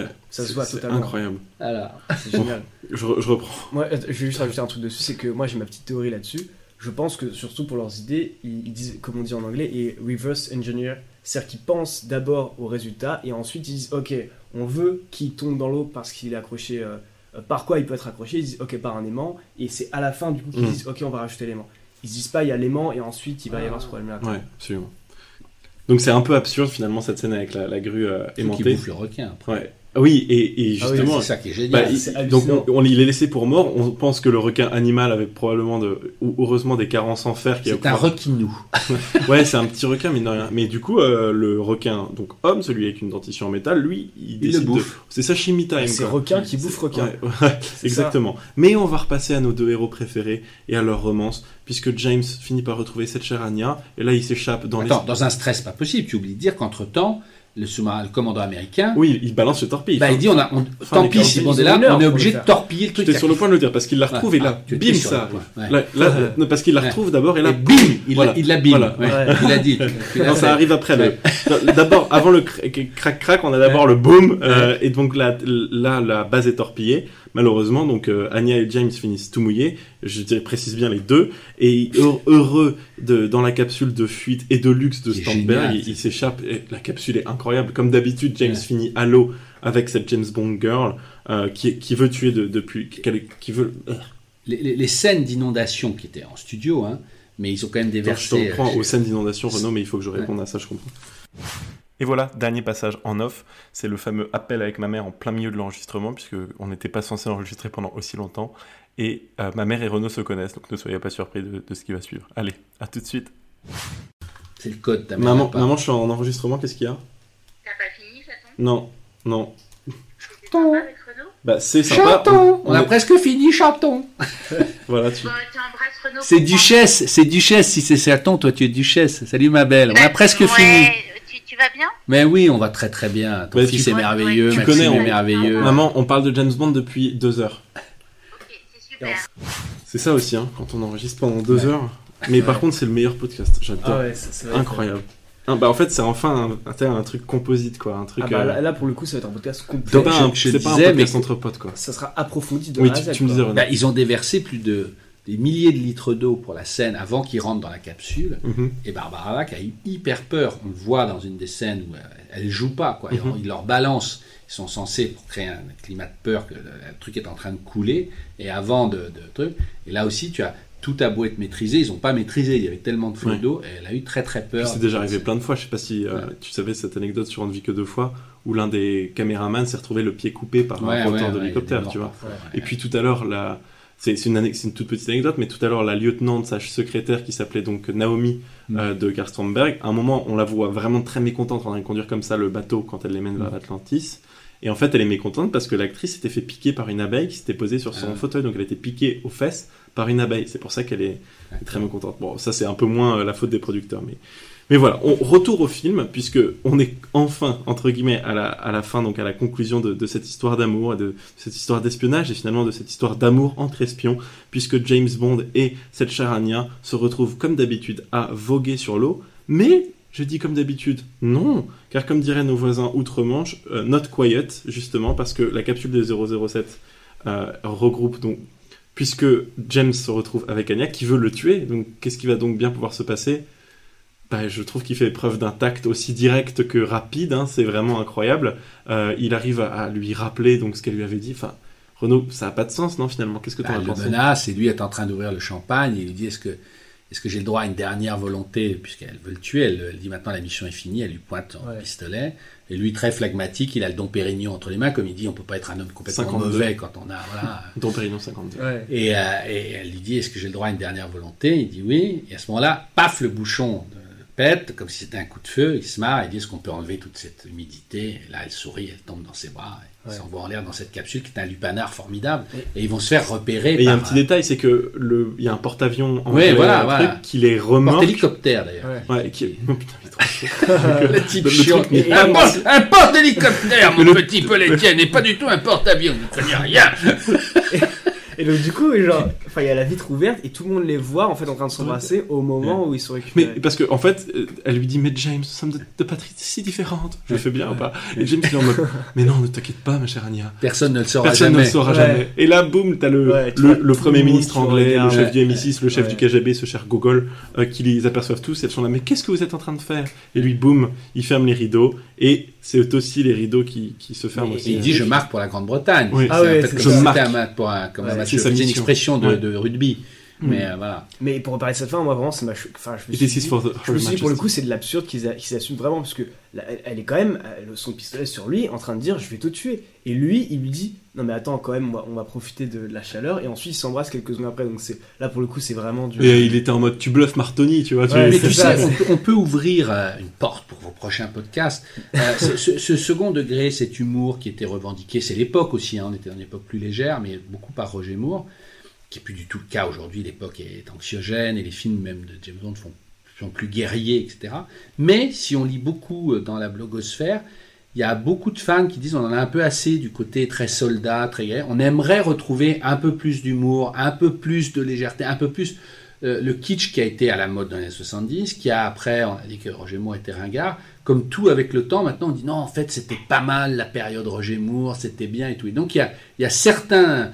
se voit c'est totalement. incroyable. Voilà. C'est génial. Je reprends. Moi, je vais juste rajouter un truc dessus, c'est que moi j'ai ma petite théorie là-dessus. Je pense que surtout pour leurs idées, ils disent, comme on dit en anglais, et reverse engineer, c'est-à-dire qu'ils pensent d'abord au résultat et ensuite ils disent ok, on veut qu'il tombe dans l'eau parce qu'il est accroché. Par quoi il peut être accroché? Ils disent ok, par un aimant, et c'est à la fin du coup qu'ils disent ok, on va rajouter l'aimant. Ils se disent pas il y a l'aimant et ensuite il va y avoir ce problème-là. Ouais, absolument. Donc c'est un peu absurde finalement cette scène avec la grue Qui aimantée. bouffe le requin. Après. Ouais. Oui, et justement, C'est ça qui est bah, génial. c'est donc hallucinant. il est laissé pour mort. On pense que le requin animal avait probablement ou heureusement des carences en fer. C'est un requinou. Ouais, c'est un petit requin, mais de rien. Mais du coup, le requin, donc homme, celui avec une dentition en métal, lui, il décide le bouffe. c'est sashimi time. C'est quoi. requin qui bouffe requin. Ouais, C'est exactement. Mais on va repasser à nos deux héros préférés et à leur romance, puisque James finit par retrouver cette chère Anya, et là il s'échappe dans Attends, dans un stress pas possible, tu oublies de dire qu'entre-temps, le commandant américain, Oui, il balance le torpille. bah, il dit tant les pis, si quarantaines, Bond est ils ont là, une heure on est pour obligé le de faire. torpiller le truc. J'étais sur le point de le dire, parce qu'il la retrouve et là, Ah, tu étais bim sur le ça point, arrive. ouais. Là, parce qu'il la Ouais. retrouve d'abord et là, Et bim, il voilà. la bim. Voilà. Ouais. Ouais. Il a dit. Non, ça arrive après. D'abord, avant le crac-crac, on a d'abord le boom, et donc là, la base est torpillée. Malheureusement, donc Anya et James finissent tout mouillés. Je précise bien les deux. Et heureux dans la capsule de fuite et de luxe de C'est Strandberg, génial. il s'échappe. Et la capsule est incroyable. Comme d'habitude, James finit à l'eau avec cette James Bond girl qui veut tuer depuis, qui veut. Les scènes d'inondation qui étaient en studio, hein, mais ils ont quand même Attends, je déversé. te reprends aux scènes d'inondation, Renaud, mais il faut que je réponde à ça, je comprends. Et voilà, dernier passage en off, c'est le fameux appel avec ma mère en plein milieu de l'enregistrement, puisqu'on n'était pas censé enregistrer pendant aussi longtemps, et ma mère et Renaud se connaissent, donc ne soyez pas surpris de ce qui va suivre. Allez, à tout de suite. C'est le code, ta mère. Maman, je suis en enregistrement, qu'est-ce qu'il y a? T'as pas fini, ça tombe? Non. C'était sympa avec Renaud? Bah, c'est sympa. Chantons. On a presque fini, chantons. Voilà, Bon, tu embrasses Renaud. C'est pour Duchesse, c'est Duchesse. Si c'est Chaton, toi tu es Duchesse. Salut ma belle. On a moi. presque Ouais, fini. tu vas bien? Mais oui, on va très très bien. Ton Bah, fils tu- est merveilleux, tu Maxime connais, est on- merveilleux. Maman, on parle de James Bond depuis 2 heures. Ok, c'est super. C'est ça aussi, hein, quand on enregistre pendant 2 heures. Mais par contre, c'est le meilleur podcast, j'adore. Ah ouais, ça va être- Incroyable. Non, bah en fait, c'est enfin un truc composite, quoi. Un truc. Là, pour le coup, ça va être un podcast complet. C'est pas un je c'est pas un disais, podcast mais- entre potes, quoi. Ça sera approfondi de Oui, A à Z, tu me quoi. disais, Renaud. Bah, ils ont déversé des milliers de litres d'eau pour la scène avant qu'ils rentrent dans la capsule. Mhm. Et Barbara Bach a eu hyper peur. On le voit dans une des scènes où elle joue pas, quoi. Mhm. Ils leur balancent. Ils sont censés, pour créer un climat de peur, que le truc est en train de couler. Et avant de truc. Et là aussi, tout a beau être maîtrisé, ils n'ont pas maîtrisé. Il y avait tellement de flux Ouais. d'eau. Et elle a eu très très peur. Puis c'est déjà arrivé plein de fois. Je sais pas si Ouais. tu savais cette anecdote sur On ne vit que 2 fois, où l'un des caméramans s'est retrouvé le pied coupé par un porteur d'hélicoptère, tu vois. Et puis tout à l'heure, c'est une toute petite anecdote, mais tout à l'heure, la lieutenant de sa secrétaire qui s'appelait donc Naomi de Karl Stromberg, à un moment, on la voit vraiment très mécontente en train de conduire comme ça le bateau quand elle les mène vers l'Atlantis. Et en fait, elle est mécontente parce que l'actrice s'était fait piquer par une abeille qui s'était posée sur son fauteuil, donc elle a été piquée aux fesses par une abeille. C'est pour ça qu'elle est très mécontente. Bon, ça c'est un peu moins la faute des producteurs, mais voilà. On retourne au film puisque on est enfin entre guillemets à la fin, donc à la conclusion de cette histoire d'amour, de cette histoire d'espionnage et finalement de cette histoire d'amour entre espions, puisque James Bond et cette chère Anya se retrouvent comme d'habitude à voguer sur l'eau, mais je dis comme d'habitude, non, car comme diraient nos voisins outre-Manche, not quiet, justement, parce que la capsule de 007 regroupe donc, puisque James se retrouve avec Anya, qui veut le tuer, donc qu'est-ce qui va donc bien pouvoir se passer ? Bah, je trouve qu'il fait preuve d'un tact aussi direct que rapide, hein, c'est vraiment incroyable. Il arrive à lui rappeler donc ce qu'elle lui avait dit, enfin... Renaud, ça n'a pas de sens, non, finalement ? Qu'est-ce que tu en as Le pensé ? menace, et lui est en train d'ouvrir le champagne, et il lui dit est-ce que j'ai le droit à une dernière volonté, puisqu'elle veut le tuer, elle dit maintenant la mission est finie, elle lui pointe son pistolet, et lui très phlegmatique, il a le Dom Pérignon entre les mains, comme il dit on peut pas être un homme complètement 52. mauvais quand on a... Voilà. Dom Pérignon 52. Ouais. Et elle lui dit est-ce que j'ai le droit à une dernière volonté, il dit oui, et à ce moment-là, paf, le bouchon pète, comme si c'était un coup de feu, il se marre, il dit est-ce qu'on peut enlever toute cette humidité, et là elle sourit, elle tombe dans ses bras, et s'envoie en l'air dans cette capsule qui est un lupanar formidable, et ils vont se faire repérer. Et il y a un petit détail, c'est que il y a un porte-avions anglais, voilà. qui les remorque. Porte-hélicoptère d'ailleurs. Ouais, qui est... Oh putain, il est trop chaud. Le type Le chiant. truc n'est Un pas porte-hélicoptère, mon petit Pelletien, n'est pas du tout un porte-avions, vous ne connaissez rien. Et donc du coup, genre, il y a la vitre ouverte et tout le monde les voit en fait en train de s'embrasser au moment où ils sont récupérés. Mais parce que en fait, elle lui dit mais James, nous sommes de patries si différentes. Je le fais bien ou pas ? Et James il est en mode mais non, ne t'inquiète pas ma chère Anya. Personne ne le saura Personne jamais. ne le saura jamais. Et là, boum, t'as le premier ministre anglais, le chef du MI6, le chef du KGB, ce cher Gogol, qui les aperçoivent tous. Elles sont là, mais qu'est-ce que vous êtes en train de faire ? Et lui, boum, il ferme les rideaux. Et c'est aussi les rideaux qui se ferment aussi. Et il dit je marque pour la Grande-Bretagne. Oui. C'est en fait comme je si marque. c'était comme un match, c'est sa c'est une mission. expression de rugby. Mais voilà. Mais pour reparler de cette fin, moi vraiment, c'est je me This suis is dit, for the je me suis dit, pour le Manchester. coup, c'est de l'absurde qu'ils assument vraiment, parce que là, elle est quand même, son pistolet sur lui, en train de dire, je vais te tuer. Et lui, il lui dit, non mais attends, quand même, on va profiter de la chaleur, et ensuite ils s'embrassent quelques secondes après. Donc là, pour le coup, c'est vraiment du. Et il était en mode tu bluffes Martoni, tu vois. Ouais, Mais c'est tu ça, sais, on peut ouvrir une porte pour vos prochains podcasts. Ce second degré, cet humour qui était revendiqué, c'est l'époque aussi, hein, on était dans une époque plus légère, mais beaucoup par Roger Moore, qui n'est plus du tout le cas aujourd'hui. L'époque est anxiogène et les films même de James Bond sont plus guerriers, etc. Mais si on lit beaucoup dans la blogosphère, il y a beaucoup de fans qui disent on en a un peu assez du côté très soldat, très guerrier. On aimerait retrouver un peu plus d'humour, un peu plus de légèreté, un peu plus le kitsch qui a été à la mode dans les années 70, qui a après, on a dit que Roger Moore était ringard. Comme tout avec le temps, maintenant on dit non, en fait c'était pas mal la période Roger Moore, c'était bien et tout. Et donc il y a certains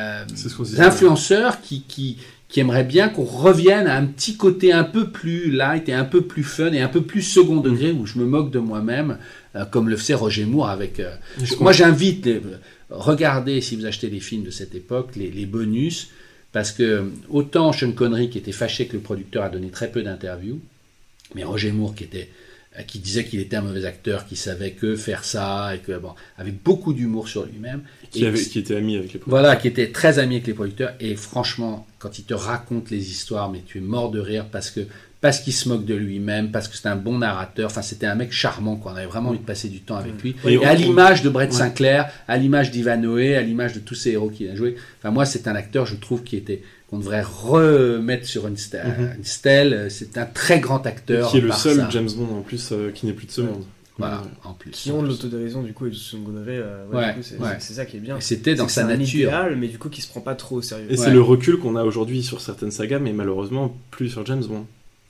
influenceurs qui aimeraient bien qu'on revienne à un petit côté un peu plus light et un peu plus fun et un peu plus second degré où je me moque de moi-même, comme le faisait Roger Moore avec... Moi j'invite, regardez si vous achetez les films de cette époque, les bonus, parce que autant Sean Connery qui était fâché que le producteur a donné très peu d'interviews, mais Roger Moore qui disait qu'il était un mauvais acteur, qui savait que faire ça, et que avait beaucoup d'humour sur lui-même. Qui était ami avec les producteurs. Voilà, qui était très ami avec les producteurs. Et franchement, quand il te raconte les histoires, mais tu es mort de rire parce qu'il se moque de lui-même, parce que c'est un bon narrateur. Enfin, c'était un mec charmant, quoi. On avait vraiment envie de passer du temps avec lui. Et à l'image de Brett Sinclair, à l'image d'Ivanhoe, à l'image de tous ces héros qu'il a joué. Enfin, moi, c'est un acteur, je trouve, qu'on devrait remettre sur une stèle. C'est un très grand acteur. Qui est le seul James Bond en plus qui n'est plus de ce monde. Voilà, en plus. Qui ont de l'autodérision du coup et du second degré. C'est ça qui est bien. Et c'était dans sa nature. nature. Idéal, mais du coup qui se prend pas trop au sérieux. Et c'est le recul qu'on a aujourd'hui sur certaines sagas, mais malheureusement plus sur James Bond.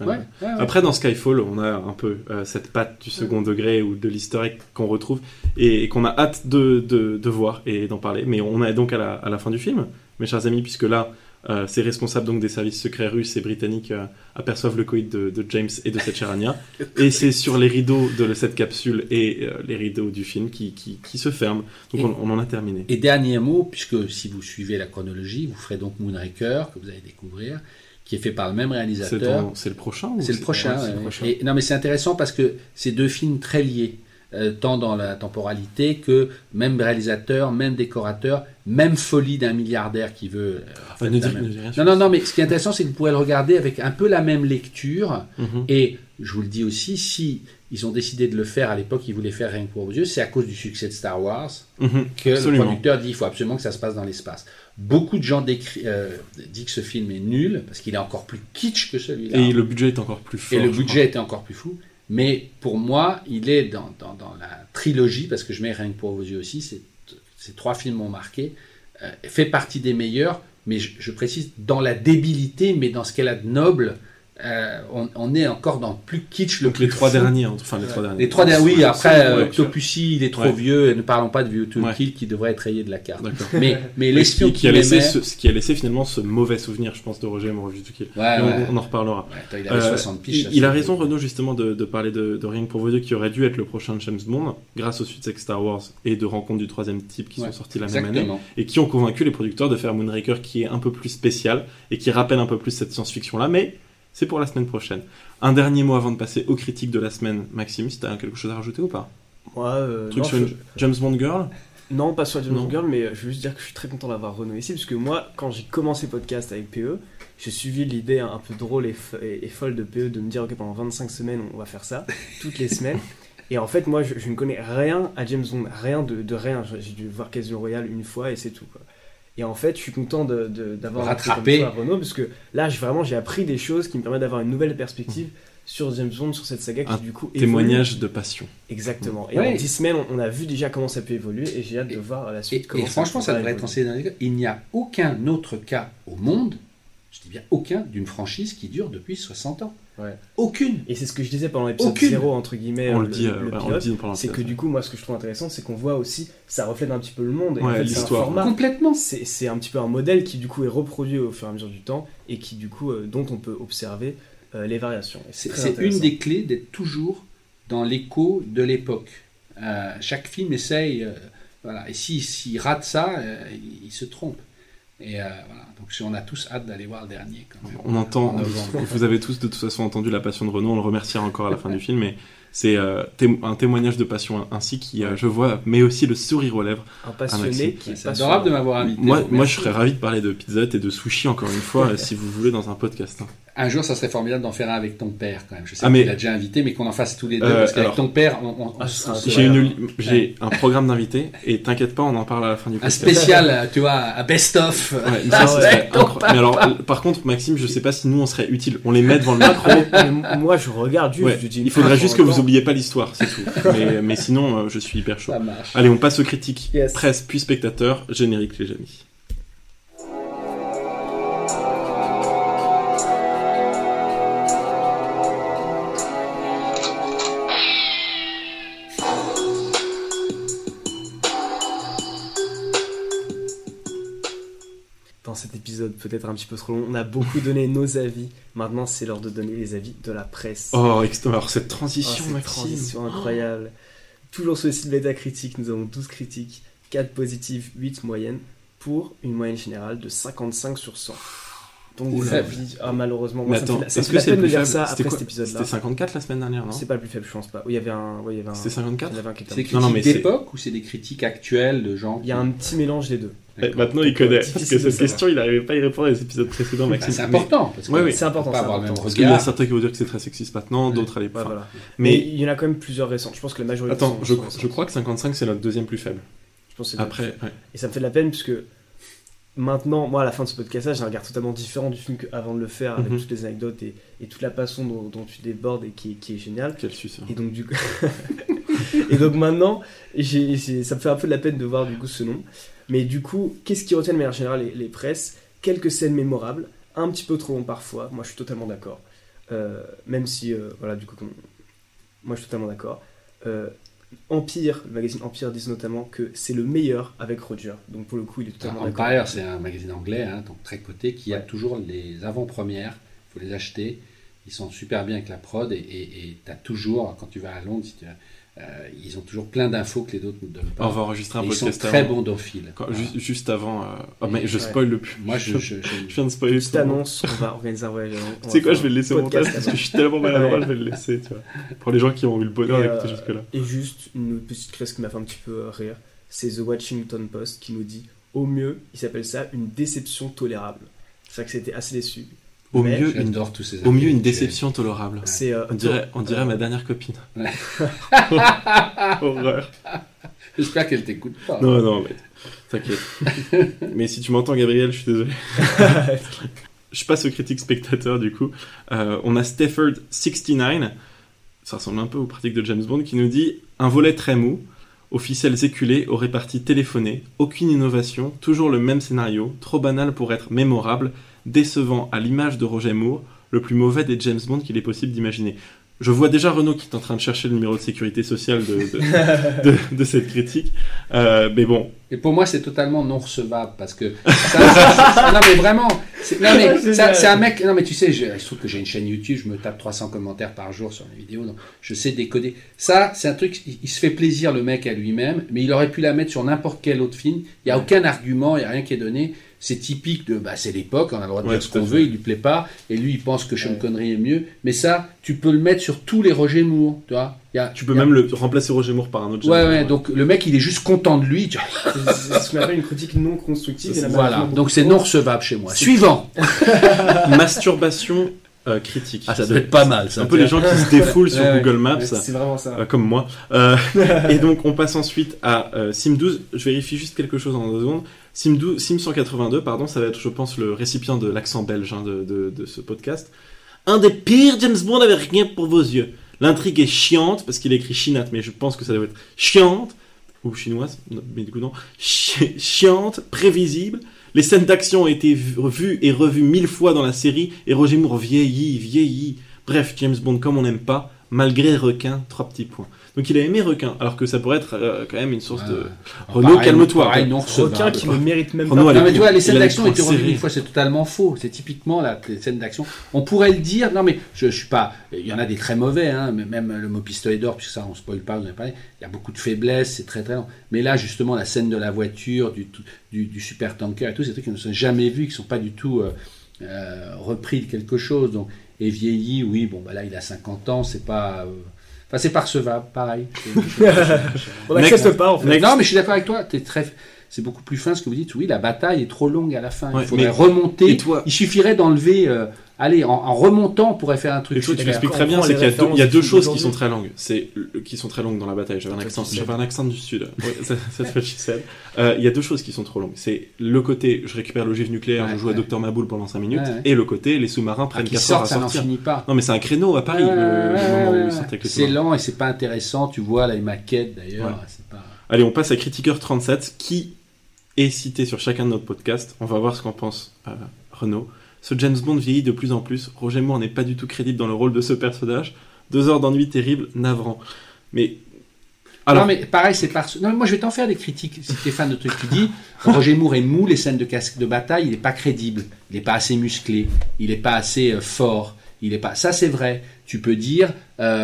Ouais, ouais. Après, dans Skyfall, on a un peu cette patte du second degré ou de l'easter egg qu'on retrouve et qu'on a hâte de voir et d'en parler. Mais on est donc à la fin du film, mes chers amis, puisque là, ces responsables donc, des services secrets russes et britanniques aperçoivent le coït de James et de cette chère Anya. Et c'est sur les rideaux de cette capsule et les rideaux du film qui se ferment. Donc on en a terminé. Et dernier mot, puisque si vous suivez la chronologie, vous ferez donc Moonraker, que vous allez découvrir, qui est fait par le même réalisateur. C'est le prochain C'est le prochain. c'est le prochain. Et, non, mais c'est intéressant parce que c'est deux films très liés, tant dans la temporalité que même réalisateur, même décorateur, même folie d'un milliardaire qui veut. Ne dis rien. Non, mais ce qui est intéressant, c'est que vous pourrez le regarder avec un peu la même lecture. Et je vous le dis aussi, si ils ont décidé de le faire à l'époque, ils voulaient faire Rien que pour vos yeux, c'est à cause du succès de Star Wars que Absolument. le producteur dit il faut absolument que ça se passe dans l'espace. Beaucoup de gens disent que ce film est nul parce qu'il est encore plus kitsch que celui-là. Et le budget est encore plus fort. Et le budget était encore plus fou. Mais pour moi, il est dans la trilogie, parce que je mets Rien que pour vos yeux aussi, ces trois films m'ont marqué, fait partie des meilleurs, mais je précise, dans la débilité, mais dans ce qu'elle a de noble, on est encore dans le plus kitsch, le donc plus les trois fou. derniers, enfin les trois derniers. Les trois derniers, oui, après, Ouais, Octopussy, il est trop vieux, et ne parlons pas de View to Kill, qui devrait être rayé de la carte. D'accord. Mais l'espion qui a laissé finalement ce mauvais souvenir, je pense, de Roger Moore View to Kill. On en reparlera. Il avait 60 piges. Il a raison, Renaud, justement, de parler de Rien que pour vos yeux, qui aurait dû être le prochain James Bond, grâce au succès Star Wars et de Rencontres du troisième type qui sont sortis la même année, et qui ont convaincu les producteurs de faire Moonraker, qui est un peu plus spécial et qui rappelle un peu plus cette science-fiction-là, mais c'est pour la semaine prochaine. Un dernier mot avant de passer aux critiques de la semaine. Maxime, si t'as quelque chose à rajouter ou pas? Non, sur une James Bond Girl? Non, pas sur James Bond Girl, mais je veux juste dire que je suis très content d'avoir Renaud ici, parce que moi, quand j'ai commencé le podcast avec PE, j'ai suivi l'idée un peu drôle et folle de PE de me dire, ok, pendant 25 semaines, on va faire ça, toutes les semaines. Et en fait, moi, je ne connais rien à James Bond, rien de rien. J'ai dû voir Casino Royale une fois et c'est tout, quoi. Et en fait, je suis content d'avoir rattrapé à Renaud, parce que là, j'ai appris des choses qui me permettent d'avoir une nouvelle perspective sur James Bond, sur cette saga qui du coup témoignage de passion. Exactement. Et en 10 semaines, on a vu déjà comment ça peut évoluer, et j'ai hâte de voir à la suite comment et franchement, ça devrait être enseigné dans les cas. Il n'y a aucun autre cas au monde, je dis bien aucun, d'une franchise qui dure depuis 60 ans. Ouais. Aucune. Et c'est ce que je disais pendant l'épisode 0, entre guillemets, on le le dit pilote, c'est que du coup, moi, ce que je trouve intéressant, c'est qu'on voit aussi, ça reflète un petit peu le monde, et en fait, l'histoire. c'est un format, complètement. C'est un petit peu un modèle qui du coup est reproduit au fur et à mesure du temps, et qui du coup, dont on peut observer les variations. C'est une des clés d'être toujours dans l'écho de l'époque. Chaque film essaye, voilà, et s'il rate ça, il se trompe. Et voilà, donc on a tous hâte d'aller voir le dernier. Quand même. On entend, vous avez tous de toute façon entendu la passion de Renaud, on le remerciera encore à la fin du film, mais c'est un témoignage de passion ainsi qui, je vois, met aussi le sourire aux lèvres. Un passionné qui est c'est adorable de m'avoir invité. Moi, je serais ravi de parler de Pizza Hut et de sushi encore une fois, si vous voulez, dans un podcast. Un jour, ça serait formidable d'en faire un avec ton père, quand même. Je sais que tu l'as déjà invité, mais qu'on en fasse tous les deux, parce qu'avec ton père, j'ai un programme d'invités, et t'inquiète pas, on en parle à la fin du podcast. Un spécial, tu vois, un best-of. Ouais, ça serait incroyable. Mais alors, par contre, Maxime, je sais pas si nous, on serait utile. On les met devant le micro. Moi, je regarde juste. Ouais. Il faudrait juste que vous oubliez pas l'histoire, c'est tout. Mais sinon, je suis hyper chaud. Ça marche. Allez, on passe aux critiques. Presse puis spectateurs. Générique, les amis. Dans cet épisode peut-être un petit peu trop long, on a beaucoup donné nos avis. Maintenant, c'est l'heure de donner les avis de la presse. Oh, alors cette transition, cette Maxime. transition incroyable. Toujours sur le site Metacritic, nous avons 12 critiques, 4 positives, 8 moyennes, pour une moyenne générale de 55 sur 100. Donc vous avez dit, malheureusement, moi, attends, ça me fait la peine de dire ça après quoi, cet épisode-là. C'était 54 la semaine dernière, non? C'est pas le plus faible, je pense pas. Il y avait un. C'était 54? C'est des critiques d'époque ou c'est des critiques actuelles de gens? Il y a un petit mélange des deux. Maintenant, il connaît. Parce que cette question, il n'arrivait pas à y répondre à les épisodes précédents, Maxime. C'est important. Parce que c'est important. Pas avoir le même parce qu'il y regard. a certains qui vont dire que c'est très sexiste maintenant, d'autres à l'époque. Voilà. Mais il y en a quand même plusieurs récents. Je pense que la majorité. Attends, je crois que 55, c'est notre deuxième plus faible. Je pense que après, Et ça me fait de la peine, puisque maintenant, moi, à la fin de ce podcast-là, j'ai un regard totalement différent du film qu'avant de le faire, avec toutes les anecdotes et toute la passion dont tu débordes et qui est géniale. Quel suceur. Et donc, du coup. Et donc maintenant, ça me fait un peu de la peine de voir du coup ce nom. Mais du coup, qu'est-ce qui retient de manière générale les presses? Quelques scènes mémorables, un petit peu trop long parfois, moi je suis totalement d'accord. même si, voilà, du coup, moi je suis totalement d'accord. Empire, le magazine Empire dit notamment que c'est le meilleur avec Roger. Donc pour le coup, il est totalement d'accord. Empire, c'est un magazine anglais, hein, donc très coté, qui a toujours les avant-premières. Il faut les acheter. Ils sont super bien avec la prod et tu as toujours, quand tu vas à Londres, ils ont toujours plein d'infos que les autres ne donnent pas. On va enregistrer un podcast. Ils sont très bons d'ophiles. Juste avant. Oh, mais je spoil le plus. Moi, je viens de spoiler. Petite annonce, on va organiser un voyage. Tu sais quoi, je vais le laisser au montage parce que je suis tellement maladroit, je vais le laisser, tu vois. Pour les gens qui ont eu le bonheur d'écouter jusque-là. Et juste une petite crèche qui m'a fait un petit peu rire, c'est The Washington Post qui nous dit au mieux, il s'appelle ça une déception tolérable. C'est vrai que c'était assez déçu. Au mieux, une déception tolérable. C'est, on dirait ma dernière copine. Ouais. Horreur. J'espère qu'elle t'écoute pas. Non, mais t'inquiète. Mais si tu m'entends, Gabriel, je suis désolé. Je passe au critique spectateur, du coup. On a Stafford69, ça ressemble un peu aux pratiques de James Bond, qui nous dit « Un volet très mou, officiels éculés aux réparties téléphonées, aucune innovation, toujours le même scénario, trop banal pour être mémorable, décevant à l'image de Roger Moore, le plus mauvais des James Bond qu'il est possible d'imaginer. » Je vois déjà Renaud qui est en train de chercher le numéro de sécurité sociale de cette critique. Mais bon. Et pour moi, c'est totalement non recevable parce que non mais vraiment, c'est un mec. Non mais tu sais, il se trouve que j'ai une chaîne YouTube, je me tape 300 commentaires par jour sur mes vidéos, donc je sais décoder. Ça, c'est un truc. Il se fait plaisir le mec à lui-même, mais il aurait pu la mettre sur n'importe quel autre film. Il y a aucun argument, il y a rien qui est donné. C'est typique de, c'est l'époque, on a le droit de dire ce qu'on veut, il lui plaît pas, et lui il pense que Sean Connery est mieux, mais ça, tu peux le mettre sur tous les Roger Moore, tu vois. Tu peux même remplacer Roger Moore par un autre. Ouais, donc le mec il est juste content de lui, tu vois. C'est ce qu'on appelle une critique non constructive. Voilà, donc c'est non recevable chez moi. Suivant. Masturbation critique. Ah, ça doit être pas mal, ça. Un peu les gens qui se défoulent sur Google Maps. C'est vraiment ça. Comme moi. Et donc, on passe ensuite à Sim12. Je vérifie juste quelque chose en 2 secondes. Sim 182, pardon, ça va être, je pense, le récipient de l'accent belge de ce podcast. Un des pires James Bond avec rien pour vos yeux. L'intrigue est chiante, parce qu'il est écrit chinate, mais je pense que ça doit être chiante, ou chinoise, mais du coup non. Chiante, prévisible. Les scènes d'action ont été vues et revues 1000 fois dans la série, et Roger Moore vieillit. Bref, James Bond comme on n'aime pas, malgré Requin, 3 petits points. Donc il a aimé Requin, alors que ça pourrait être quand même une source de... Renaud, calme-toi. Requin qui ne mérite même pas... Non mais tu vois, les scènes d'action étaient revues une fois, c'est totalement faux. C'est typiquement les scènes d'action. On pourrait le dire, non mais je suis pas... Il y en a des très mauvais, hein, même le mot pistolet d'or, puisque ça on spoil pas, on en a parlé. Il y a beaucoup de faiblesses, c'est très très lent. Mais là justement, la scène de la voiture, du super tanker et tout, c'est des trucs qui ne sont jamais vus, qui ne sont pas du tout repris de quelque chose. Donc, et vieilli, oui, bon bah là il a 50 ans, c'est pas... Enfin, c'est pas recevable, pareil. On n'accepte pas, en fait. Non, mais je suis d'accord avec toi. C'est beaucoup plus fin ce que vous dites. Oui, la bataille est trop longue à la fin. Il faudrait remonter. Il suffirait d'enlever... Allez, en remontant, on pourrait faire un truc. Et toi, tu l'expliques très bien, c'est qu'il y a deux choses qui sont très longues. Qui sont très longues dans la bataille. J'avais un accent du Sud. Cette fois, je sais. Il y a deux choses qui sont trop longues. C'est le côté, je récupère l'ogive nucléaire, je joue à Dr Maboul pendant 5 minutes, et le côté, les sous-marins prennent 4 heures à sortir. Ça n'en finit pas. Non, mais c'est un créneau à Paris, le moment où ils sortent avec les c'est lent et c'est pas intéressant. Tu vois, les maquettes d'ailleurs. C'est pas... Allez, on passe à Critiqueur 37, qui est cité sur chacun de nos podcasts. On va voir ce qu'en pense Renaud. Ce James Bond vieillit de plus en plus. Roger Moore n'est pas du tout crédible dans le rôle de ce personnage. 2 heures d'ennui terrible, navrant. Mais... Alors... Non, mais pareil, c'est parce... Non, mais moi, je vais t'en faire des critiques. Si t'es fan de trucs, tu dis, Roger Moore est mou, les scènes de bataille, il n'est pas crédible. Il n'est pas assez musclé. Il n'est pas assez fort. Il est pas... Ça, c'est vrai. Tu peux dire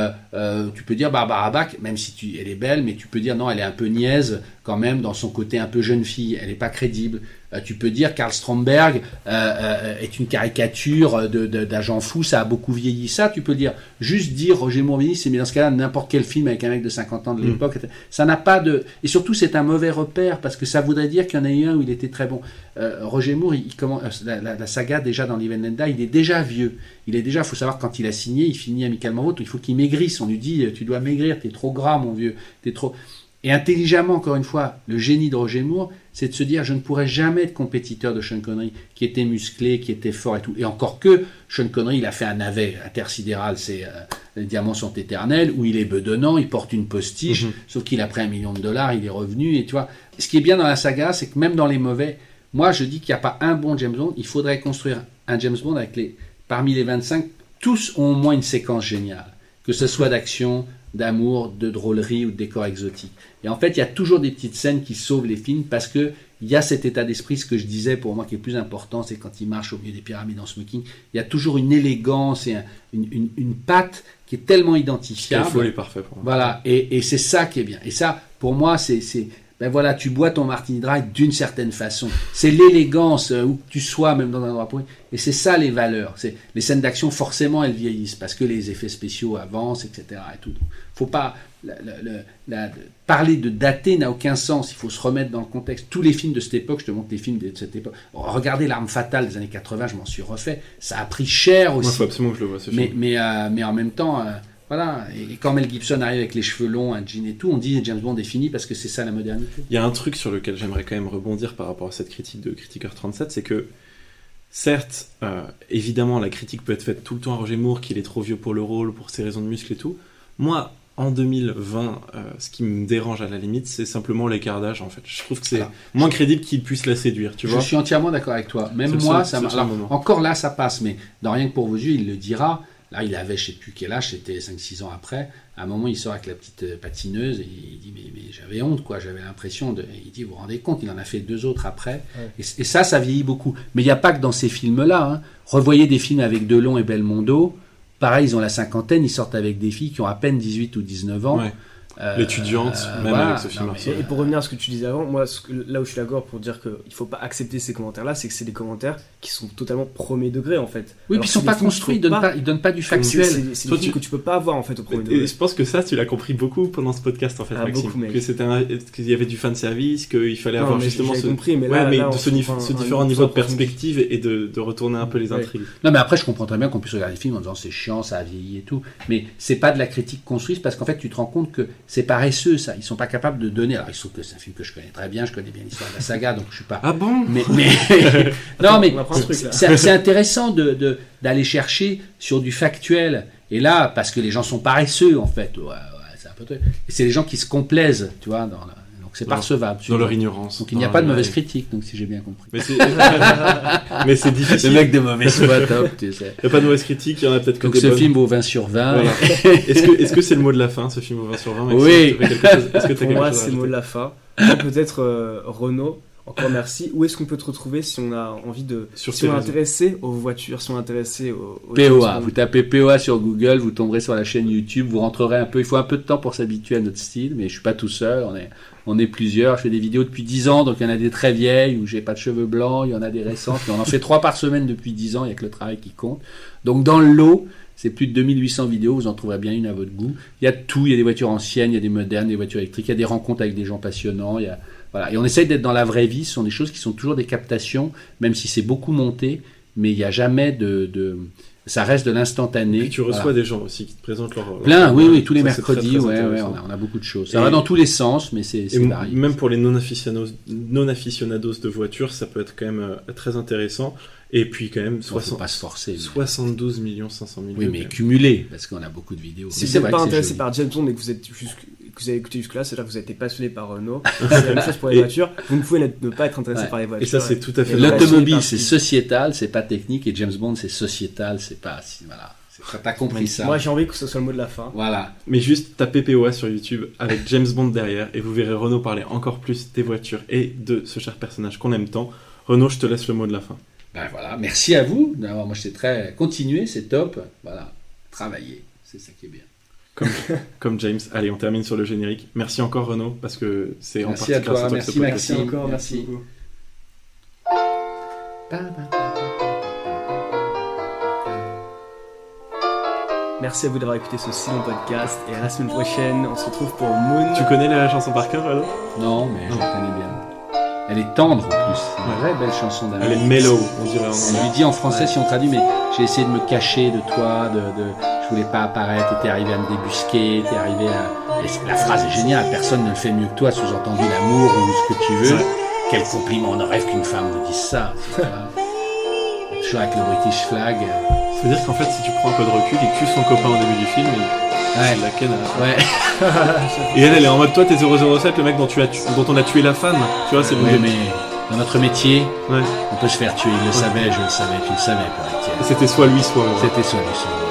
Barbara Bach, même si elle est belle, mais tu peux dire non, elle est un peu niaise quand même dans son côté un peu jeune fille. Elle n'est pas crédible. Tu peux dire Karl Stromberg est une caricature d'agent fou, ça a beaucoup vieilli. Ça, tu peux dire. Juste dire Roger Moore vieillit, c'est mais dans ce cas-là, n'importe quel film avec un mec de 50 ans de l'époque, ça n'a pas de... Et surtout, c'est un mauvais repère, parce que ça voudrait dire qu'il y en a eu un où il était très bon. Roger Moore, la saga, déjà dans Live and Die, il est déjà vieux. Il faut savoir, quand il a signé, il finit amicalement vôtre, il faut qu'il maigrisse. On lui dit, tu dois maigrir, t'es trop gras, mon vieux, t'es trop... Et intelligemment, encore une fois, le génie de Roger Moore, c'est de se dire, je ne pourrais jamais être compétiteur de Sean Connery, qui était musclé, qui était fort et tout. Et encore que, Sean Connery, il a fait un navet intersidéral, les diamants sont éternels, où il est bedonnant, il porte une postiche, sauf qu'il a pris $1 million, il est revenu, et tu vois. Ce qui est bien dans la saga, c'est que même dans les mauvais, moi, je dis qu'il n'y a pas un bon James Bond, il faudrait construire un James Bond avec parmi les 25, tous ont au moins une séquence géniale, que ce soit d'action, d'amour, de drôlerie ou de décor exotique. Et en fait, il y a toujours des petites scènes qui sauvent les films parce que il y a cet état d'esprit, ce que je disais pour moi qui est plus important, c'est quand il marche au milieu des pyramides en smoking, il y a toujours une élégance et une patte qui est tellement identifiable. Ce qu'il faut est parfait pour moi. Voilà, et c'est ça qui est bien. Et ça, pour moi, ben voilà, tu bois ton martini dry d'une certaine façon. C'est l'élégance, où que tu sois, même dans un endroit pourri. Et c'est ça les valeurs. Les scènes d'action, forcément, elles vieillissent parce que les effets spéciaux avancent, etc. Et tout. Faut pas parler de dater n'a aucun sens. Il faut se remettre dans le contexte. Tous les films de cette époque, je te montre les films de cette époque. Regardez L'Arme Fatale des années 80, je m'en suis refait. Ça a pris cher aussi. Moi, il faut absolument que je le vois, ce film. Mais en même temps. Voilà, et quand Mel Gibson arrive avec les cheveux longs, un jean et tout, on dit James Bond est fini parce que c'est ça la modernité. Il y a un truc sur lequel j'aimerais quand même rebondir par rapport à cette critique de Critiqueur 37, c'est que, certes, évidemment, la critique peut être faite tout le temps à Roger Moore, qu'il est trop vieux pour le rôle, pour ses raisons de muscles et tout. Moi, en 2020, ce qui me dérange à la limite, c'est simplement l'écart d'âge, en fait. Je trouve que c'est moins crédible qu'il puisse la séduire, tu vois. Je suis entièrement d'accord avec toi. Même moi, ça marche. Encore là, ça passe, mais dans Rien que pour vos yeux, il le dira. Là, il avait, je ne sais plus quel âge, c'était 5-6 ans après. À un moment, il sort avec la petite patineuse et il dit mais j'avais honte, quoi. J'avais l'impression de. Il dit vous vous rendez compte, il en a fait 2 autres après. Ouais. Et ça vieillit beaucoup. Mais il n'y a pas que dans ces films-là. Hein. Revoyez des films avec Delon et Belmondo. Pareil, ils ont la cinquantaine, ils sortent avec des filles qui ont à peine 18 ou 19 ans. Ouais. L'étudiante, même voilà, avec ce film. Et pour revenir à ce que tu disais avant, moi, là où je suis d'accord pour dire qu'il ne faut pas accepter ces commentaires-là, c'est que c'est des commentaires qui sont totalement premier degré, en fait. Oui, puis ils ne sont pas construits, ils ne donnent pas du factuel. C'est des films que tu ne peux pas avoir, en fait, au premier degré. Et je pense que ça, tu l'as compris beaucoup pendant ce podcast, en fait, Maxime. Beaucoup, qu'il y avait du fanservice, qu'il fallait avoir justement ce différent niveau de perspective et de retourner un peu les intrigues. Non, mais après, je comprends très bien qu'on puisse regarder les films en disant c'est chiant, ça a vieilli et tout. Mais c'est pas de la critique construite parce qu'en fait, tu te rends compte que c'est paresseux, ça. Ils sont pas capables de donner. Alors, il se trouve que c'est un film que je connais très bien. Je connais bien l'histoire de la saga, donc je suis pas. Ah bon? Mais non, mais c'est intéressant d'aller chercher sur du factuel. Et là, parce que les gens sont paresseux, en fait. Ouais, c'est un peu. Et c'est les gens qui se complaisent, tu vois. Donc c'est percevable. Dans leur ignorance. Donc il n'y a pas de mauvaise critique. Donc si j'ai bien compris. Mais c'est difficile. Le mec de mauvaise foi, top, tu sais. Il n'y a pas de mauvaise critique. Il y en a peut-être que donc des ce bonnes. film vaut 20 sur 20. Voilà. Est-ce que c'est le mot de la fin, ce film vaut 20 sur 20, Maxime? Oui. Pour moi, c'est le mot de la fin. Peut-être Renaud. Encore merci. Où est-ce qu'on peut te retrouver si on a envie de... Si on est intéressé aux voitures, si on est intéressé aux POA. Vous tapez POA sur Google, vous tomberez sur la chaîne YouTube, vous rentrerez un peu. Il faut un peu de temps pour s'habituer à notre style, mais je suis pas tout seul. On est plusieurs. Je fais des vidéos depuis 10 ans, donc il y en a des très vieilles où j'ai pas de cheveux blancs, il y en a des récentes. Mais on en fait 3 par semaine depuis 10 ans, il y a que le travail qui compte. Donc dans le lot, c'est plus de 2800 vidéos, vous en trouverez bien une à votre goût. Il y a tout, il y a des voitures anciennes, il y a des modernes, des voitures électriques, il y a des rencontres avec des gens passionnants, voilà. Et on essaye d'être dans la vraie vie, ce sont des choses qui sont toujours des captations, même si c'est beaucoup monté, mais il n'y a jamais ça reste de l'instantané. Et tu reçois des gens aussi qui te présentent leur plein, oui, tous les mercredis, très on a beaucoup de choses. Ça va dans tous les sens, mais c'est varié. Même pour les non-aficionados de voitures, ça peut être quand même très intéressant. Et puis quand même, faut pas se forcer, 72 500 000. Oui, mais cumulé, parce qu'on a beaucoup de vidéos. Si vous n'êtes pas intéressé par James Bond et que vous avez écouté jusque-là, c'est-à-dire que vous avez été passionné par Renault, c'est la même chose pour les voitures, vous ne pouvez ne pas être intéressé par les voitures. Et ça, c'est tout à fait... L'automobile, c'est sociétal, c'est pas technique, et James Bond, c'est sociétal, c'est pas... Voilà. T'as compris ça. Moi, j'ai envie que ce soit le mot de la fin. Voilà. Mais juste tapez POA sur YouTube avec James Bond derrière, et vous verrez Renault parler encore plus des voitures et de ce cher personnage qu'on aime tant. Renault, je te laisse le mot de la fin. Ben voilà, merci à vous. Moi, j'étais très... Continuez, c'est top. Voilà, travaillez, c'est ça qui est bien. Comme James. Allez, on termine sur le générique. Merci encore Renaud, parce que c'est en partie grâce à toi. Merci Maxime. Encore, merci. Merci à vous d'avoir écouté ce si long podcast et à la semaine prochaine. On se retrouve pour Moon. Tu connais la chanson par cœur, Renaud? Non, mais je la connais bien. Elle est tendre en plus. C'est une vraie belle chanson d'amour. Elle est mellow, on dirait en anglais. Elle lui dit en français si on traduit, mais j'ai essayé de me cacher de toi, je voulais pas apparaître, t'es arrivé à me débusquer, t'es arrivé à... Et la phrase est géniale, personne ne le fait mieux que toi, sous-entendu l'amour ou ce que tu veux. Ouais. Quel compliment, on rêve qu'une femme vous dise ça. Toujours avec le British flag. Ça veut dire qu'en fait, si tu prends un peu de recul, il tue son copain au début du film et la ken à la fin. Et elle est en mode, toi t'es 007, le mec dont on a tué la femme. Tu vois, c'est oui, mais dans notre métier, on peut se faire tuer. Il le savait, je le savais, tu le savais. C'était soit lui, soit... C'était soit lui, soit moi.